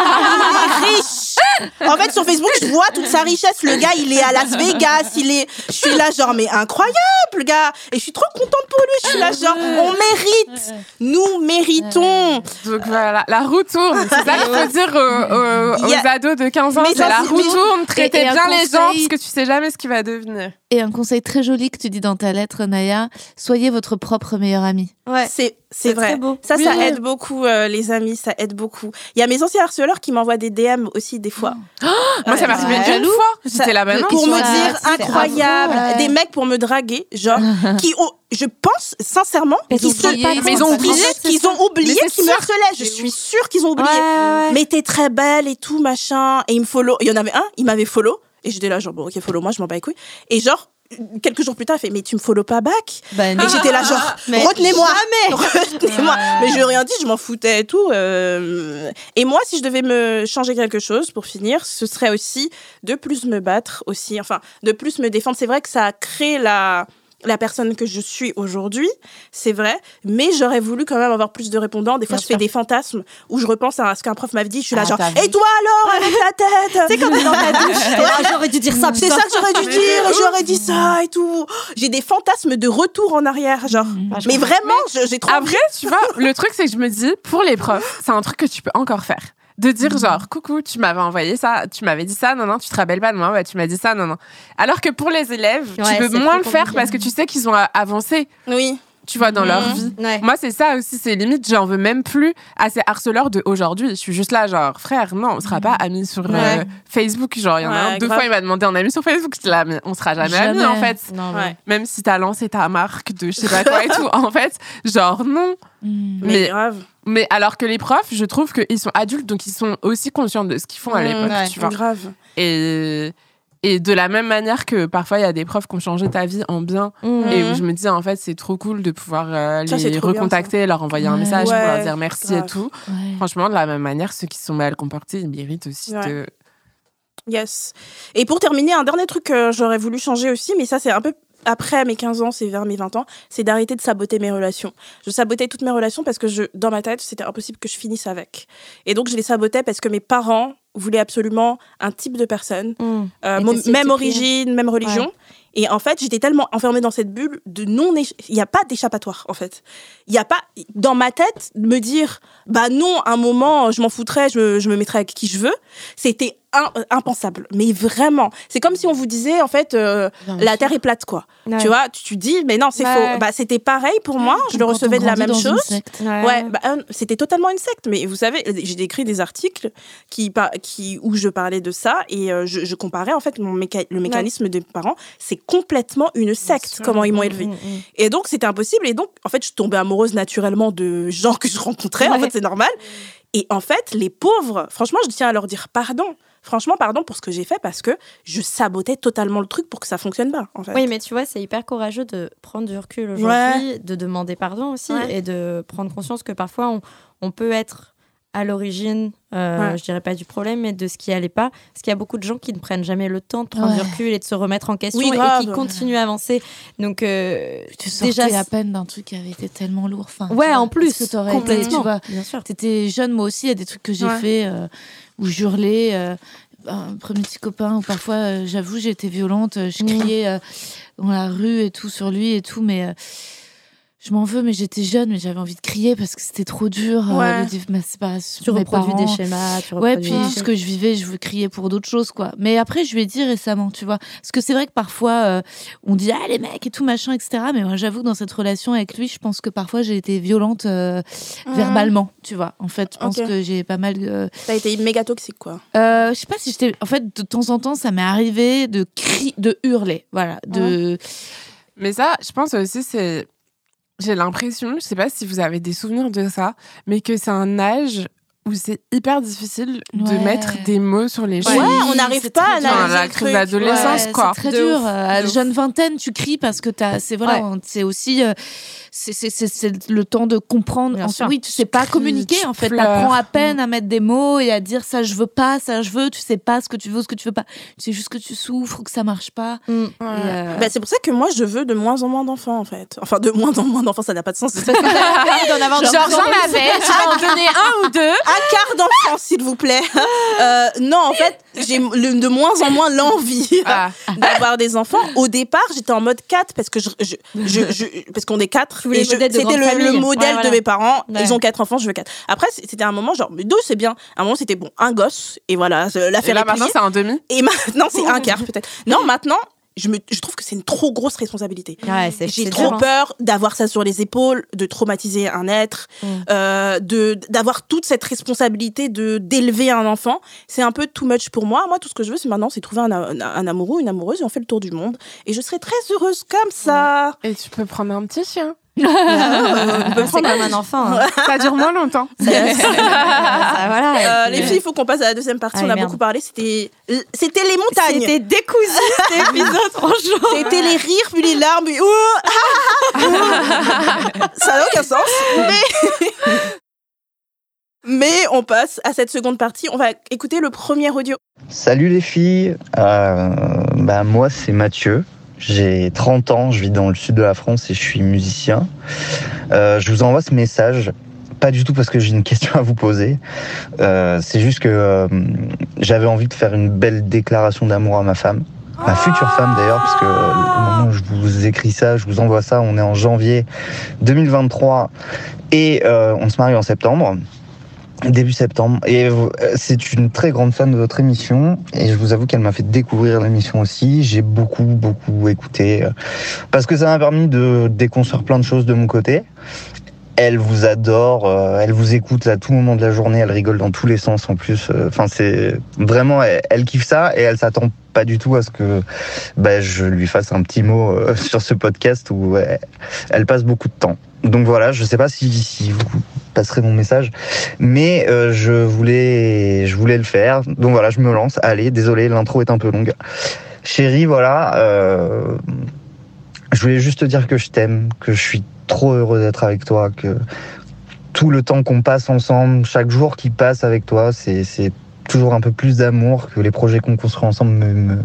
est riche! En fait, sur Facebook, je vois toute sa richesse. Le gars, il est à Las Vegas. Il est... Je suis là, genre, mais incroyable, le gars. Et je suis trop contente pour lui. Je suis là, genre, on mérite. Nous méritons. Donc voilà, la roue tourne. C'est ça qu'il faut dire aux, aux, aux a... ados de quinze ans. Mais c'est la roue tourne. Traitez bien conseil... les gens parce que tu sais jamais ce qui va devenir. Et un conseil très joli que tu dis dans ta lettre, Naya, soyez votre propre meilleur ami. Ouais, c'est, c'est, c'est vrai. Très beau. Ça, oui, ça oui. aide beaucoup, euh, les amis, ça aide beaucoup. Il y a mes anciens harceleurs qui m'envoient des D M aussi, des fois. Oh, moi, ouais, ça m'est arrivé ouais. une fois. J'étais là maintenant. Pour me dire incroyable. Ouais. Des mecs pour me draguer, genre, qui ont, je pense, sincèrement, qu'ils se, mais ils ont oublié, qu'ils ont oublié qu'ils me harcelaient. Je suis sûre qu'ils ont oublié. Ouais. Mais t'es très belle et tout, machin. Et il me follow. Il y en avait un, il m'avait follow. Et j'étais là, genre, bon, ok, follow moi, je m'en bats les couilles. Et genre, quelques jours plus tard, il fait, mais tu me follow pas back? Ben et j'étais là, genre, mais retenez-moi, retenez-moi. Mais je lui ai rien dit, je m'en foutais et tout. Euh... Et moi, si je devais me changer quelque chose, pour finir, ce serait aussi de plus me battre aussi, enfin, de plus me défendre. C'est vrai que ça a créé la... la personne que je suis aujourd'hui, c'est vrai, mais j'aurais voulu quand même avoir plus de répondants. Des fois, Bien je sûr. fais des fantasmes où je repense à ce qu'un prof m'avait dit. Je suis là, ah, genre, et toi alors, avec ta tête? C'est comme dans ta douche. Toi, j'aurais dû dire ça. C'est ça que j'aurais dû dire. J'aurais dit ça et tout. J'ai des fantasmes de retour en arrière, genre. Ah, mais vraiment, mais j'ai trop. Après, tu vois, le truc, c'est que je me dis, pour les profs, c'est un truc que tu peux encore faire. De dire genre, coucou, tu m'avais envoyé ça, tu m'avais dit ça, non, non, tu te rappelles pas de moi, ouais, tu m'as dit ça, non, non. Alors que pour les élèves, ouais, tu peux moins le faire parce que tu sais qu'ils ont avancé. Oui. Tu vois, dans mmh. leur vie. Ouais. Moi, c'est ça aussi, c'est limite, j'en veux même plus à ces harceleurs d'aujourd'hui. Je suis juste là, genre, frère, non, on sera pas amis sur ouais. euh, Facebook. Genre, il y en a ouais, un, deux grave. fois, il m'a demandé en ami sur Facebook. J'étais là, mais on sera jamais, jamais. amis, en fait. Non, ouais. Même si t'as lancé ta marque de je sais pas quoi et tout. En fait, genre, non. Mmh. Mais, mais grave. Mais alors que les profs, je trouve qu'ils sont adultes, donc ils sont aussi conscients de ce qu'ils font à l'époque, ouais, tu vois. Grave. Et, et de la même manière que parfois, il y a des profs qui ont changé ta vie en bien, mmh. et où je me dis, en fait, c'est trop cool de pouvoir euh, ça, les recontacter, bien, leur envoyer ouais. un message ouais, pour leur dire merci grave. et tout. Ouais. Franchement, de la même manière, ceux qui sont mal comportés, ils méritent aussi ouais. de... Yes. Et pour terminer, un dernier truc que j'aurais voulu changer aussi, mais ça, c'est un peu... Après mes quinze ans, c'est vers mes vingt ans, c'est d'arrêter de saboter mes relations. Je sabotais toutes mes relations parce que je, dans ma tête, c'était impossible que je finisse avec. Et donc, je les sabotais parce que mes parents voulaient absolument un type de personne, mmh. euh, mon, même origine, même religion. Ouais. Et en fait, j'étais tellement enfermée dans cette bulle de non... Il n'y a pas d'échappatoire, en fait. Il n'y a pas... Dans ma tête, me dire, bah non, un moment, je m'en foutrais, je me, je me mettrais avec qui je veux, c'était un, impensable. Mais vraiment, c'est comme si on vous disait en fait euh, la sûr. Terre est plate quoi. Ouais. Tu vois, tu, tu dis mais non c'est ouais. faux. Bah c'était pareil pour moi. Je le recevais de la même chose. Ouais. ouais bah, euh, c'était totalement une secte. Mais vous savez, j'ai écrit des articles qui, qui où je parlais de ça et euh, je, je comparais en fait mon méca- le mécanisme ouais. des parents. C'est complètement une secte comment ils m'ont élevée. Mmh, mmh. Et donc c'était impossible. Et donc en fait je tombais amoureuse naturellement de gens que je rencontrais. Ouais. En fait c'est normal. Et en fait les pauvres, franchement je tiens à leur dire pardon. Franchement, pardon pour ce que j'ai fait parce que je sabotais totalement le truc pour que ça fonctionne pas. En fait. Oui, mais tu vois, c'est hyper courageux de prendre du recul aujourd'hui, ouais. de demander pardon aussi ouais. et de prendre conscience que parfois on, on peut être à l'origine, euh, ouais. je dirais pas du problème, mais de ce qui allait pas. Parce qu'il y a beaucoup de gens qui ne prennent jamais le temps de prendre ouais. du recul et de se remettre en question oui, et qui continuent à avancer. Donc, euh, tu sortais déjà à peine d'un truc qui avait été tellement lourd. Enfin, ouais, vois, en plus, complètement. Été, tu vois, bien sûr. T'étais jeune, moi aussi, il y a des trucs que j'ai ouais. fait. Euh, où je hurlais, euh, un premier petit copain, où parfois, euh, j'avoue, j'ai été violente, je criais euh, dans la rue et tout, sur lui et tout, mais euh, je m'en veux, mais j'étais jeune, mais j'avais envie de crier parce que c'était trop dur, ouais. euh, le, ma séparation. Tu mes reproduis parents. des schémas, tu ouais, puis ce que je vivais, je veux crier pour d'autres choses, quoi. Mais après, je lui ai dit récemment, tu vois, parce que c'est vrai que parfois, euh, on dit, ah, les mecs et tout, machin, et cetera. Mais moi, j'avoue que dans cette relation avec lui, je pense que parfois, j'ai été violente euh, mmh. verbalement, tu vois. En fait, je pense okay. que j'ai pas mal... Euh... T'as été méga toxique, quoi. Euh, je sais pas si j'étais... En fait, de temps en temps, ça m'est arrivé de crier, de hurler, voilà. De... Mmh. Mais ça, je pense aussi, c'est... J'ai l'impression, je sais pas si vous avez des souvenirs de ça, mais que c'est un âge où c'est hyper difficile ouais. de mettre des mots sur les choses. Ouais, on n'arrive pas à analyser la crise d'adolescence, ouais, quoi. C'est très de dur. Ouf, à la jeune vingtaine, tu cries parce que t'as, c'est voilà, ouais. c'est aussi, euh, c'est, c'est, c'est, c'est le temps de comprendre. Ensuite, oui, tu sais pas communiquer, en fait. Pleures. T'apprends à peine mmh. à mettre des mots et à dire ça je veux pas, ça je veux. Tu sais pas ce que tu veux, ce que tu veux pas. Tu sais juste que tu souffres ou que ça marche pas. Mmh. Ouais. Euh... Bah, c'est pour ça que moi, je veux de moins en moins d'enfants, en fait. Enfin, de moins en moins d'enfants, ça n'a pas de sens. Genre, j'en avais, j'en donnais un ou deux. Un quart d'enfant, s'il vous plaît. Euh, non, en fait, j'ai le, de moins en moins l'envie ah. d'avoir des enfants. Au départ, j'étais en mode quatre parce que je, je, je, je parce qu'on est quatre. Et je, c'était le, le modèle ouais, voilà. de mes parents. Ouais. Ils ont quatre enfants, je veux quatre. Après, c'était un moment genre deux, c'est bien. Un moment, c'était bon, un gosse et voilà. L'affaire et là, maintenant, c'est un demi. Et maintenant, c'est un quart peut-être. Non, maintenant. Je, me, je trouve que c'est une trop grosse responsabilité. Ouais, c'est, J'ai c'est trop dur, peur hein. d'avoir ça sur les épaules, de traumatiser un être, mm. euh, de, d'avoir toute cette responsabilité de, d'élever un enfant. C'est un peu too much pour moi. Moi, tout ce que je veux, c'est maintenant, c'est trouver un, un, un amoureux, une amoureuse, et on fait le tour du monde. Et je serai très heureuse comme ça. Ouais. Et tu peux prendre un petit chien. euh, on peut prendre comme un enfant. Hein. Ça dure moins longtemps. Ça, ça, ça, voilà, euh, les filles, il faut qu'on passe à la deuxième partie. Ah, on a merde. beaucoup parlé. C'était, c'était les montagnes. C'était décousu cet épisode, franchement. C'était les rires, puis les larmes. Puis... ça n'a aucun sens. Mais... mais on passe à cette seconde partie. On va écouter le premier audio. Salut les filles. Euh, bah, moi, c'est Mathieu. J'ai trente ans, je vis dans le sud de la France et je suis musicien. Euh, je vous envoie ce message, pas du tout parce que j'ai une question à vous poser. Euh, c'est juste que euh, j'avais envie de faire une belle déclaration d'amour à ma femme. Ma future femme d'ailleurs, parce que euh, au moment où je vous écris ça, je vous envoie ça, on est en janvier deux mille vingt-trois et euh, on se marie en septembre. Début septembre. Et c'est une très grande fan de votre émission. Et je vous avoue qu'elle m'a fait découvrir l'émission aussi. J'ai beaucoup, beaucoup écouté. Parce que ça m'a permis de déconstruire plein de choses de mon côté. Elle vous adore. Elle vous écoute à tout moment de la journée. Elle rigole dans tous les sens en plus. Enfin, c'est vraiment... Elle, elle kiffe ça et elle s'attend pas du tout à ce que bah, je lui fasse un petit mot sur ce podcast où elle, elle passe beaucoup de temps. Donc voilà, je sais pas si, si vous passerez mon message, mais euh, je voulais, je voulais le faire. Donc voilà, je me lance. Allez, désolé, l'intro est un peu longue. Chérie, voilà, euh, je voulais juste te dire que je t'aime, que je suis trop heureux d'être avec toi, que tout le temps qu'on passe ensemble, chaque jour qui passe avec toi, c'est, c'est toujours un peu plus d'amour, que les projets qu'on construit ensemble me, me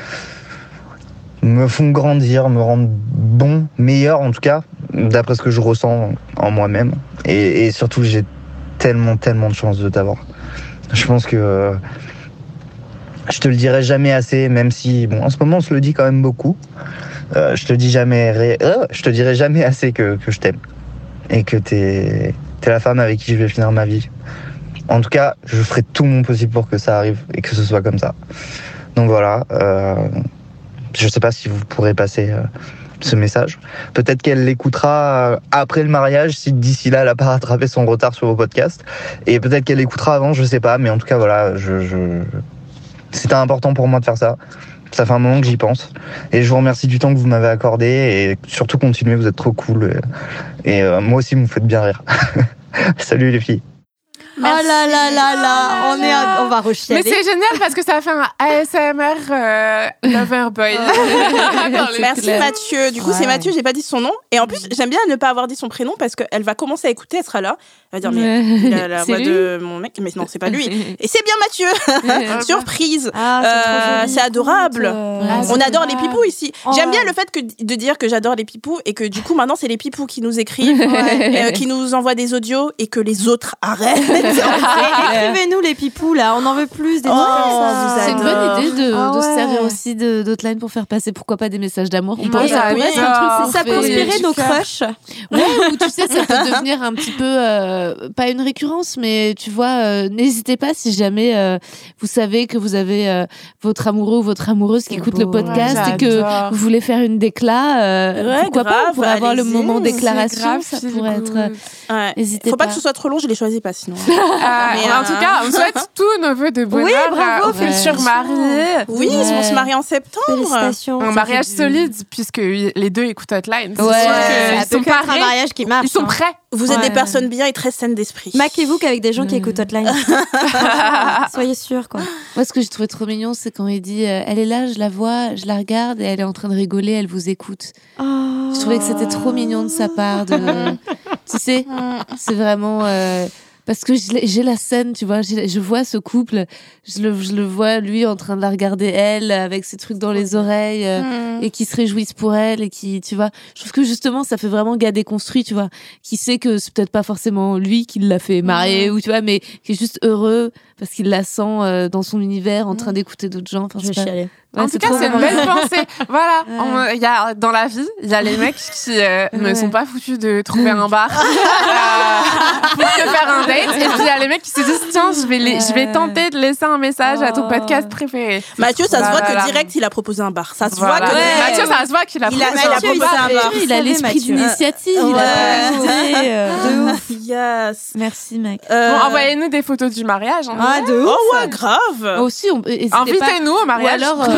me font grandir, me rendent bon, meilleur en tout cas, d'après ce que je ressens en moi-même. Et, et surtout, j'ai tellement, tellement de chance de t'avoir. Je pense que euh, je te le dirai jamais assez, même si, bon, en ce moment, on se le dit quand même beaucoup. Euh, je te dis jamais, ré... euh, je te dirai jamais assez que, que je t'aime. Et que t'es, t'es la femme avec qui je vais finir ma vie. En tout cas, je ferai tout mon possible pour que ça arrive et que ce soit comme ça. Donc voilà, euh, je sais pas si vous pourrez passer euh, ce message. Peut-être qu'elle l'écoutera après le mariage, si d'ici là, elle n'a pas rattrapé son retard sur vos podcasts. Et peut-être qu'elle l'écoutera avant, je sais pas. Mais en tout cas, voilà, je, je... c'était important pour moi de faire ça. Ça fait un moment que j'y pense. Et je vous remercie du temps que vous m'avez accordé. Et surtout, continuez, vous êtes trop cool. Et, et euh, moi aussi, vous me faites bien rire. Salut les filles. Merci. Oh là là là là, on, est à, on va rechialer. Mais c'est génial parce que ça fait un A S M R euh, lover boy. Merci Mathieu. Du coup, ouais. c'est Mathieu, j'ai pas dit son nom. Et en plus, j'aime bien ne pas avoir dit son prénom parce qu'elle va commencer à écouter, elle sera là. Elle va dire, mais il a la voix lui de mon mec. Mais non, c'est pas lui. Et c'est bien Mathieu. Surprise. Ah, c'est, euh, joli, c'est adorable. Euh, ah, on adore grave. Les pipous ici. Oh. J'aime bien le fait que, de dire que j'adore les pipous et que du coup, maintenant, c'est les pipous qui nous écrivent, ouais. euh, qui nous envoient des audios et que les autres arrêtent. Écrivez-nous les pipous là, on en veut plus des oh, ça. C'est une bonne idée de, ah ouais. de se servir aussi de, d'Hotline pour faire passer pourquoi pas des messages d'amour. On ouais, ça pourrait être un truc, c'est ça pour inspirer nos crushs. Ouais, ou tu sais, ça peut devenir un petit peu euh, pas une récurrence, mais tu vois, euh, n'hésitez pas si jamais euh, vous savez que vous avez euh, votre amoureux ou votre amoureuse qui c'est écoute beau. Le podcast ouais, et que vous voulez faire une décla, euh, ouais, pourquoi grave, pas pour avoir allez-y. Le moment déclaration, grave, ça pourrait être. Ouais. N'hésitez Faut pas. pas que ce soit trop long, je les choisis pas sinon. Mais euh, en tout cas, on souhaite tous nos vœux de bonheur oui, bravo, aux futurs mariés. Oui, ouais. Ils vont se marier en septembre. Félicitations. Un mariage solide, puisque les deux écoutent Hotline. C'est ouais, sûr qu'ils sont parés. Un mariage qui marche. Ils sont prêts. Vous êtes ouais. des personnes bien et très saines d'esprit. Maquez-vous qu'avec des gens mmh. qui écoutent Hotline. Soyez sûrs, quoi. Moi, ce que j'ai trouvé trop mignon, c'est quand il dit euh, elle est là, je la vois, je la regarde et elle est en train de rigoler, elle vous écoute. Oh. Je trouvais que c'était trop mignon de sa part. De... tu sais, c'est vraiment. Euh... Parce que j'ai la scène, tu vois, je vois ce couple, je le, je le vois, lui, en train de la regarder, elle, avec ses trucs dans les oreilles, euh, mmh. et qui se réjouissent pour elle, et qui, tu vois, je trouve que justement, ça fait vraiment gars déconstruit, tu vois, qui sait que c'est peut-être pas forcément lui qui l'a fait marier, mmh. ou tu vois, mais qui est juste heureux, parce qu'il la sent euh, dans son univers, en train d'écouter d'autres gens. Enfin, je vais pas... chialer. Ouais, en tout cas, c'est une belle pensée. Voilà, il ouais. y a dans la vie, il y a les mecs qui euh, ouais. ne sont pas foutus de trouver un bar euh, pour se faire un date, et puis il y a les mecs qui se disent tiens, je vais les, je vais tenter de laisser un message oh. à ton podcast préféré. Mathieu, ça se voit que direct il a proposé un bar. Ça se voit que ouais. Mathieu, ça se voit qu'il a il a, proposé, il a proposé un bar. Il a l'esprit d'initiative. Il a de ouf. Yes. Merci mec. Bon, envoyez-nous des photos du mariage. Ah de ouf. Oh ouais, grave. Aussi, invitez-nous au mariage. Ou alors.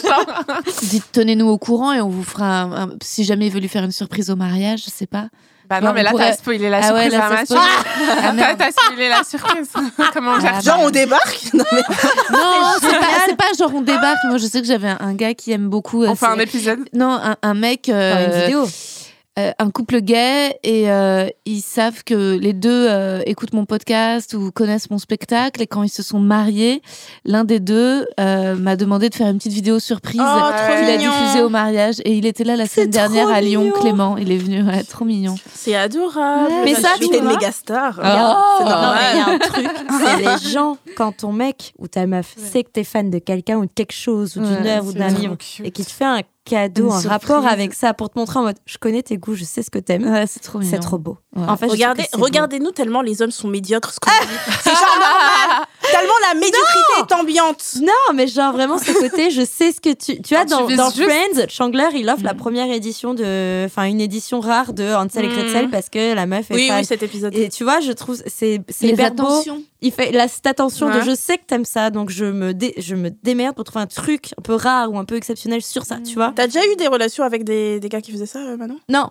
Dites, tenez-nous au courant et on vous fera un, un, si jamais il veut lui faire une surprise au mariage, je sais pas. Bah non, mais là, pourrait... t'as spoilé la surprise. Ah ouais, là, à spoil... ah, t'as, t'as spoilé la surprise. Comment on gère ah, genre, on débarque Non, mais... non c'est, pas, c'est pas genre on débarque. Moi, je sais que j'avais un, un gars qui aime beaucoup. Enfin, un épisode Non, un, un mec. Euh... Enfin, une vidéo. Euh, un couple gay et euh, ils savent que les deux euh, écoutent mon podcast ou connaissent mon spectacle, et quand ils se sont mariés, l'un des deux euh, m'a demandé de faire une petite vidéo surprise oh, qu'il a diffusée au mariage, et il était là la semaine dernière à Lyon. Clément, il est venu, ouais, trop mignon. C'est adorable. Ouais, mais ça, tu es une méga star. Oh, c'est normal. Non, mais il y a un truc, c'est les gens, quand ton mec ou ta meuf ouais. sait que t'es fan de quelqu'un ou de quelque chose ou d'une ouais, œuvre ou d'un livre cute. Et qu'il te fait un cadeau, un rapport avec ça pour te montrer en mode je connais tes goûts, je sais ce que t'aimes. Ouais, c'est trop mignon. C'est trop beau. Ouais. En fait, regardez, regardez-nous tellement les hommes sont médiocres. Ce qu'on dit. C'est genre normal. Tellement la médiocrité non. est ambiante. Non, mais genre vraiment ce côté, je sais ce que tu. Tu vois, dans, tu dans juste... Friends, Chandler, il offre mmh. la première édition de. Enfin, une édition rare de Hansel mmh. et Gretel parce que la meuf est oui, fan. Oui, cet épisode. Et tu vois, je trouve c'est c'est hyper beau. Il fait la, cette attention ouais. de je sais que t'aimes ça, donc je me, dé, je me démerde pour trouver un truc un peu rare ou un peu exceptionnel sur ça, mmh. tu vois. T'as déjà eu des relations avec des, des gars qui faisaient ça, euh, Manon ? Non.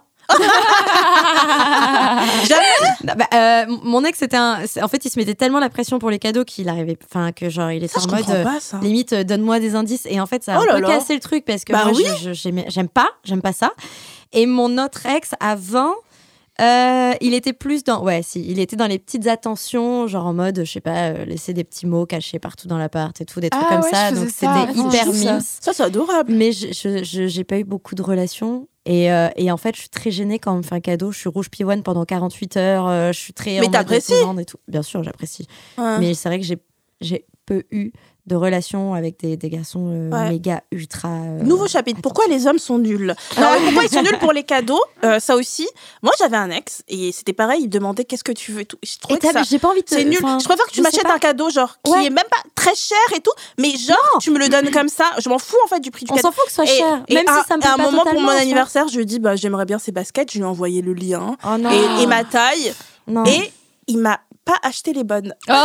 Jamais. Bah, euh, mon ex c'était un en fait il se mettait tellement la pression pour les cadeaux qu'il arrivait enfin que genre il était ça, en mode euh, pas, limite euh, donne-moi des indices, et en fait ça a oh un peu cassé le truc parce que bah moi oui. je, je, j'aime, j'aime pas j'aime pas ça. Et mon autre ex avant Euh, il était plus dans ouais si il était dans les petites attentions, genre en mode je sais pas euh, laisser des petits mots cachés partout dans l'appart et tout, des trucs ah, comme ouais, ça, donc c'était ça. hyper mimes. Ça c'est adorable. Mais je, je, je j'ai pas eu beaucoup de relations et euh, et en fait je suis très gênée quand on me fait un cadeau, je suis rouge pivoine pendant quarante-huit heures, euh, je suis très mais en t'apprécies mode et tout. Bien sûr j'apprécie, ouais. mais c'est vrai que j'ai j'ai peu eu de relations avec des, des garçons euh, ouais. méga ultra. Euh, Nouveau chapitre. Pourquoi les hommes sont nuls? Non, pourquoi ils sont nuls pour les cadeaux? euh, Ça aussi. Moi, j'avais un ex et c'était pareil. Il me demandait qu'est-ce que tu veux et tout. Je trouvais que ça. J'ai pas envie de. C'est nul. Je préfère que tu m'achètes un cadeau genre qui ouais. est même pas très cher et tout, mais genre non. tu me le donnes comme ça. Je m'en fous en fait du prix du On cadeau. On s'en fout que ce soit et, cher. Et même à, si ça me plaît à un pas moment pour mon ça. anniversaire, je lui ai dit bah j'aimerais bien ces baskets. Je lui ai envoyé le lien oh et, et ma taille. Non. Et il m'a pas acheté les bonnes. Oh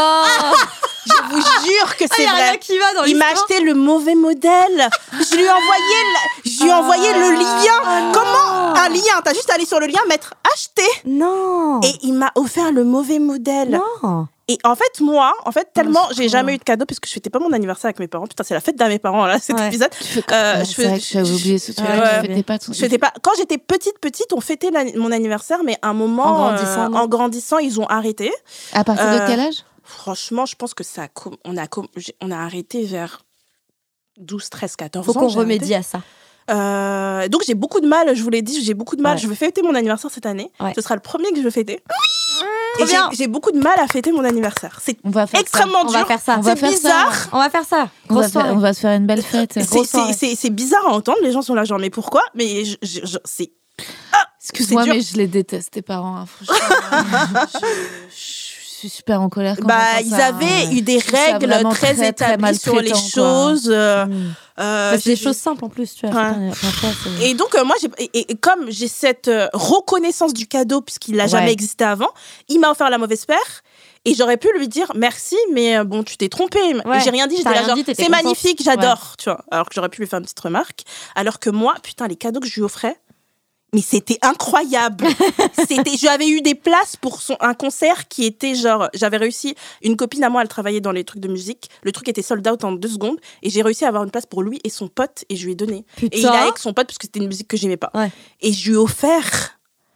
je vous jure que c'est ah, vrai. Rien qui va dans il m'a acheté le mauvais modèle. Je lui ai envoyé le, je lui ai oh envoyé le lien. Oh Comment un lien? T'as juste à aller sur le lien, mettre acheter. Non. Et il m'a offert le mauvais modèle. Non. Et en fait, moi, en fait, tellement oh, j'ai jamais eu de cadeau parce que je fêtais pas mon anniversaire avec mes parents. Putain, c'est la fête de mes parents là, cet ouais. épisode. Euh, c'est vrai que j'avais oublié ce truc. Ouais. Je fêtais pas tout. Je fêtais pas. Quand j'étais petite, petite, on fêtait la... mon anniversaire, mais à un moment, en grandissant, euh, en grandissant, ils ont arrêté. À partir euh, de quel âge? Franchement, je pense que ça, a... on a, on a arrêté vers douze, treize, quatorze Faut ans. Faut qu'on remédie à ça. Euh, donc j'ai beaucoup de mal, je vous l'ai dit, j'ai beaucoup de mal. Ouais. Je veux fêter mon anniversaire cette année. Ouais. Ce sera le premier que je veux fêter. Oui. Et j'ai, j'ai beaucoup de mal à fêter mon anniversaire. C'est extrêmement ça. dur. On va faire ça. C'est bizarre. Ça. On va faire ça. On va, faire, on va se faire une belle fête. C'est, c'est, c'est, c'est bizarre à entendre. Les gens sont là genre mais pourquoi? Mais je, je, je, c'est. Ah, excuse-moi, mais je les déteste tes parents. Hein, je, je suis super en colère. Quand bah ils ça, avaient hein. eu des règles très, très, très établies sur les choses. Euh, mmh. euh, c'est des choses simples en plus, tu vois. Ouais. Et donc euh, moi, j'ai, et, et comme j'ai cette euh, reconnaissance du cadeau puisqu'il n'a ouais. jamais existé avant, il m'a offert la mauvaise paire. Et j'aurais pu lui dire merci, mais bon, tu t'es trompé. Ouais. Et j'ai rien dit, j'étais là genre, dit, c'est contente. Magnifique, j'adore, ouais. tu vois. Alors que j'aurais pu lui faire une petite remarque. Alors que moi, putain, les cadeaux que je lui offrais, mais c'était incroyable. c'était, j'avais eu des places pour son, un concert qui était genre, j'avais réussi, une copine à moi, elle travaillait dans les trucs de musique. Le truc était sold out en deux secondes. Et j'ai réussi à avoir une place pour lui et son pote. Et je lui ai donné. Putain. Et il a avec son pote parce que c'était une musique que j'aimais pas. Ouais. Et je lui ai offert.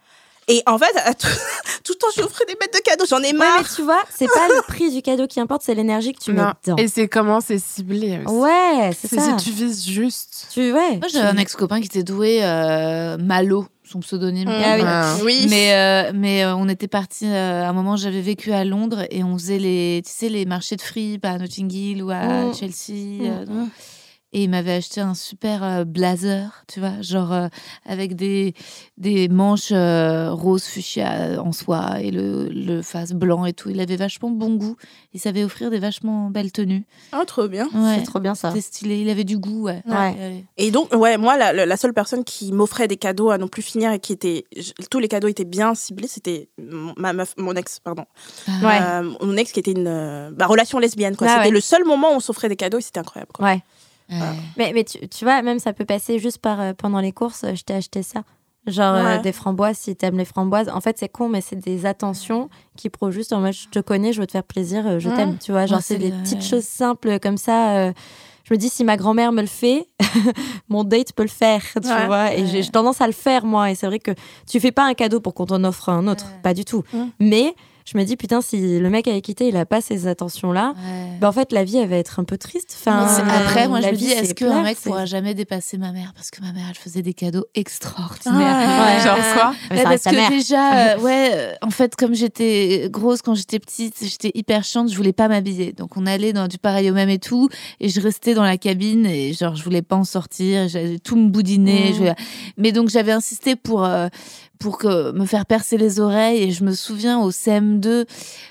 Et en fait, à tout, tout le temps, je lui offrais des bêtes de cadeaux. J'en ai marre. Ouais, mais tu vois, c'est pas le prix du cadeau qui importe, c'est l'énergie que tu non. mets dedans. Et c'est comment c'est ciblé aussi. Ouais, c'est, c'est ça. Si tu vises juste. Tu, ouais. Moi, j'avais un ex-copain qui était doué euh, Malo, son pseudonyme. Mmh. Ah oui. Ah. oui. Mais, euh, mais euh, on était partis, euh, à un moment, j'avais vécu à Londres et on faisait les, tu sais, les marchés de fripe à Notting Hill ou à mmh. Chelsea. Mmh. Euh, mmh. Et il m'avait acheté un super euh, blazer, tu vois, genre euh, avec des, des manches euh, roses fuchsia en soie et le, le face blanc et tout. Il avait vachement bon goût. Il savait offrir des vachement belles tenues. Ah, trop bien. Ouais, c'est trop bien ça. C'était stylé. Il avait du goût, ouais. ouais. ouais. Et donc, ouais, moi, la, la seule personne qui m'offrait des cadeaux à non plus finir et qui était. Tous les cadeaux étaient bien ciblés, c'était ma meuf, mon ex, pardon. Ah. Euh, mon ex qui était une bah, relation lesbienne, quoi. Ah, c'était ouais. le seul moment où on s'offrait des cadeaux et c'était incroyable, quoi. Ouais. Ouais. Mais, mais tu, tu vois, même ça peut passer juste par euh, pendant les courses, je t'ai acheté ça. Genre ouais. euh, des framboises, si t'aimes les framboises. En fait, c'est con, mais c'est des attentions qui prouvent juste en mode je te connais, je veux te faire plaisir, euh, je ouais. t'aime. Tu vois, genre ouais, c'est, c'est des le... petites choses simples comme ça. Euh, je me dis, si ma grand-mère me le fait, mon date peut le faire, tu ouais. vois. Et ouais. j'ai, j'ai tendance à le faire, moi. Et c'est vrai que tu fais pas un cadeau pour qu'on t'en offre un autre, ouais. pas du tout. Ouais. Mais je me dis, putain, si le mec avec qui t'es, il a pas ces attentions-là, ouais. bah en fait, la vie, elle va être un peu triste. Enfin, c'est, après, moi, je la me vie, dis, est-ce c'est qu'un mec c'est... pourra jamais dépasser ma mère? Parce que ma mère, elle faisait des cadeaux extraordinaires. Ah, ouais. Genre quoi? Mais bah, ça parce ta que mère. déjà, euh, ouais, euh, en fait, comme j'étais grosse quand j'étais petite, j'étais hyper chiante, je voulais pas m'habiller. Donc, on allait dans du pareil au même et tout, et je restais dans la cabine, et genre, je voulais pas en sortir, j'allais tout me boudiner. Mmh. Je... Mais donc, j'avais insisté pour, euh, pour que, me faire percer les oreilles, et je me souviens au C M deux,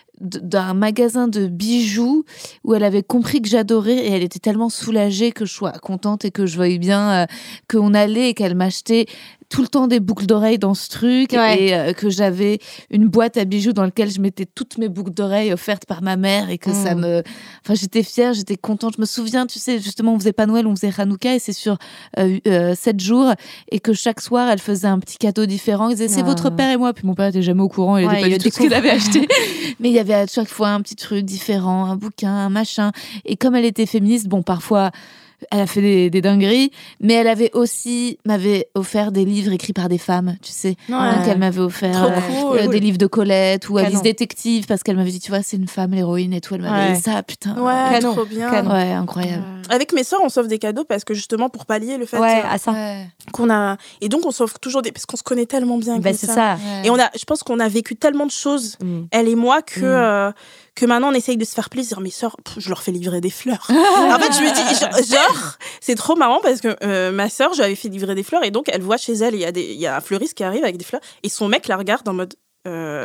d'un magasin de bijoux où elle avait compris que j'adorais et elle était tellement soulagée que je sois contente et que je veuille bien euh, qu'on allait et qu'elle m'achetait tout le temps des boucles d'oreilles dans ce truc ouais. et euh, que j'avais une boîte à bijoux dans laquelle je mettais toutes mes boucles d'oreilles offertes par ma mère et que mmh. ça me... Enfin, j'étais fière, j'étais contente. Je me souviens, tu sais, justement, on faisait pas Noël, on faisait Hanouka et c'est sur euh, euh, sept jours et que chaque soir, elle faisait un petit cadeau différent. Elle disait, c'est ah. votre père et moi. Puis mon père était jamais au courant, il ouais, était pas du tout ce qu'il avait acheté. Mais il y avait à chaque fois un petit truc différent, un bouquin, un machin. Et comme elle était féministe, bon, parfois... Elle a fait des, des dingueries, mais elle avait aussi m'avait offert des livres écrits par des femmes, tu sais. Ouais. Donc elle m'avait offert euh, cool. euh, des livres de Colette ou Canon. Alice Détective parce qu'elle m'avait dit, tu vois, c'est une femme l'héroïne et tout. Elle m'avait ouais. dit ça, putain. Ouais, Canon. trop bien. Canon. Ouais, incroyable. Ouais. Avec mes sœurs, on s'offre des cadeaux parce que justement pour pallier le fait ouais, euh, à ça. Ouais. qu'on a et donc on s'offre toujours des parce qu'on se connaît tellement bien. Bah, comme c'est ça. ça. Ouais. Et on a, je pense qu'on a vécu tellement de choses, Mm. elle et moi, que Mm. euh, que maintenant on essaye de se faire plaisir. Mes sœurs, pff, je leur fais livrer des fleurs. En fait, je me dis, genre, genre c'est trop marrant parce que euh, ma sœur, je lui avais fait livrer des fleurs et donc elle voit chez elle, il y a des, il y a un fleuriste qui arrive avec des fleurs et son mec la regarde en mode. Euh... qui,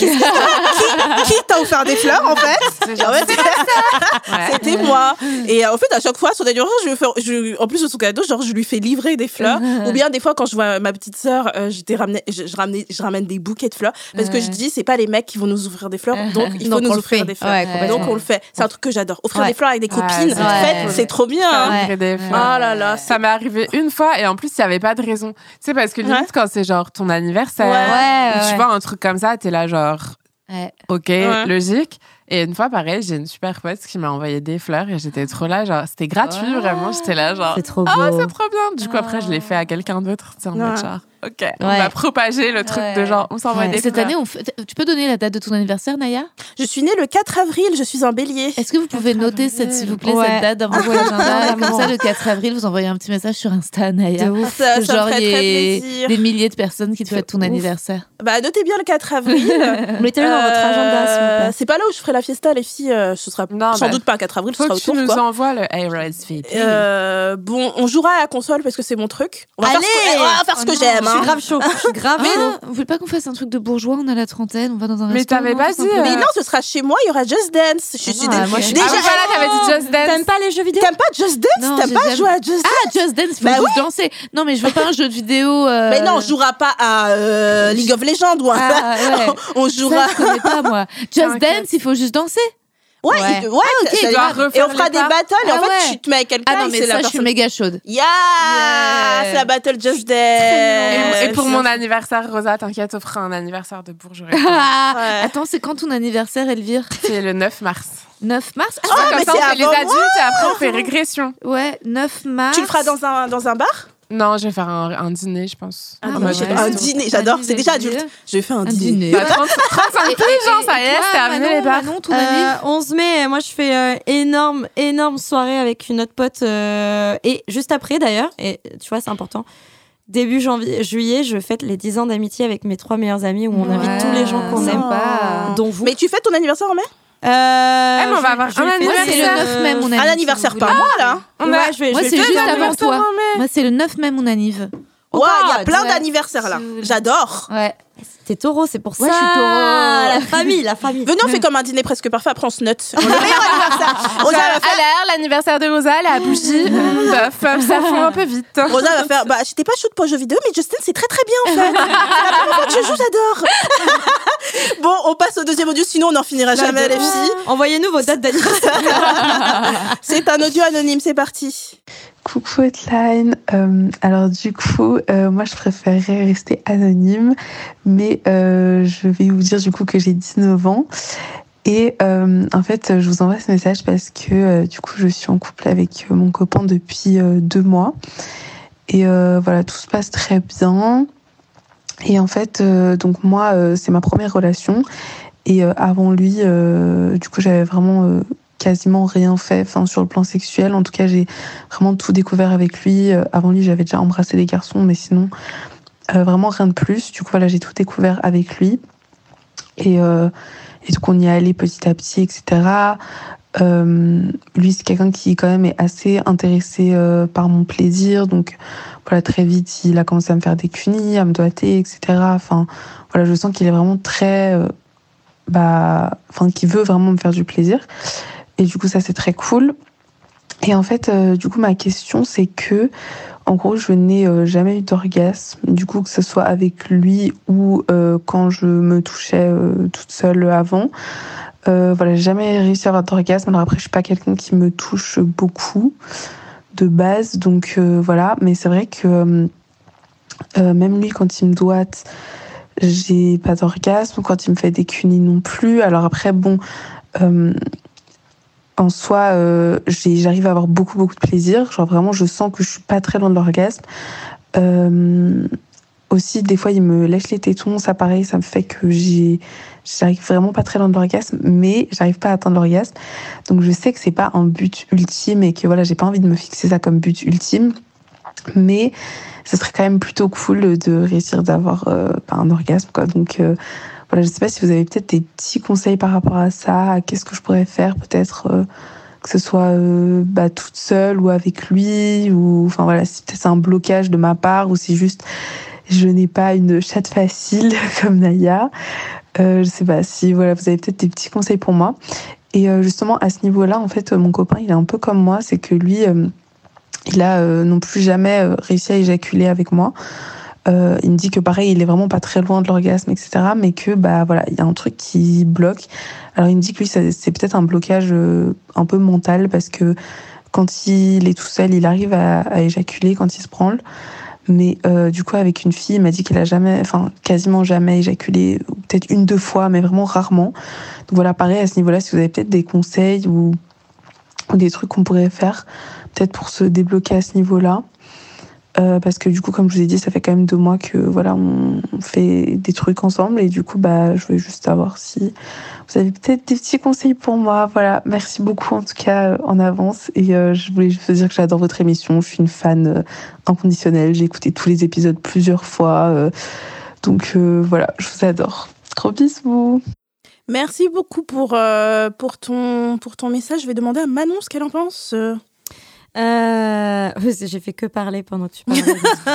qui t'a offert des fleurs en fait? C'est genre, c'est ouais. C'était moi. Et en fait, à chaque fois, son anniversaire, je lui fais, je, en plus de son cadeau, genre, je lui fais livrer des fleurs. Ou bien, des fois, quand je vois ma petite sœur, euh, j'étais ramené, je, je, ramenais, je ramène des bouquets de fleurs. Parce que je dis, c'est pas les mecs qui vont nous offrir des fleurs, donc il faut donc, nous offrir des fleurs. Ouais, donc, on le fait. C'est un truc que j'adore. Offrir ouais. des fleurs avec des copines, ouais, en fait, ouais. c'est trop bien. Hein. Des fleurs. Oh là là. Ça m'est arrivé une fois et en plus, il n'y avait pas de raison. Tu sais, parce que limite, ouais. quand c'est genre ton anniversaire, ouais, ouais, tu vois un truc comme ça, t'es là, genre. Ouais. Ok, ouais. logique. Et une fois, pareil, j'ai une super pote qui m'a envoyé des fleurs et j'étais trop là, genre, c'était gratuit, oh. vraiment. J'étais là, genre, c'est trop beau. Ah, oh, c'est trop bien. Du coup, oh. après, je l'ai fait à quelqu'un d'autre, tu sais, en mode genre, ok, ouais. on va propager le truc ouais. de genre, on s'envoie ouais. des Cette fleurs. année, on fait... tu peux donner la date de ton anniversaire, Naya? Je suis née le quatre avril, je suis un bélier. Est-ce que vous pouvez noter, cette, s'il vous plaît, ouais. cette date dans votre agenda? Comme ça, le quatre avril, vous envoyez un petit message sur Insta à Naya. Ça, ça genre, me ferait très plaisir. Des milliers de personnes qui te fêtent ton Ouf. anniversaire. Bah, notez bien le quatre avril. Mettez-le dans votre agenda. C'est pas là où je ferai la fiesta, les filles. Ce sera non, sans bah, doute pas le quatre avril, ce sera autour. Tu nous quoi. envoies le R S V P. Euh, bon, on jouera à la console parce que c'est mon truc. On va Allez faire ce que, on va faire ce oh que j'aime. Je suis grave chaud. Je suis grave chaud. Ah, vous voulez pas qu'on fasse un truc de bourgeois? On a la trentaine, on va dans un mais restaurant. Mais t'avais pas dit. Mais non, ce sera chez moi, il y aura Just Dance. Je suis ah, non, moi, je suis déjà. Ah, oui, voilà, t'avais dit Just Dance. T'aimes pas les jeux vidéo? T'aimes pas Just Dance? T'aimes pas jouer à Just Dance? Ah, Just Dance, il faut juste dancer. Non, mais je veux pas un jeu de vidéo. Mais non, on jouera pas à League of Legends ou on jouera. Ça, je connais pas, moi. Just Dance, il faut juste danser. Ouais, ouais, il, ouais ah, okay, et on fera des battles et ah, en fait ouais. tu te mets avec quelqu'un. Ah non, mais c'est ça, la je suis méga chaude. Yeah, yeah. C'est la battle Just Dance. Et, et pour mon anniversaire, Rosa, t'inquiète, on fera un anniversaire de bourgeois. Ah, ouais. Attends, c'est quand ton anniversaire, Elvire? C'est le neuf mars. neuf mars? Ah, oh, comme ça, on fait les adultes et après on fait régression. Ouais, neuf mars. Tu le feras dans un, dans un bar? Non, je vais faire un, un dîner, je pense. Ah, bah, ouais. Un dîner, j'adore. C'est déjà adulte. Je vais faire un, un dîner. dîner. Bah, trente, trente-cinq plus, genre, ça y est, c'est terminé les bars. Manon, ton euh, onze mai, moi, je fais euh, énorme, énorme soirée avec une autre pote. Euh, et juste après, d'ailleurs, et tu vois, c'est important, début janvier, juillet, je fête les dix ans d'amitié avec mes trois meilleurs amis où on ouais, invite tous les gens qu'on aime, pas, dont vous. Mais tu fêtes ton anniversaire en mai? Euh, ah, mais on va avoir un anniversaire. C'est le neuf mai, mon anniv. Un anniversaire par mois, là. On a, ouais, je vais, moi, je c'est juste avant toi. Moi, c'est le neuf mai, mon anniv. Ouais, il y a plein ouais. d'anniversaires, là. J'adore. Ouais. T'es taureau, c'est pour ça. Ouais, je suis taureau. La famille, la famille. Venez, on fait comme un dîner presque parfait. Après, on se note. On le meilleur anniversaire. Rosa va faire l'air, l'anniversaire de Rosa, la bougie. Bof, ça fond un peu vite. Rosa va faire. Bah, j'étais pas chaude pour le jeu vidéo, mais Justin, c'est très très bien en fait. C'est la première fois que je joue, j'adore. Bon, on passe au deuxième audio, sinon on n'en finira jamais, les filles. Envoyez-nous vos dates d'anniversaire. C'est un audio anonyme, c'est parti. Coucou Hotline, euh, alors du coup, euh, moi je préférerais rester anonyme, mais euh, je vais vous dire du coup que j'ai dix-neuf ans et euh, en fait je vous envoie ce message parce que euh, du coup je suis en couple avec mon copain depuis euh, deux mois et euh, voilà, tout se passe très bien et en fait euh, donc moi euh, c'est ma première relation et euh, avant lui euh, du coup j'avais vraiment... Euh, quasiment rien fait, enfin sur le plan sexuel. En tout cas, j'ai vraiment tout découvert avec lui. Euh, avant lui, j'avais déjà embrassé des garçons, mais sinon, euh, vraiment rien de plus. Du coup, voilà, j'ai tout découvert avec lui. Et, euh, et donc, on y est allé petit à petit, et cetera. Euh, lui, c'est quelqu'un qui, quand même, est assez intéressé euh, par mon plaisir. Donc, voilà, très vite, il a commencé à me faire des cunis, à me doigter, et cetera. Enfin, voilà, je sens qu'il est vraiment très... Euh, bah, enfin, qu'il veut vraiment me faire du plaisir. Et du coup, ça, c'est très cool. Et en fait, euh, du coup, ma question, c'est que, en gros, je n'ai euh, jamais eu d'orgasme. Du coup, que ce soit avec lui ou euh, quand je me touchais euh, toute seule avant. Euh, voilà, j'ai jamais réussi à avoir d'orgasme. Alors après, je suis pas quelqu'un qui me touche beaucoup de base. Donc, euh, voilà. Mais c'est vrai que euh, même lui, quand il me doite, j'ai pas d'orgasme. Quand il me fait des cunis non plus. Alors après, bon... Euh, En soi, euh, j'ai, j'arrive à avoir beaucoup, beaucoup de plaisir. Genre vraiment, je sens que je suis pas très loin de l'orgasme. Euh, aussi, des fois, il me lèche les tétons. Ça, pareil, ça me fait que j'ai, j'arrive vraiment pas très loin de l'orgasme, mais j'arrive pas à atteindre l'orgasme. Donc, je sais que c'est pas un but ultime et que voilà, j'ai pas envie de me fixer ça comme but ultime. Mais ce serait quand même plutôt cool de réussir d'avoir euh, un orgasme, quoi. Donc, euh, voilà, je sais pas si vous avez peut-être des petits conseils par rapport à ça, à qu'est-ce que je pourrais faire, peut-être euh, que ce soit euh, bah, toute seule ou avec lui, ou enfin voilà, si peut-être c'est un blocage de ma part, ou si juste je n'ai pas une chatte facile comme Naya. Euh, je sais pas si voilà, vous avez peut-être des petits conseils pour moi. Et euh, justement, à ce niveau-là, en fait, mon copain, il est un peu comme moi, c'est que lui, euh, il a euh, non plus jamais euh, réussi à éjaculer avec moi. Euh, il me dit que pareil, il est vraiment pas très loin de l'orgasme, et cetera. Mais que bah voilà, il y a un truc qui bloque. Alors il me dit que lui, ça, c'est peut-être un blocage euh, un peu mental parce que quand il est tout seul, il arrive à, à éjaculer quand il se branle. Mais euh, du coup, avec une fille, il m'a dit qu'elle a jamais, enfin quasiment jamais éjaculé, ou peut-être une deux fois, mais vraiment rarement. Donc voilà, pareil à ce niveau-là, si vous avez peut-être des conseils ou, ou des trucs qu'on pourrait faire, peut-être pour se débloquer à ce niveau-là. Euh, parce que du coup, comme je vous ai dit, ça fait quand même deux mois que voilà, on fait des trucs ensemble et du coup, bah, je voulais juste savoir si vous avez peut-être des petits conseils pour moi. Voilà, merci beaucoup en tout cas euh, en avance et euh, je voulais juste vous dire que j'adore votre émission. Je suis une fan euh, inconditionnelle. J'ai écouté tous les épisodes plusieurs fois, euh, donc euh, voilà, je vous adore. Gros bisous. Merci beaucoup pour euh, pour ton pour ton message. Je vais demander à Manon ce qu'elle en pense. Euh, j'ai fait que parler pendant que tu parlais.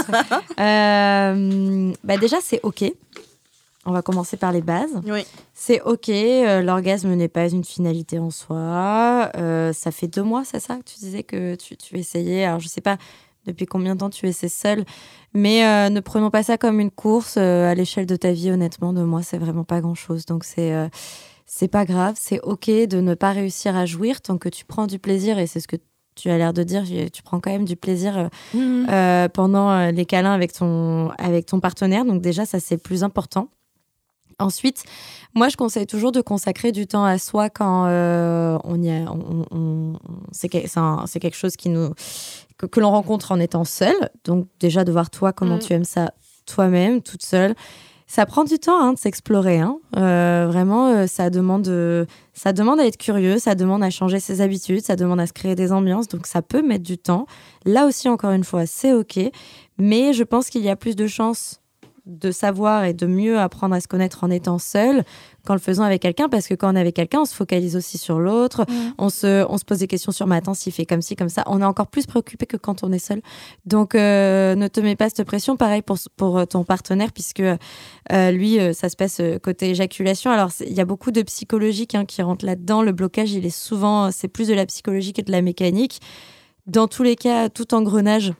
euh, bah déjà, c'est OK. On va commencer par les bases. Oui. C'est OK. Euh, l'orgasme n'est pas une finalité en soi. Euh, ça fait deux mois, c'est ça que tu disais que tu, tu essayais. Alors, je sais pas depuis combien de temps tu essaies seule, mais euh, ne prenons pas ça comme une course euh, à l'échelle de ta vie. Honnêtement, deux mois, c'est vraiment pas grand-chose. Donc, c'est... Euh, c'est pas grave. C'est OK de ne pas réussir à jouir tant que tu prends du plaisir et c'est ce que tu as l'air de dire, tu prends quand même du plaisir euh, mmh. euh, pendant euh, les câlins avec ton, avec ton partenaire. Donc déjà, ça, c'est le plus important. Ensuite, moi, je conseille toujours de consacrer du temps à soi quand euh, on y a, on, on, c'est, c'est, un, c'est quelque chose qui nous, que, que l'on rencontre en étant seul. Donc déjà, de voir toi, comment mmh. tu aimes ça toi-même, toute seule. Ça prend du temps hein, de s'explorer. Hein. Euh, vraiment, euh, ça, demande, euh, ça demande à être curieux, ça demande à changer ses habitudes, ça demande à se créer des ambiances. Donc, ça peut mettre du temps. Là aussi, encore une fois, c'est OK. Mais je pense qu'il y a plus de chances de savoir et de mieux apprendre à se connaître en étant seul qu'en le faisant avec quelqu'un. Parce que quand on est avec quelqu'un, on se focalise aussi sur l'autre. Mmh. On, se, on se pose des questions sur « mais attends, s'il fait comme ci, comme ça ». On est encore plus préoccupé que quand on est seul. Donc, euh, ne te mets pas cette pression. Pareil pour, pour ton partenaire, puisque euh, lui, euh, ça se passe côté éjaculation. Alors, il y a beaucoup de psychologiques hein, qui rentrent là-dedans. Le blocage, il est souvent... C'est plus de la psychologie que de la mécanique. Dans tous les cas, tout engrenage...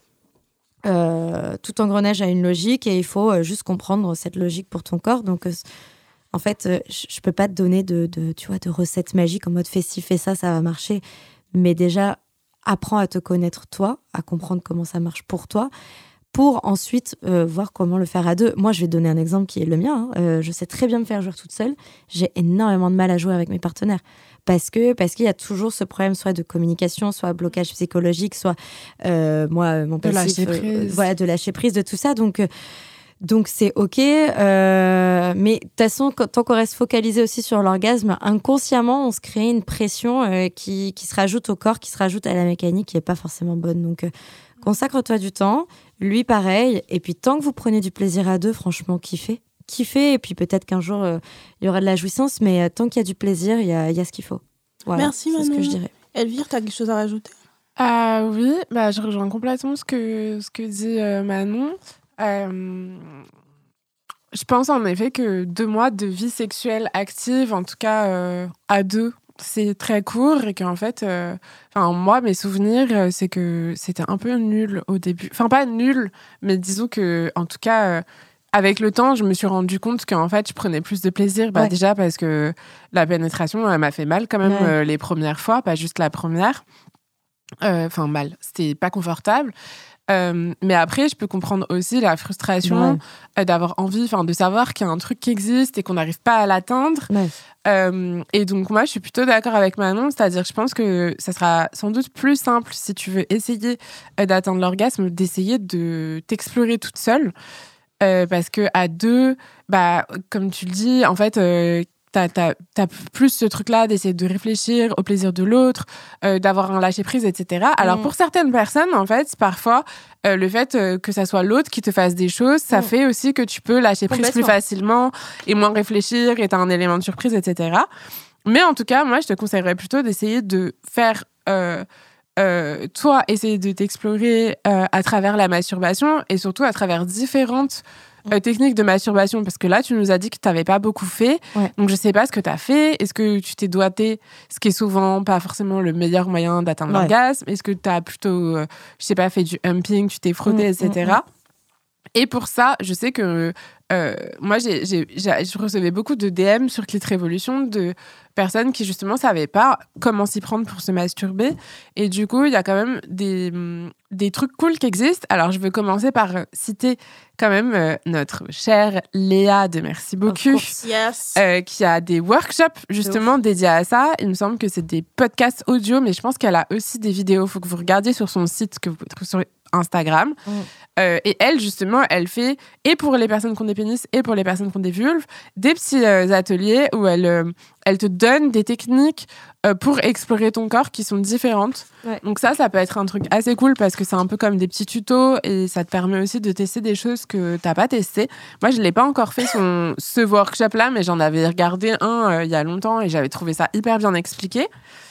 Euh, tout engrenage a une logique et il faut euh, juste comprendre cette logique pour ton corps. Donc, euh, en fait, euh, je peux pas te donner de, de, tu vois, de recettes magiques en mode fais ci, fais ça, ça va marcher. Mais déjà, apprends à te connaître toi, à comprendre comment ça marche pour toi, pour ensuite euh, voir comment le faire à deux. Moi, je vais te donner un exemple qui est le mien. Hein. Euh, je sais très bien me faire jouer toute seule. J'ai énormément de mal à jouer avec mes partenaires. Parce que parce qu'il y a toujours ce problème soit de communication, soit blocage psychologique, soit euh, moi mon passif, de lâcher prise, euh, voilà, de lâcher prise de tout ça. Donc euh, donc c'est ok, euh, mais de toute façon tant qu'on reste focalisé aussi sur l'orgasme, inconsciemment on se crée une pression euh, qui qui se rajoute au corps, qui se rajoute à la mécanique, qui est pas forcément bonne. Donc euh, consacre-toi du temps, lui pareil, et puis tant que vous prenez du plaisir à deux, franchement kiffez. Kiffer et puis peut-être qu'un jour euh, il y aura de la jouissance, mais euh, tant qu'il y a du plaisir, il y a, il y a ce qu'il faut. Voilà, merci Manon. C'est ce que je dirais. Elvire, tu as quelque chose à rajouter? euh, Oui, bah, je rejoins complètement ce que, ce que dit euh, Manon. Euh, je pense en effet que deux mois de vie sexuelle active, en tout cas euh, à deux, c'est très court et qu'en fait, euh, moi, mes souvenirs, c'est que c'était un peu nul au début. Enfin, pas nul, mais disons que, en tout cas... Euh, avec le temps, je me suis rendu compte qu'en fait, je prenais plus de plaisir. Bah, ouais. Déjà parce que la pénétration, elle m'a fait mal quand même ouais. euh, les premières fois, pas juste la première. Enfin, euh, mal. C'était pas confortable. Euh, mais après, je peux comprendre aussi la frustration ouais. euh, d'avoir envie, de savoir qu'il y a un truc qui existe et qu'on n'arrive pas à l'atteindre. Ouais. Euh, et donc, moi, je suis plutôt d'accord avec Manon. C'est-à-dire, je pense que ça sera sans doute plus simple, si tu veux essayer euh, d'atteindre l'orgasme, d'essayer de t'explorer toute seule. Euh, parce que à deux, bah, comme tu le dis, en fait, euh, t'as, t'as, t'as plus ce truc-là d'essayer de réfléchir au plaisir de l'autre, euh, d'avoir un lâcher-prise, et cetera. Alors, mmh. pour certaines personnes, en fait, parfois, euh, le fait euh, que ça soit l'autre qui te fasse des choses, ça mmh. fait aussi que tu peux lâcher prise plus facilement et moins réfléchir et t'as un élément de surprise, et cetera. Mais en tout cas, moi, je te conseillerais plutôt d'essayer de faire... Euh, euh, toi, essayer de t'explorer euh, à travers la masturbation et surtout à travers différentes Euh, technique de masturbation, parce que là, tu nous as dit que tu n'avais pas beaucoup fait. Ouais. Donc, je ne sais pas ce que tu as fait. Est-ce que tu t'es doigté, ce qui est souvent pas forcément le meilleur moyen d'atteindre ouais. l'orgasme? Est-ce que tu as plutôt, euh, je ne sais pas, fait du humping, tu t'es frotté, mmh, et cetera. Mmh. Et pour ça, je sais que euh, moi, j'ai, j'ai, j'ai, je recevais beaucoup de D M sur Clit Révolution de personnes qui, justement, ne savaient pas comment s'y prendre pour se masturber. Et du coup, il y a quand même des, des trucs cool qui existent. Alors, je veux commencer par citer quand même euh, notre chère Léa de Merci Beaucoup, yes. euh, qui a des workshops, justement, dédiés à ça. Il me semble que c'est des podcasts audio, mais je pense qu'elle a aussi des vidéos. Il faut que vous regardiez sur son site, que vous pouvez trouver sur Instagram. Mm. Euh, et elle, justement, elle fait, et pour les personnes qui ont des pénis, et pour les personnes qui ont des vulves, des petits euh, ateliers où elle, euh, elle te donne des techniques euh, pour explorer ton corps qui sont différentes. Ouais. Donc ça, ça peut être un truc assez cool parce que c'est un peu comme des petits tutos et ça te permet aussi de tester des choses que t'as pas testées. Moi, je l'ai pas encore fait son, ce workshop-là, mais j'en avais regardé un euh, il y a longtemps et j'avais trouvé ça hyper bien expliqué.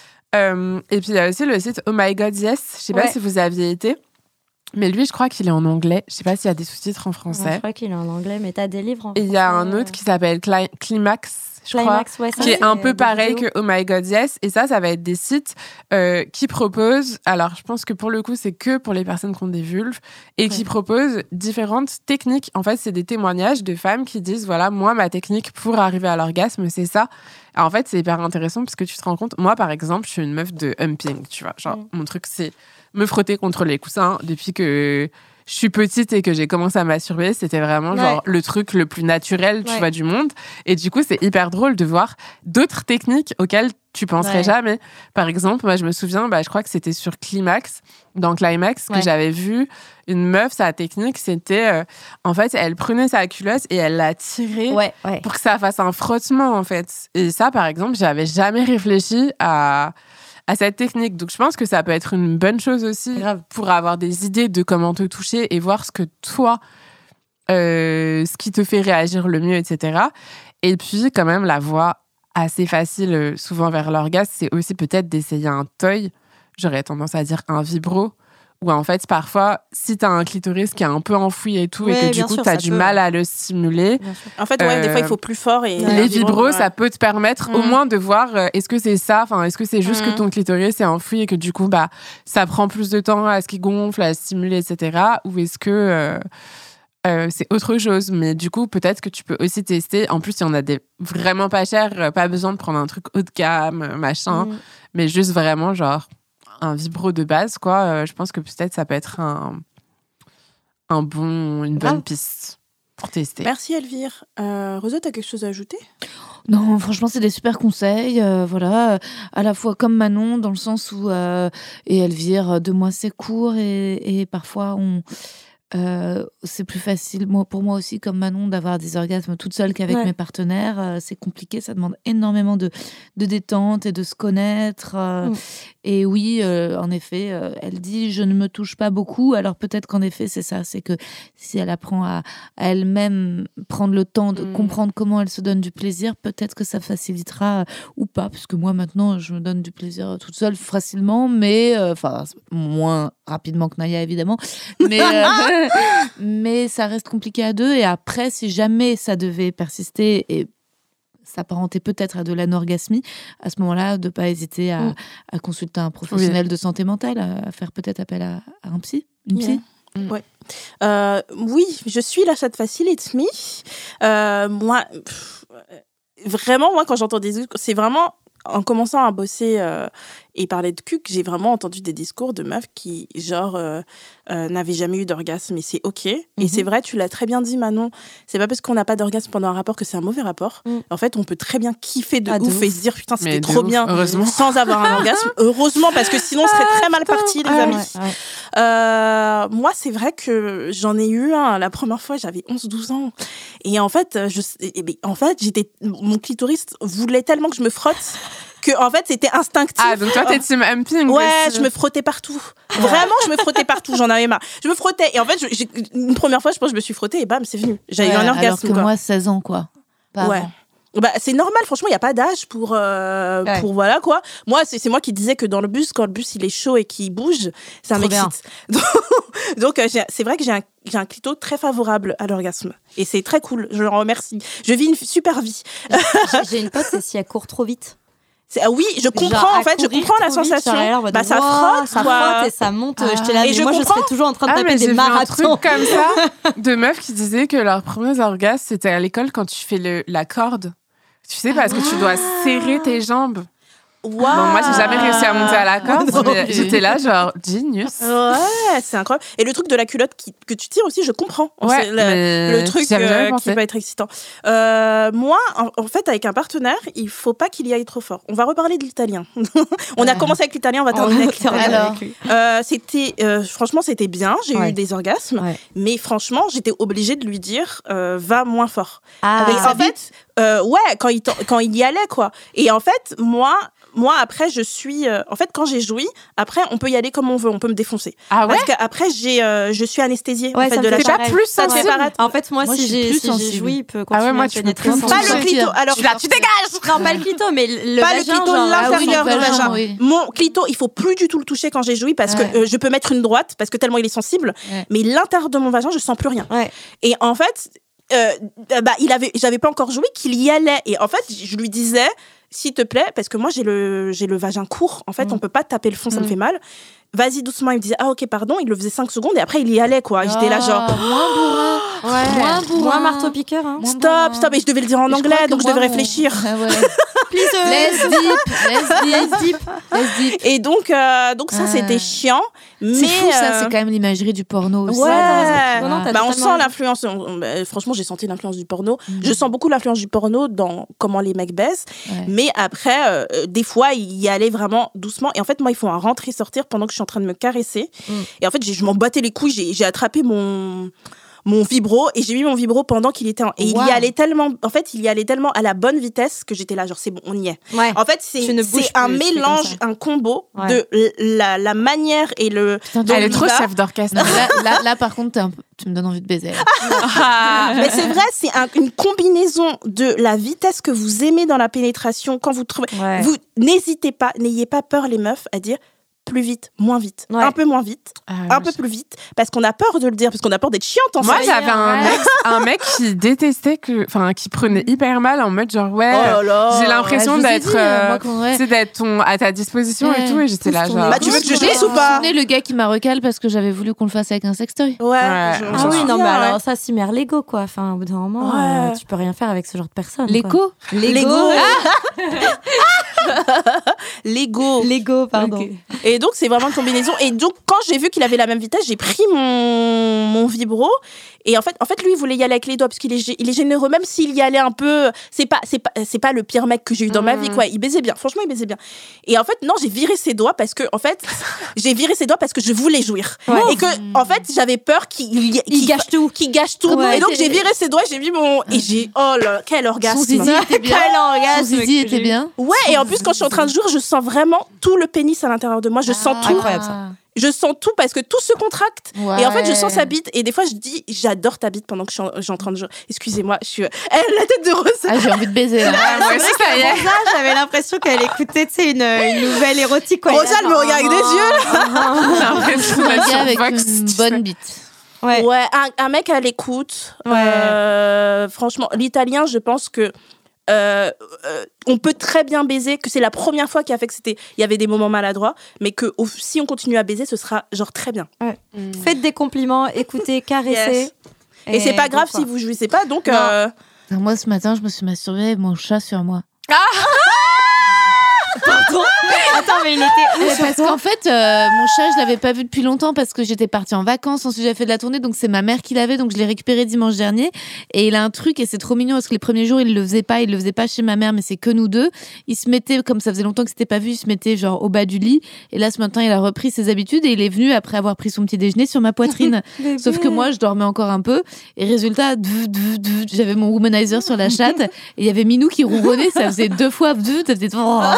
Euh, et puis, il y a aussi le site Oh My God Yes. Je sais pas ouais. si vous aviez été. Mais lui, je crois qu'il est en anglais. Je sais pas s'il y a des sous-titres en français. Ouais, je crois qu'il est en anglais, mais t'as des livres en français. Et il y a un autre qui s'appelle Cli- Climax, je Climax, crois, ouais, qui est un peu pareil vidéos. que Oh My God Yes. Et ça, ça va être des sites euh, qui proposent... Alors, je pense que pour le coup, c'est que pour les personnes qui ont des vulves et ouais. qui proposent différentes techniques. En fait, c'est des témoignages de femmes qui disent, voilà, moi, ma technique pour arriver à l'orgasme, c'est ça. Alors, en fait, c'est hyper intéressant parce que tu te rends compte... Moi, par exemple, je suis une meuf de humping, tu vois. Genre, mm. mon truc, c'est... me frotter contre les coussins depuis que je suis petite et que j'ai commencé à masturber. C'était vraiment ouais. genre le truc le plus naturel, tu ouais. vois, du monde. Et du coup, c'est hyper drôle de voir d'autres techniques auxquelles tu penserais ouais. jamais. Par exemple, moi, je me souviens, bah, je crois que c'était sur Climax, dans Climax, ouais. que j'avais vu une meuf, sa technique, c'était... Euh, en fait, elle prenait sa culotte et elle la tirait ouais, ouais. pour que ça fasse un frottement, en fait. Et ça, par exemple, j'avais jamais réfléchi à... à cette technique. Donc, je pense que ça peut être une bonne chose aussi Grave. pour avoir des idées de comment te toucher et voir ce que toi, euh, ce qui te fait réagir le mieux, et cetera. Et puis, quand même, la voie assez facile, souvent vers l'orgasme, c'est aussi peut-être d'essayer un toy. J'aurais tendance à dire un vibro. Où en fait, parfois, si t'as un clitoris qui est un peu enfoui et tout, ouais, et que du coup, sûr, t'as du peut. mal à le stimuler. En fait, ouais, euh, des fois, il faut plus fort. Et les vibros, ouais. ça peut te permettre mmh. au moins de voir euh, est-ce que c'est ça, enfin, est-ce que c'est juste mmh. que ton clitoris est enfoui et que du coup, bah, ça prend plus de temps à ce qu'il gonfle, à stimuler, et cetera. Ou est-ce que euh, euh, c'est autre chose? Mais du coup, peut-être que tu peux aussi tester. En plus, il y en a des vraiment pas chers, pas besoin de prendre un truc haut de gamme, machin, mmh. mais juste vraiment, genre, un vibro de base, quoi. Euh, je pense que peut-être ça peut être un, un bon, une bonne ah. piste pour tester. Merci Elvire. Euh, Rosa, t'as quelque chose à ajouter? Non, franchement, c'est des super conseils. Euh, voilà, à la fois comme Manon, dans le sens où euh, et Elvire, deux mois c'est court et, et parfois on. Euh, c'est plus facile moi, pour moi aussi comme Manon d'avoir des orgasmes toute seule qu'avec ouais. mes partenaires. Euh, c'est compliqué, ça demande énormément de, de détente et de se connaître. Euh, mm. Et oui, euh, en effet, euh, elle dit je ne me touche pas beaucoup. Alors peut-être qu'en effet c'est ça, c'est que si elle apprend à, à elle-même prendre le temps de mm. comprendre comment elle se donne du plaisir, peut-être que ça facilitera euh, ou pas, parce que moi maintenant je me donne du plaisir toute seule facilement, mais enfin euh, moins rapidement que Naya évidemment, mais euh, mais ça reste compliqué à deux. Et après, si jamais ça devait persister et s'apparenter peut-être à de l'anorgasmie, à ce moment-là, de ne pas hésiter à, mmh. à consulter un professionnel oui. de santé mentale, à faire peut-être appel à, à un psy, une psy. Yeah. Mmh. Ouais. Euh, oui, je suis la chatte facile, it's me. Euh, moi, pff, vraiment, moi, quand j'entends des... C'est vraiment... En commençant à bosser euh, et il parlait de cul, que j'ai vraiment entendu des discours de meufs qui, genre, euh, euh, n'avaient jamais eu d'orgasme, et c'est OK. Mm-hmm. Et c'est vrai, tu l'as très bien dit, Manon, c'est pas parce qu'on n'a pas d'orgasme pendant un rapport que c'est un mauvais rapport. Mm. En fait, on peut très bien kiffer de ah, ouf, de ouf et se dire, putain, c'était trop ouf, bien, heureusement. Sans avoir un orgasme. Heureusement, parce que sinon, on serait très mal partis, les ah, amis. Ouais, ouais. Euh, moi, c'est vrai que j'en ai eu un. La première fois, j'avais onze douze ans. Et en fait, je, et, et, en fait j'étais, mon clitoris voulait tellement que je me frotte que en fait c'était instinctif. Ah donc toi t'es team humping. Ouais, aussi. Je me frottais partout. Vraiment, je me frottais partout. J'en avais marre. Je me frottais et en fait, je, j'ai, une première fois, je pense, je me suis frottée et bam, c'est venu. J'avais ouais, eu un orgasme. Alors que quoi. moi, seize ans quoi. Pas ouais. Avant. Bah, c'est normal, franchement, il n'y a pas d'âge pour, euh, ouais. pour voilà quoi. Moi, c'est, c'est moi qui disais que dans le bus, quand le bus il est chaud et qu'il bouge, ça Trop m'excite. Donc, donc euh, j'ai, c'est vrai que j'ai un, j'ai un clito très favorable à l'orgasme. Et c'est très cool, je le remercie. Je vis une super vie. J'ai, j'ai une pote, c'est si elle court trop vite. C'est, ah oui, je comprends, genre, en fait, je comprends la sensation. Vite, bah, ça frotte, ça frotte et ça monte. Ah. J'étais là, mais je moi, comprends. Je serais toujours en train de taper ah, des marathons. Un truc comme ça, de meufs qui disaient que leurs premiers orgasmes, c'était à l'école quand tu fais le, la corde. Tu sais, parce que tu dois serrer tes jambes. Wow. Bon, moi, j'ai jamais réussi à monter à la corde, mais j'étais là, genre, genius. Ouais, c'est incroyable. Et le truc de la culotte qui, que tu tires aussi, je comprends. Ouais, c'est le, le truc euh, qui peut être excitant. Euh, moi, en, en fait, avec un partenaire, il faut pas qu'il y aille trop fort. On va reparler de l'italien. on a commencé avec l'italien, on va terminer avec l'italien. Alors. Euh, c'était, euh, franchement, c'était bien. J'ai ouais. eu des orgasmes, ouais. mais franchement, j'étais obligée de lui dire, euh, va moins fort. Ah, et en fait, euh, ouais, quand il, quand il y allait, quoi. Et en fait, moi. Moi, après, je suis... Euh, en fait, quand j'ai joui, après, on peut y aller comme on veut. On peut me défoncer. Ah ouais? Parce qu'après, j'ai, euh, je suis anesthésiée. Ouais, en fait, ça de me la fait pas plus ça te fait paraître. En fait, moi, moi si, j'ai, si j'ai joui, il peut continuer ah ouais, moi, à tu peux pénétrer. Pas le clito. Alors, tu, là, tu dégages! Non, pas le clito, mais le pas vagin. le clito, genre, l'intérieur ah oui, du vagin. Oui. Mon clito, il faut plus du tout le toucher quand j'ai joui parce ouais. que euh, je peux mettre une droite parce que tellement il est sensible. Ouais. Mais l'intérieur de mon vagin, je sens plus rien. Ouais. Et en fait, euh, bah, il avait, j'avais pas encore joui qu'il y allait. Et en fait, je lui disais... S'il te plaît, parce que moi j'ai le, j'ai le vagin court, en fait mmh. on peut pas taper le fond, ça mmh. me fait mal. Vas-y doucement, il me disait ah ok pardon, il le faisait cinq secondes et après il y allait quoi. J'étais là genre moins bourrin, ouais. moins bourrin, moins marteau piqueur. Hein. Stop, bourrin. stop et je devais le dire en et anglais je donc je devais on... réfléchir. Ah ouais. Please, let's deep, let's deep, let's deep, let's deep. Et donc euh, donc ça ah. c'était chiant. Mais c'est fou, euh... ça, c'est quand même l'imagerie du porno aussi. Ouais, ouais. Non, non, bah, on sent l'influence. On, bah, franchement, j'ai senti l'influence du porno. Mm-hmm. Je sens beaucoup l'influence du porno dans comment les mecs baissent. Ouais. Mais après, euh, des fois, il y allait vraiment doucement. Et en fait, moi, il faut un rentrer-sortir pendant que je suis en train de me caresser. Mm. Et en fait, j'ai, je m'en battais les couilles. J'ai, j'ai attrapé mon... mon vibro et j'ai mis mon vibro pendant qu'il était en... et wow. il y allait tellement en fait il y allait tellement à la bonne vitesse que j'étais là genre c'est bon on y est ouais. en fait c'est, c'est plus, un mélange un combo ouais. de la, la manière et le Putain, elle est trop chef d'orchestre. là, là, là par contre un peu... tu me donnes envie de baiser mais c'est vrai c'est un, une combinaison de la vitesse que vous aimez dans la pénétration quand vous trouvez ouais. vous n'hésitez pas n'ayez pas peur les meufs à dire plus vite, moins vite, ouais. un peu moins vite, ah, un ouais, peu plus vite, parce qu'on a peur de le dire, parce qu'on a peur d'être chiante en Moi, fait. j'avais un mec, un mec qui détestait que, enfin, qui prenait hyper mal en mode genre ouais, oh là là, j'ai l'impression ouais, d'être, dit, euh, moi, ouais. d'être ton, à ta disposition ouais. et tout, et j'étais là genre. Bah tu veux que je glisse ou pas? Vous le gars qui m'a recalé parce que j'avais voulu qu'on le fasse avec un sextoy. Ouais. ouais. Je, ah oui, non mais alors ça s'immerge l'ego quoi. Enfin au bout d'un moment, ouais. euh, tu peux rien faire avec ce genre de personne. L'ego. L'ego. L'ego. L'ego, pardon. Okay. Et donc, c'est vraiment une combinaison. Et donc, quand j'ai vu qu'il avait la même vitesse, j'ai pris mon, mon vibro. Et en fait, en fait, lui, il voulait y aller avec les doigts parce qu'il est, il est généreux. Même s'il y allait un peu, c'est pas, c'est pas, c'est pas le pire mec que j'ai eu dans mmh. ma vie, quoi. Il baisait bien. Franchement, il baisait bien. Et en fait, non, j'ai viré ses doigts parce que, en fait, j'ai viré ses doigts parce que je voulais jouir. Ouais. Et que, en fait, j'avais peur qu'il, qu'il, il gâche tout. Qu'il gâche tout. Ouais, et donc, j'ai viré ses doigts, j'ai mis mon, et j'ai, oh là, quel orgasme. Son zizi était bien. Quel orgasme. Son zizi était bien. Ouais, et en plus, quand je suis en train de jouir, je sens vraiment tout le pénis à l'intérieur de moi. Je sens ah, tout. Incroyable ça. Je sens tout parce que tout se contracte. Ouais. Et en fait, je sens sa bite. Et des fois, je dis, j'adore ta bite pendant que je suis en, je suis en train de jouer. Excusez-moi, je suis. Elle, la tête de Rosa. Ah, j'ai envie de baiser. Là. Ah, moi aussi, ça y est. Rosa, j'avais l'impression qu'elle écoutait, tu sais, une, une nouvelle érotique. Quoi. Rosa, elle me regarde avec des yeux. Là. Avec une bonne bite. Ouais, ouais un, un mec à l'écoute. Ouais. Euh, franchement, l'italien, je pense que. Euh, euh, on peut très bien baiser, que c'est la première fois qu'il a fait que c'était, il y avait des moments maladroits, mais que au, si on continue à baiser, ce sera genre très bien. Ouais. Mmh. Faites des compliments, écoutez, caressez. Yes. Et, et c'est pas grave si vous jouissez pas, donc. Euh... Moi, ce matin, je me suis masturbée avec mon chat sur moi. Ah Pardon. attends, mais il était où Parce qu'en fait, euh, mon chat, je l'avais pas vu depuis longtemps parce que j'étais partie en vacances. Ensuite, j'ai fait de la tournée, donc c'est ma mère qui l'avait, donc je l'ai récupéré dimanche dernier. Et il a un truc, et c'est trop mignon parce que les premiers jours, il le faisait pas, il le faisait pas chez ma mère, mais c'est que nous deux. Il se mettait, comme ça faisait longtemps que c'était pas vu, il se mettait genre au bas du lit. Et là, ce matin, il a repris ses habitudes et il est venu après avoir pris son petit déjeuner sur ma poitrine. Sauf que moi, je dormais encore un peu. Et résultat, j'avais mon womanizer sur la chatte et il y avait Minou qui ronronnait, ça faisait deux fois, ça faisait.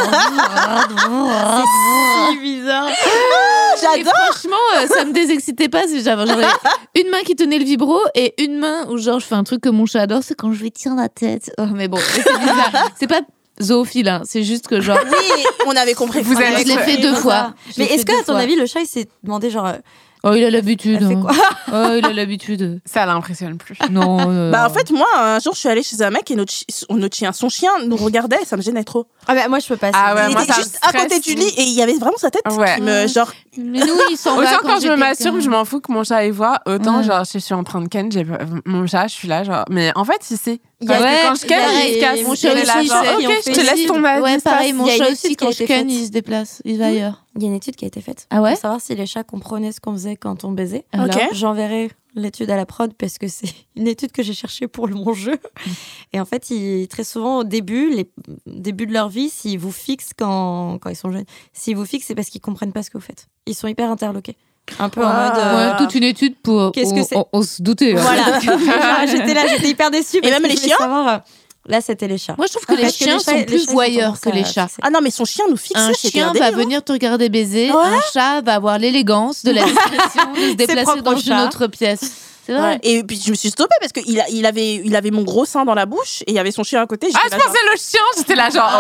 C'est si bizarre. J'adore. Et franchement, euh, ça me désexcitait pas. J'avais une main qui tenait le vibro et une main où genre je fais un truc que mon chat adore, c'est quand je lui tire la tête. Oh, mais bon, c'est bizarre. C'est pas zoophile, hein. C'est juste que genre. Oui, on avait compris. Vous avez je l'ai fait deux fois. Mais est-ce que à ton avis, le chat il s'est demandé genre. Oh, il a l'habitude. Elle fait quoi Oh, il a l'habitude. Ça l'impressionne plus. Non. Euh... Bah, en fait, moi, un jour, je suis allée chez un mec et notre, chi- notre chien, son chien nous regardait et ça me gênait trop. Ah, bah, moi, je peux pas. Ah, ouais, il moi, était ça juste à côté du lit et il y avait vraiment sa tête ouais. qui me. Genre. Mais nous, il s'en va. Autant quand, quand je me j'étais masturbe, con. je m'en fous que mon chat y voit. Autant, Ouais. genre, je suis en train de ken, j'ai mon chat, je suis là, genre. Mais en fait, il sait. Il y a- Parce ouais, que quand je ken, il y a- il se casse. mon chat Il est là, aussi, genre, c'est- ok, on je fait te laisse aussi. ton avis. Ouais, pareil, Il mon y a une chat étude aussi, qui a quand je été ken, faite. il se déplace. Il va ailleurs. Il y a une étude qui a été faite. Ah ouais Pour savoir si les chats comprenaient ce qu'on faisait quand on baisait. Alors Ok. J'enverrai l'étude à la prod parce que c'est une étude que j'ai cherchée pour le- mon jeu. Et en fait, ils, très souvent, au début, les débuts de leur vie, s'ils vous fixent quand, quand ils sont jeunes, s'ils vous fixent, c'est parce qu'ils comprennent pas ce que vous faites. Ils sont hyper interloqués. Un peu en Ah. mode. euh, Ouais, toute une étude pour. Qu'est-ce on, que c'est on, on se doutait. hein. Voilà. j'étais là, j'étais hyper déçue. parce même que les je voulais chiens savoir, euh, Là, c'était les chats. Moi, je trouve que les Parce que chiens les chats- sont les plus chats, ils ont voyeurs tendance que les à chats. fixer. Ah non, mais son chien nous fixait. Un c'était chien un va délire. venir te regarder baiser. Ouais. Un chat va avoir l'élégance de la discrétion de se déplacer propre dans au une chat. autre pièce. C'est vrai. Ouais. Et puis je me suis stoppée parce qu'il a, il avait, il avait mon gros sein dans la bouche et il y avait son chien à côté. Ah, J'étais je là, pensais le chien, j'étais là, genre.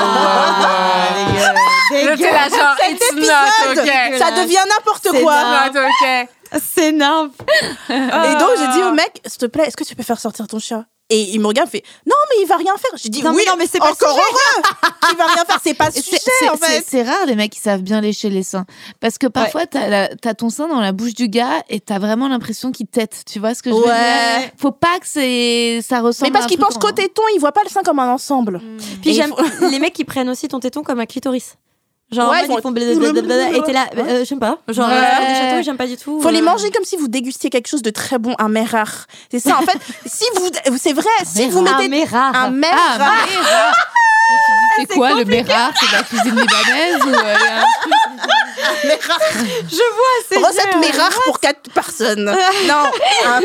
Oh, ouais, ouais. J'étais là, genre, Cet it's épisode, not okay. ça devient n'importe C'est quoi. dingue. Not okay. C'est nimp. Et donc j'ai dit au mec, s'il te plaît, est-ce que tu peux faire sortir ton chat? Et il me regarde, il fait non mais il va rien faire. J'ai dit Non, oui, mais non, mais c'est pas encore le sujet. heureux. Il va rien faire, c'est pas le C'est- sujet c'est- en fait. c'est- C'est rare les mecs qui savent bien lécher les seins. Parce que parfois, t'as, la- t'as ton sein dans la bouche du gars et t'as vraiment l'impression qu'il tète. Tu vois ce que je veux Ouais. dire? Faut pas que c'est, ça ressemble Mais parce à un qu'il truc pense en- qu'au téton, il voit pas le sein comme un ensemble. Puis Et j'aime il les mecs qui prennent aussi ton téton comme un clitoris. Genre, Ouais, en mode, ils font blablabla, et t'es là, euh, j'aime pas. Genre, Ouais. euh, des châteaux, j'aime pas du tout. Faut les euh. manger comme si vous dégustiez quelque chose de très bon, un mets rare. C'est ça en fait. Si vous, c'est vrai, si vous Ah, mettez mais rare. un mets Ah, rare, mais rare. Je me suis dit, C'est C'est quoi le mérard? C'est de la cuisine libanaise ou euh, y a un truc- mets rare. Je vois, c'est Recette dur. mets rare pour quatre personnes. Non, un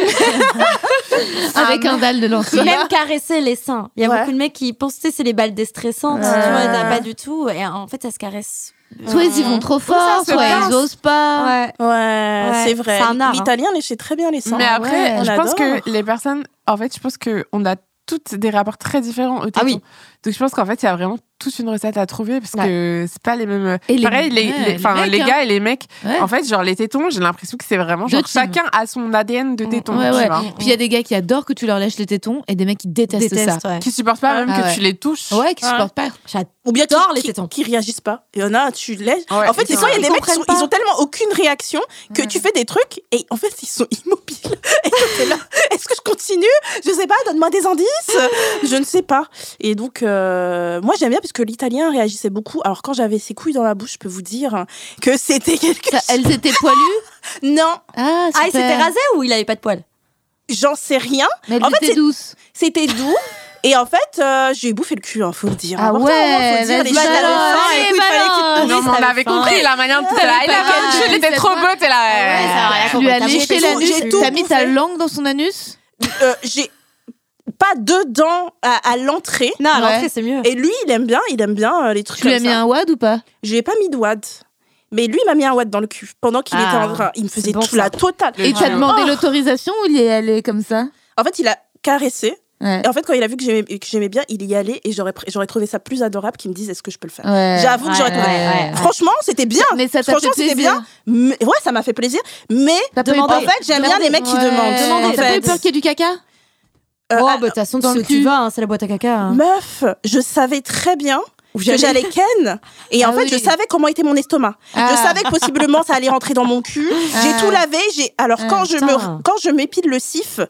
avec un dalle de lentilles? Même caresser les seins. Il y a Ouais. beaucoup de mecs qui pensent que c'est les balles déstressantes. Ouais. Tu vois, t'as pas du tout. Et en fait, ça se caresse. Soit ils y vont trop fort, se soit passe. ils osent pas. Ouais. Ouais, Ouais, c'est vrai. c'est un art, hein. L'italien léchait très bien les seins. Mais après, Ouais, je on pense adore. que les personnes, en fait, je pense qu'on a toutes des rapports très différents au téton. Ah oui. Donc je pense qu'en fait, il y a vraiment toute une recette à trouver parce que c'est pas les mêmes. Et les- Pareil, les, ouais, les, les enfin, mecs, les hein. gars et les mecs. Ouais. En fait, genre les tétons, j'ai l'impression que c'est vraiment Deux genre teams. chacun a son A D N de téton. Ouais, tu ouais. vois. Puis il y a des gars qui adorent que tu leur lèches les tétons et des mecs qui détestent Déteste, ça. ouais. Qui supportent pas même Ah que ouais. tu les touches. Ouais, qui Ouais. supportent pas. Ou bien qui, J'adore les qui, tétons. qui réagissent pas. Il y en a, tu laisses. Ouais, en fait, c'est des fois, il y a vrai. des mecs qui Ils sont, comprennent ils ont tellement aucune réaction que tu fais des trucs et en fait, ils sont immobiles. Et toi, t'es là. Est-ce que je continue? Je sais pas, donne-moi des indices. Je ne sais pas. Et donc, euh, moi, j'aime bien parce que l'italien réagissait beaucoup. Alors, quand j'avais ses couilles dans la bouche, je peux vous dire que c'était quelque Ça- chose. elles étaient poilues? Non, Ah, super. Ah, il s'était rasé ou il avait pas de poils? j'en sais rien. Mais elles En fait, étaient c'est- douces. C'était doux. Et en fait, euh, j'ai bouffé le cul, hein, faut le dire. Ah Important, ouais, hein, faut dire, vas-y, les chats alors, avaient faim, allez, écoute, fallait qu'ils te balance. Non, nourrissent, mais on t'avais avait faim. compris la manière dont T'avais elle a pas elle avait- compris, elle était c'est trop pas- beau, t'es là. Ouais, ça a rien Tu lui as T'as léché tout- l'anus? j'ai tout T'as mis ta bouffé. langue dans son anus? Euh, j'ai pas dedans à, à l'entrée. Non, à Ouais. l'entrée, c'est mieux. Et lui, il aime bien, il aime bien euh, les trucs Tu lui as comme mis ça. un wad ou pas? Je lui ai pas mis de wad. Mais lui, il m'a mis un wad dans le cul. Pendant qu'il Ah, était en train, il me faisait bon, tout ça. la totale. Le Et t'as Ah. demandé Oh. l'autorisation ou il y est allé comme ça? En fait, il a caressé. Ouais. Et en fait, quand il a vu que j'aimais, que j'aimais bien, il y allait. Et j'aurais, pr- j'aurais trouvé ça plus adorable qu'il me dise est-ce que je peux le faire. Ouais. J'avoue que j'aurais Ouais, trouvé. ouais, ouais. Franchement, c'était bien. Mais ça t'a Franchement, fait c'était plaisir. bien. Mais, ouais, ça m'a fait plaisir. Mais T'as pas eu en peur- fait, j'aime bien les mecs qui Ouais. demandent. Demandez. En T'as pas eu fait. peur qu'il y ait du caca? Euh, Oh, ah, bah, de toute façon, dans tu le sais où tu cul. vas, hein, c'est la boîte à caca. hein. Meuf, je savais très bien que j'allais. j'allais ken. Et en Ah fait, oui. je savais comment était mon estomac. Ah. Je savais que possiblement ça allait rentrer dans mon cul. J'ai Ah. tout lavé. J'ai alors Ah, quand je putain. me quand je m'épile le sif,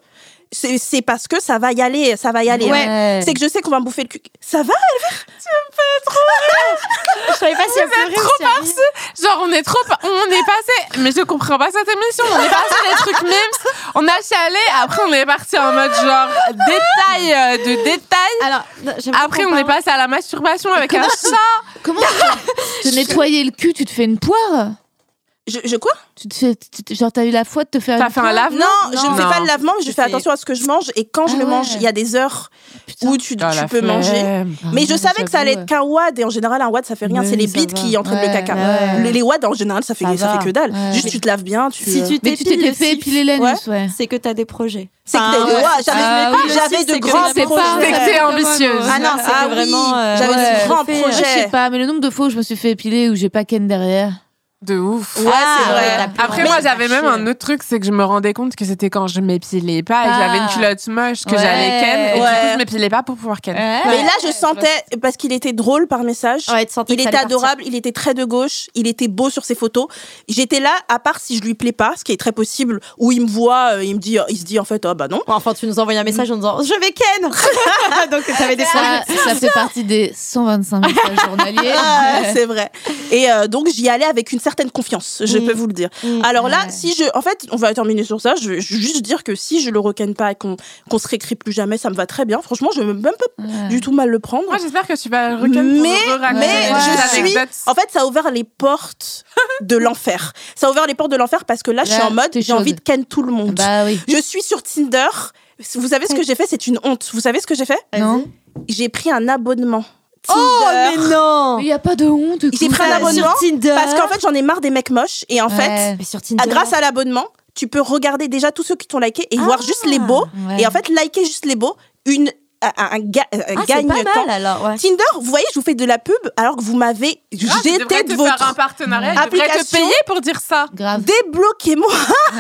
c'est, c'est parce que ça va y aller, ça va y aller. Ouais. Hein. C'est que je sais qu'on va me bouffer le cul. Ça va, Elvire? Tu me fais trop rire. Je savais pas si elle Vous êtes trop par-ci. Genre, on est trop... Pa- on est passé... Mais je comprends pas cette émission. On est passé les trucs memes. On a chialé. Après, on est parti en mode genre détail euh, de détail. Alors, après, on est passé à la masturbation avec un chat. Comment te nettoyer le cul, tu te fais une poire? Je, je quoi? Tu te fais, tu, genre, t'as eu la foi de te faire T'as une fait poire? un lavement? Non, Non, je ne fais non. pas le lavement, mais je, je fais attention à ce que je mange. Et quand je ah le ouais. mange, il y a des heures Putain. où tu, Ah, tu la peux manger. flemme. Mais je Ah, savais que ça allait être qu'un wad. Et en général, un wad, ça fait rien. Oui, c'est les ça bites va. qui entraînent Ouais, le caca. ouais. Les, les wads, en général, ça fait, Ça ça va. fait que dalle. Ouais. Juste, tu te laves bien. Tu, Si euh, tu Mais tu t'épiles t'étais fait aussi, épiler l'anus, ouais. c'est que t'as des projets. C'est que Enfin, des- ouais. ouais, j'avais, Ah, oui, j'avais aussi, de c'est que grands c'est pas- projets. C'est que t'es ambitieuse. Ah non, c'est Ah que oui, vraiment. euh, j'avais ouais, de grands je fais, euh, Moi, je sais projets. pas, mais le nombre de fois où je me suis fait épiler où j'ai pas ken derrière. De ouf. Ouais, Ah, c'est vrai. ouais, t'as plus Après, envie moi, de j'avais faire même chier. un autre truc, c'est que je me rendais compte que c'était quand je m'épilais pas et que Ah. j'avais une culotte moche que Ouais. j'allais ken. Et du Ouais. coup, je m'épilais pas pour pouvoir ken. Mais là, je sentais, parce qu'il était drôle par message, Ouais, tu sentais il que ça était allait partir. adorable, il était très de gauche, il était beau sur ses photos. J'étais là, à part si je lui plais pas, ce qui est très possible, où il me voit, euh, il me dit, il se dit en fait, ah bah non. Enfin, tu nous envoies un message en disant je vais ken. Donc t'avais des Ça, ça fait partie des cent vingt-cinq messages journaliers. Ah, c'est vrai. Et euh, donc j'y allais avec une certaine confiance, je Mm. peux vous le dire. Mm. Alors là, Ouais. si je, en fait, on va terminer sur ça. Je vais juste dire que si je le requenne pas et qu'on qu'on se réécrit plus jamais, ça me va très bien. Franchement, je vais même pas Ouais. du tout mal le prendre. Moi, j'espère que tu vas le requin pour Mais, me re-raconter mais des je petites suis. anecdotes. En fait, ça a ouvert les portes de l'enfer. Ça a ouvert les portes de l'enfer parce que là, je suis Là, en mode, t'es j'ai envie chaude. de ken tout le monde. Bah oui. Je suis sur Tinder. Vous savez ce que j'ai fait? C'est une honte. Vous savez ce que j'ai fait? Non. J'ai pris un abonnement. Oh Tinder. mais non. Il y a pas de honte. J'ai écoute. pris un abonnement sur Tinder. parce qu'en fait, j'en ai marre des mecs moches. Et en Ouais. fait, Mais sur Tinder. ah, grâce à l'abonnement, tu peux regarder déjà tous ceux qui t'ont liké et voir juste les beaux. Ouais. Et en fait, liker juste les beaux, une, un, un, ga- un Ah, c'est pas gagne-temps. mal alors. Ouais. Tinder, vous voyez, je vous fais de la pub alors que vous m'avez Ah, tu devrais jeté te de faire un votre. partenariat. Je devrais te application. payer pour dire ça. Grave. Débloquez-moi.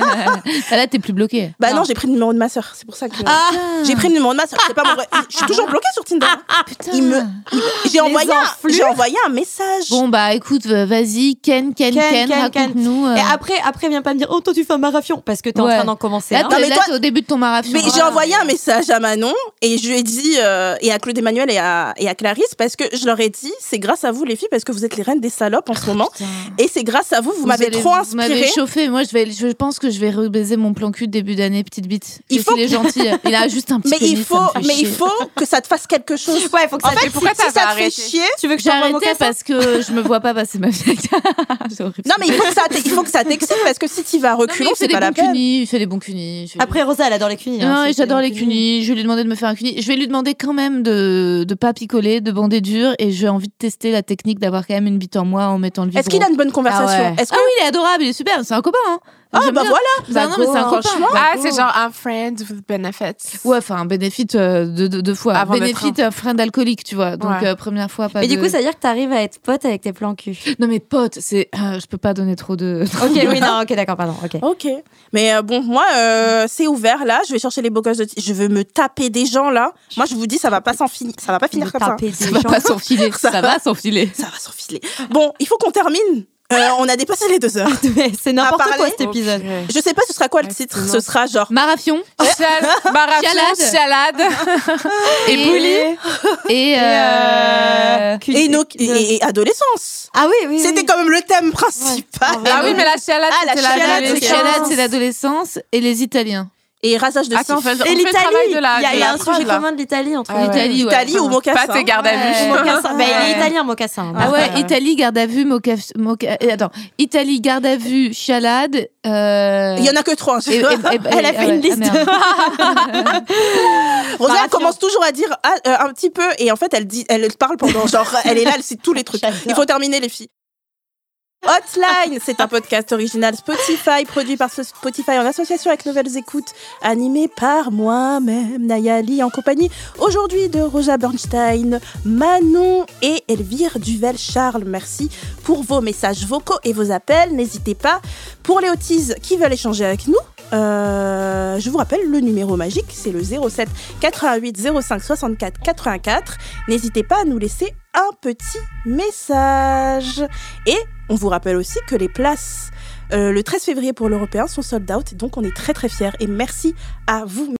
Ah, là, t'es plus bloqué. Bah non, j'ai pris le numéro de ma sœur. C'est pour ça que. Ah. J'ai pris le numéro de ma sœur. C'est pas mon vrai. Je suis toujours bloquée sur Tinder. Putain. Il me, il- j'ai envoyé, un, enflures. j'ai envoyé un message. Bon, bah écoute, euh, vas-y, Ken, Ken, Ken, Ken, Ken, Ken. raconte-nous. euh. Et après, après, viens pas me dire oh toi tu fais un marathon parce que t'es Ouais. en train d'en commencer. Là, un. t'es, Non, mais là, toi- t'es au début de ton marathon. Mais j'ai Voilà. envoyé un message à Manon et je lui ai dit euh, et à Claude Emmanuel et à, et à Clarisse parce que je leur ai dit c'est grâce à vous les filles parce que vous êtes les reines des salopes en ce moment Putain. et c'est grâce à vous vous, m'avez allez- trop Vous m'avez inspiré. chauffé. Moi, je, vais, je pense que je vais rebaiser mon plan cul de début d'année, petite bite. Il Il faut faut. Il est gentil. Il a juste un petit Mais il pénis, faut, ça me fait mais il chier. faut que ça te fasse quelque chose. Ouais, faut que En ça. fait, Et pourquoi si, t'as si ça te arrêté fait chier. tu veux que je J'ai t'envoie mon arrêté cassin parce que je me vois pas passer ma vie avec ça. C'est horrible. Non mais il faut que ça, t- il faut que ça t'excite parce que si tu vas Non, mais reculons il fait c'est des pas la bons peine. cunis. Il fait des bons cunis. il fait- Après Rosa, elle adore les cunis. hein, Non, c'est- et j'adore c'est les des cunis. Je vais lui demander de me faire un cuni. Je vais lui demander quand même de de pas picoler, de bander dur. Et j'ai envie de tester la technique d'avoir quand même une bite en moi en mettant le vibro. Est-ce qu'il a une bonne conversation? Ah, ouais. Est-ce Ah que oui, il est adorable, il est super. C'est un copain. Hein. ah J'aime bah bien. voilà. Bah non, mais c'est un Bah, copain. franchement. Ah, c'est genre un friend with benefits. Ouais, enfin, un bénéfice euh, de deux de fois. Avant d'être Bénéfice, un friend alcoolique, tu vois. Donc, Ouais. euh, première fois, pas Mais de... du coup, ça veut dire que t'arrives à être pote avec tes plans cul. Non, mais pote, c'est... euh, je peux pas donner trop de... Ok, oui, non, ok, d'accord, pardon. Ok. Ok. Mais euh, bon, moi, euh, c'est ouvert là. Je vais chercher les beaux gosses de. Je veux me taper des gens là. Moi, je vous dis, ça va pas s'en finir. Ça va pas finir comme ça. Taper des Ça va gens. pas s'enfiler. Ça Ça va s'enfiler. Ça va s'enfiler. Bon, il faut qu'on termine. Euh, on a dépassé les deux heures. Mais c'est n'importe À quoi parler. cet épisode. Je sais pas ce sera quoi le Ouais, titre. c'est Ce long. sera genre. Marafion. Chial- Marafion, Chialade. chialade. Et bouli. Et... euh, euh... cul- Et, nos, de- et, et adolescence. Ah oui, oui. C'était oui. quand même le thème principal. Ouais. Ah oui, mais la chialade, Ah, la c'était la chialade, adolescence. Les chialades, c'est l'adolescence. Et les Italiens. Et rasage de Attends, on cif. fait, on Et fait le l'Italie. travail de la. Il y a, de il y a la un phrase, sujet là. commun de l'Italie entre Ah ouais. l'Italie. ouais. Italie ou mocassin. Pas tes gardes à Ouais. vue. Mocassin. Bah, il est Ouais. italien, mocassin. Ah ouais, Ouais. Italie, garde à vue, moca... moca... et attends, Italie, garde à vue, chialade. Euh... Il y en a que trois. hein. et- et- et- Elle a ah fait ouais, une liste. ah, merde. Rosa, Marathon. elle commence toujours à dire ah, euh, un petit peu et en fait elle dit, elle parle pendant genre, elle est là, elle sait tous les trucs. J'adore. Il faut terminer les filles. Hotline, c'est un podcast original Spotify, produit par Spotify en association avec Nouvelles Écoutes, animé par moi-même, Nayali, en compagnie aujourd'hui de Rosa Bernstein, Manon et Elvire Duvel-Charles. Merci pour vos messages vocaux et vos appels. N'hésitez pas. Pour les autistes qui veulent échanger avec nous, euh, je vous rappelle le numéro magique, c'est le zéro sept quatre-vingt-huit zéro cinq soixante-quatre quatre-vingt-quatre. N'hésitez pas à nous laisser un petit message. Et on vous rappelle aussi que les places euh, le treize février pour l'Européen sont sold out, donc on est très très fiers et merci à vous.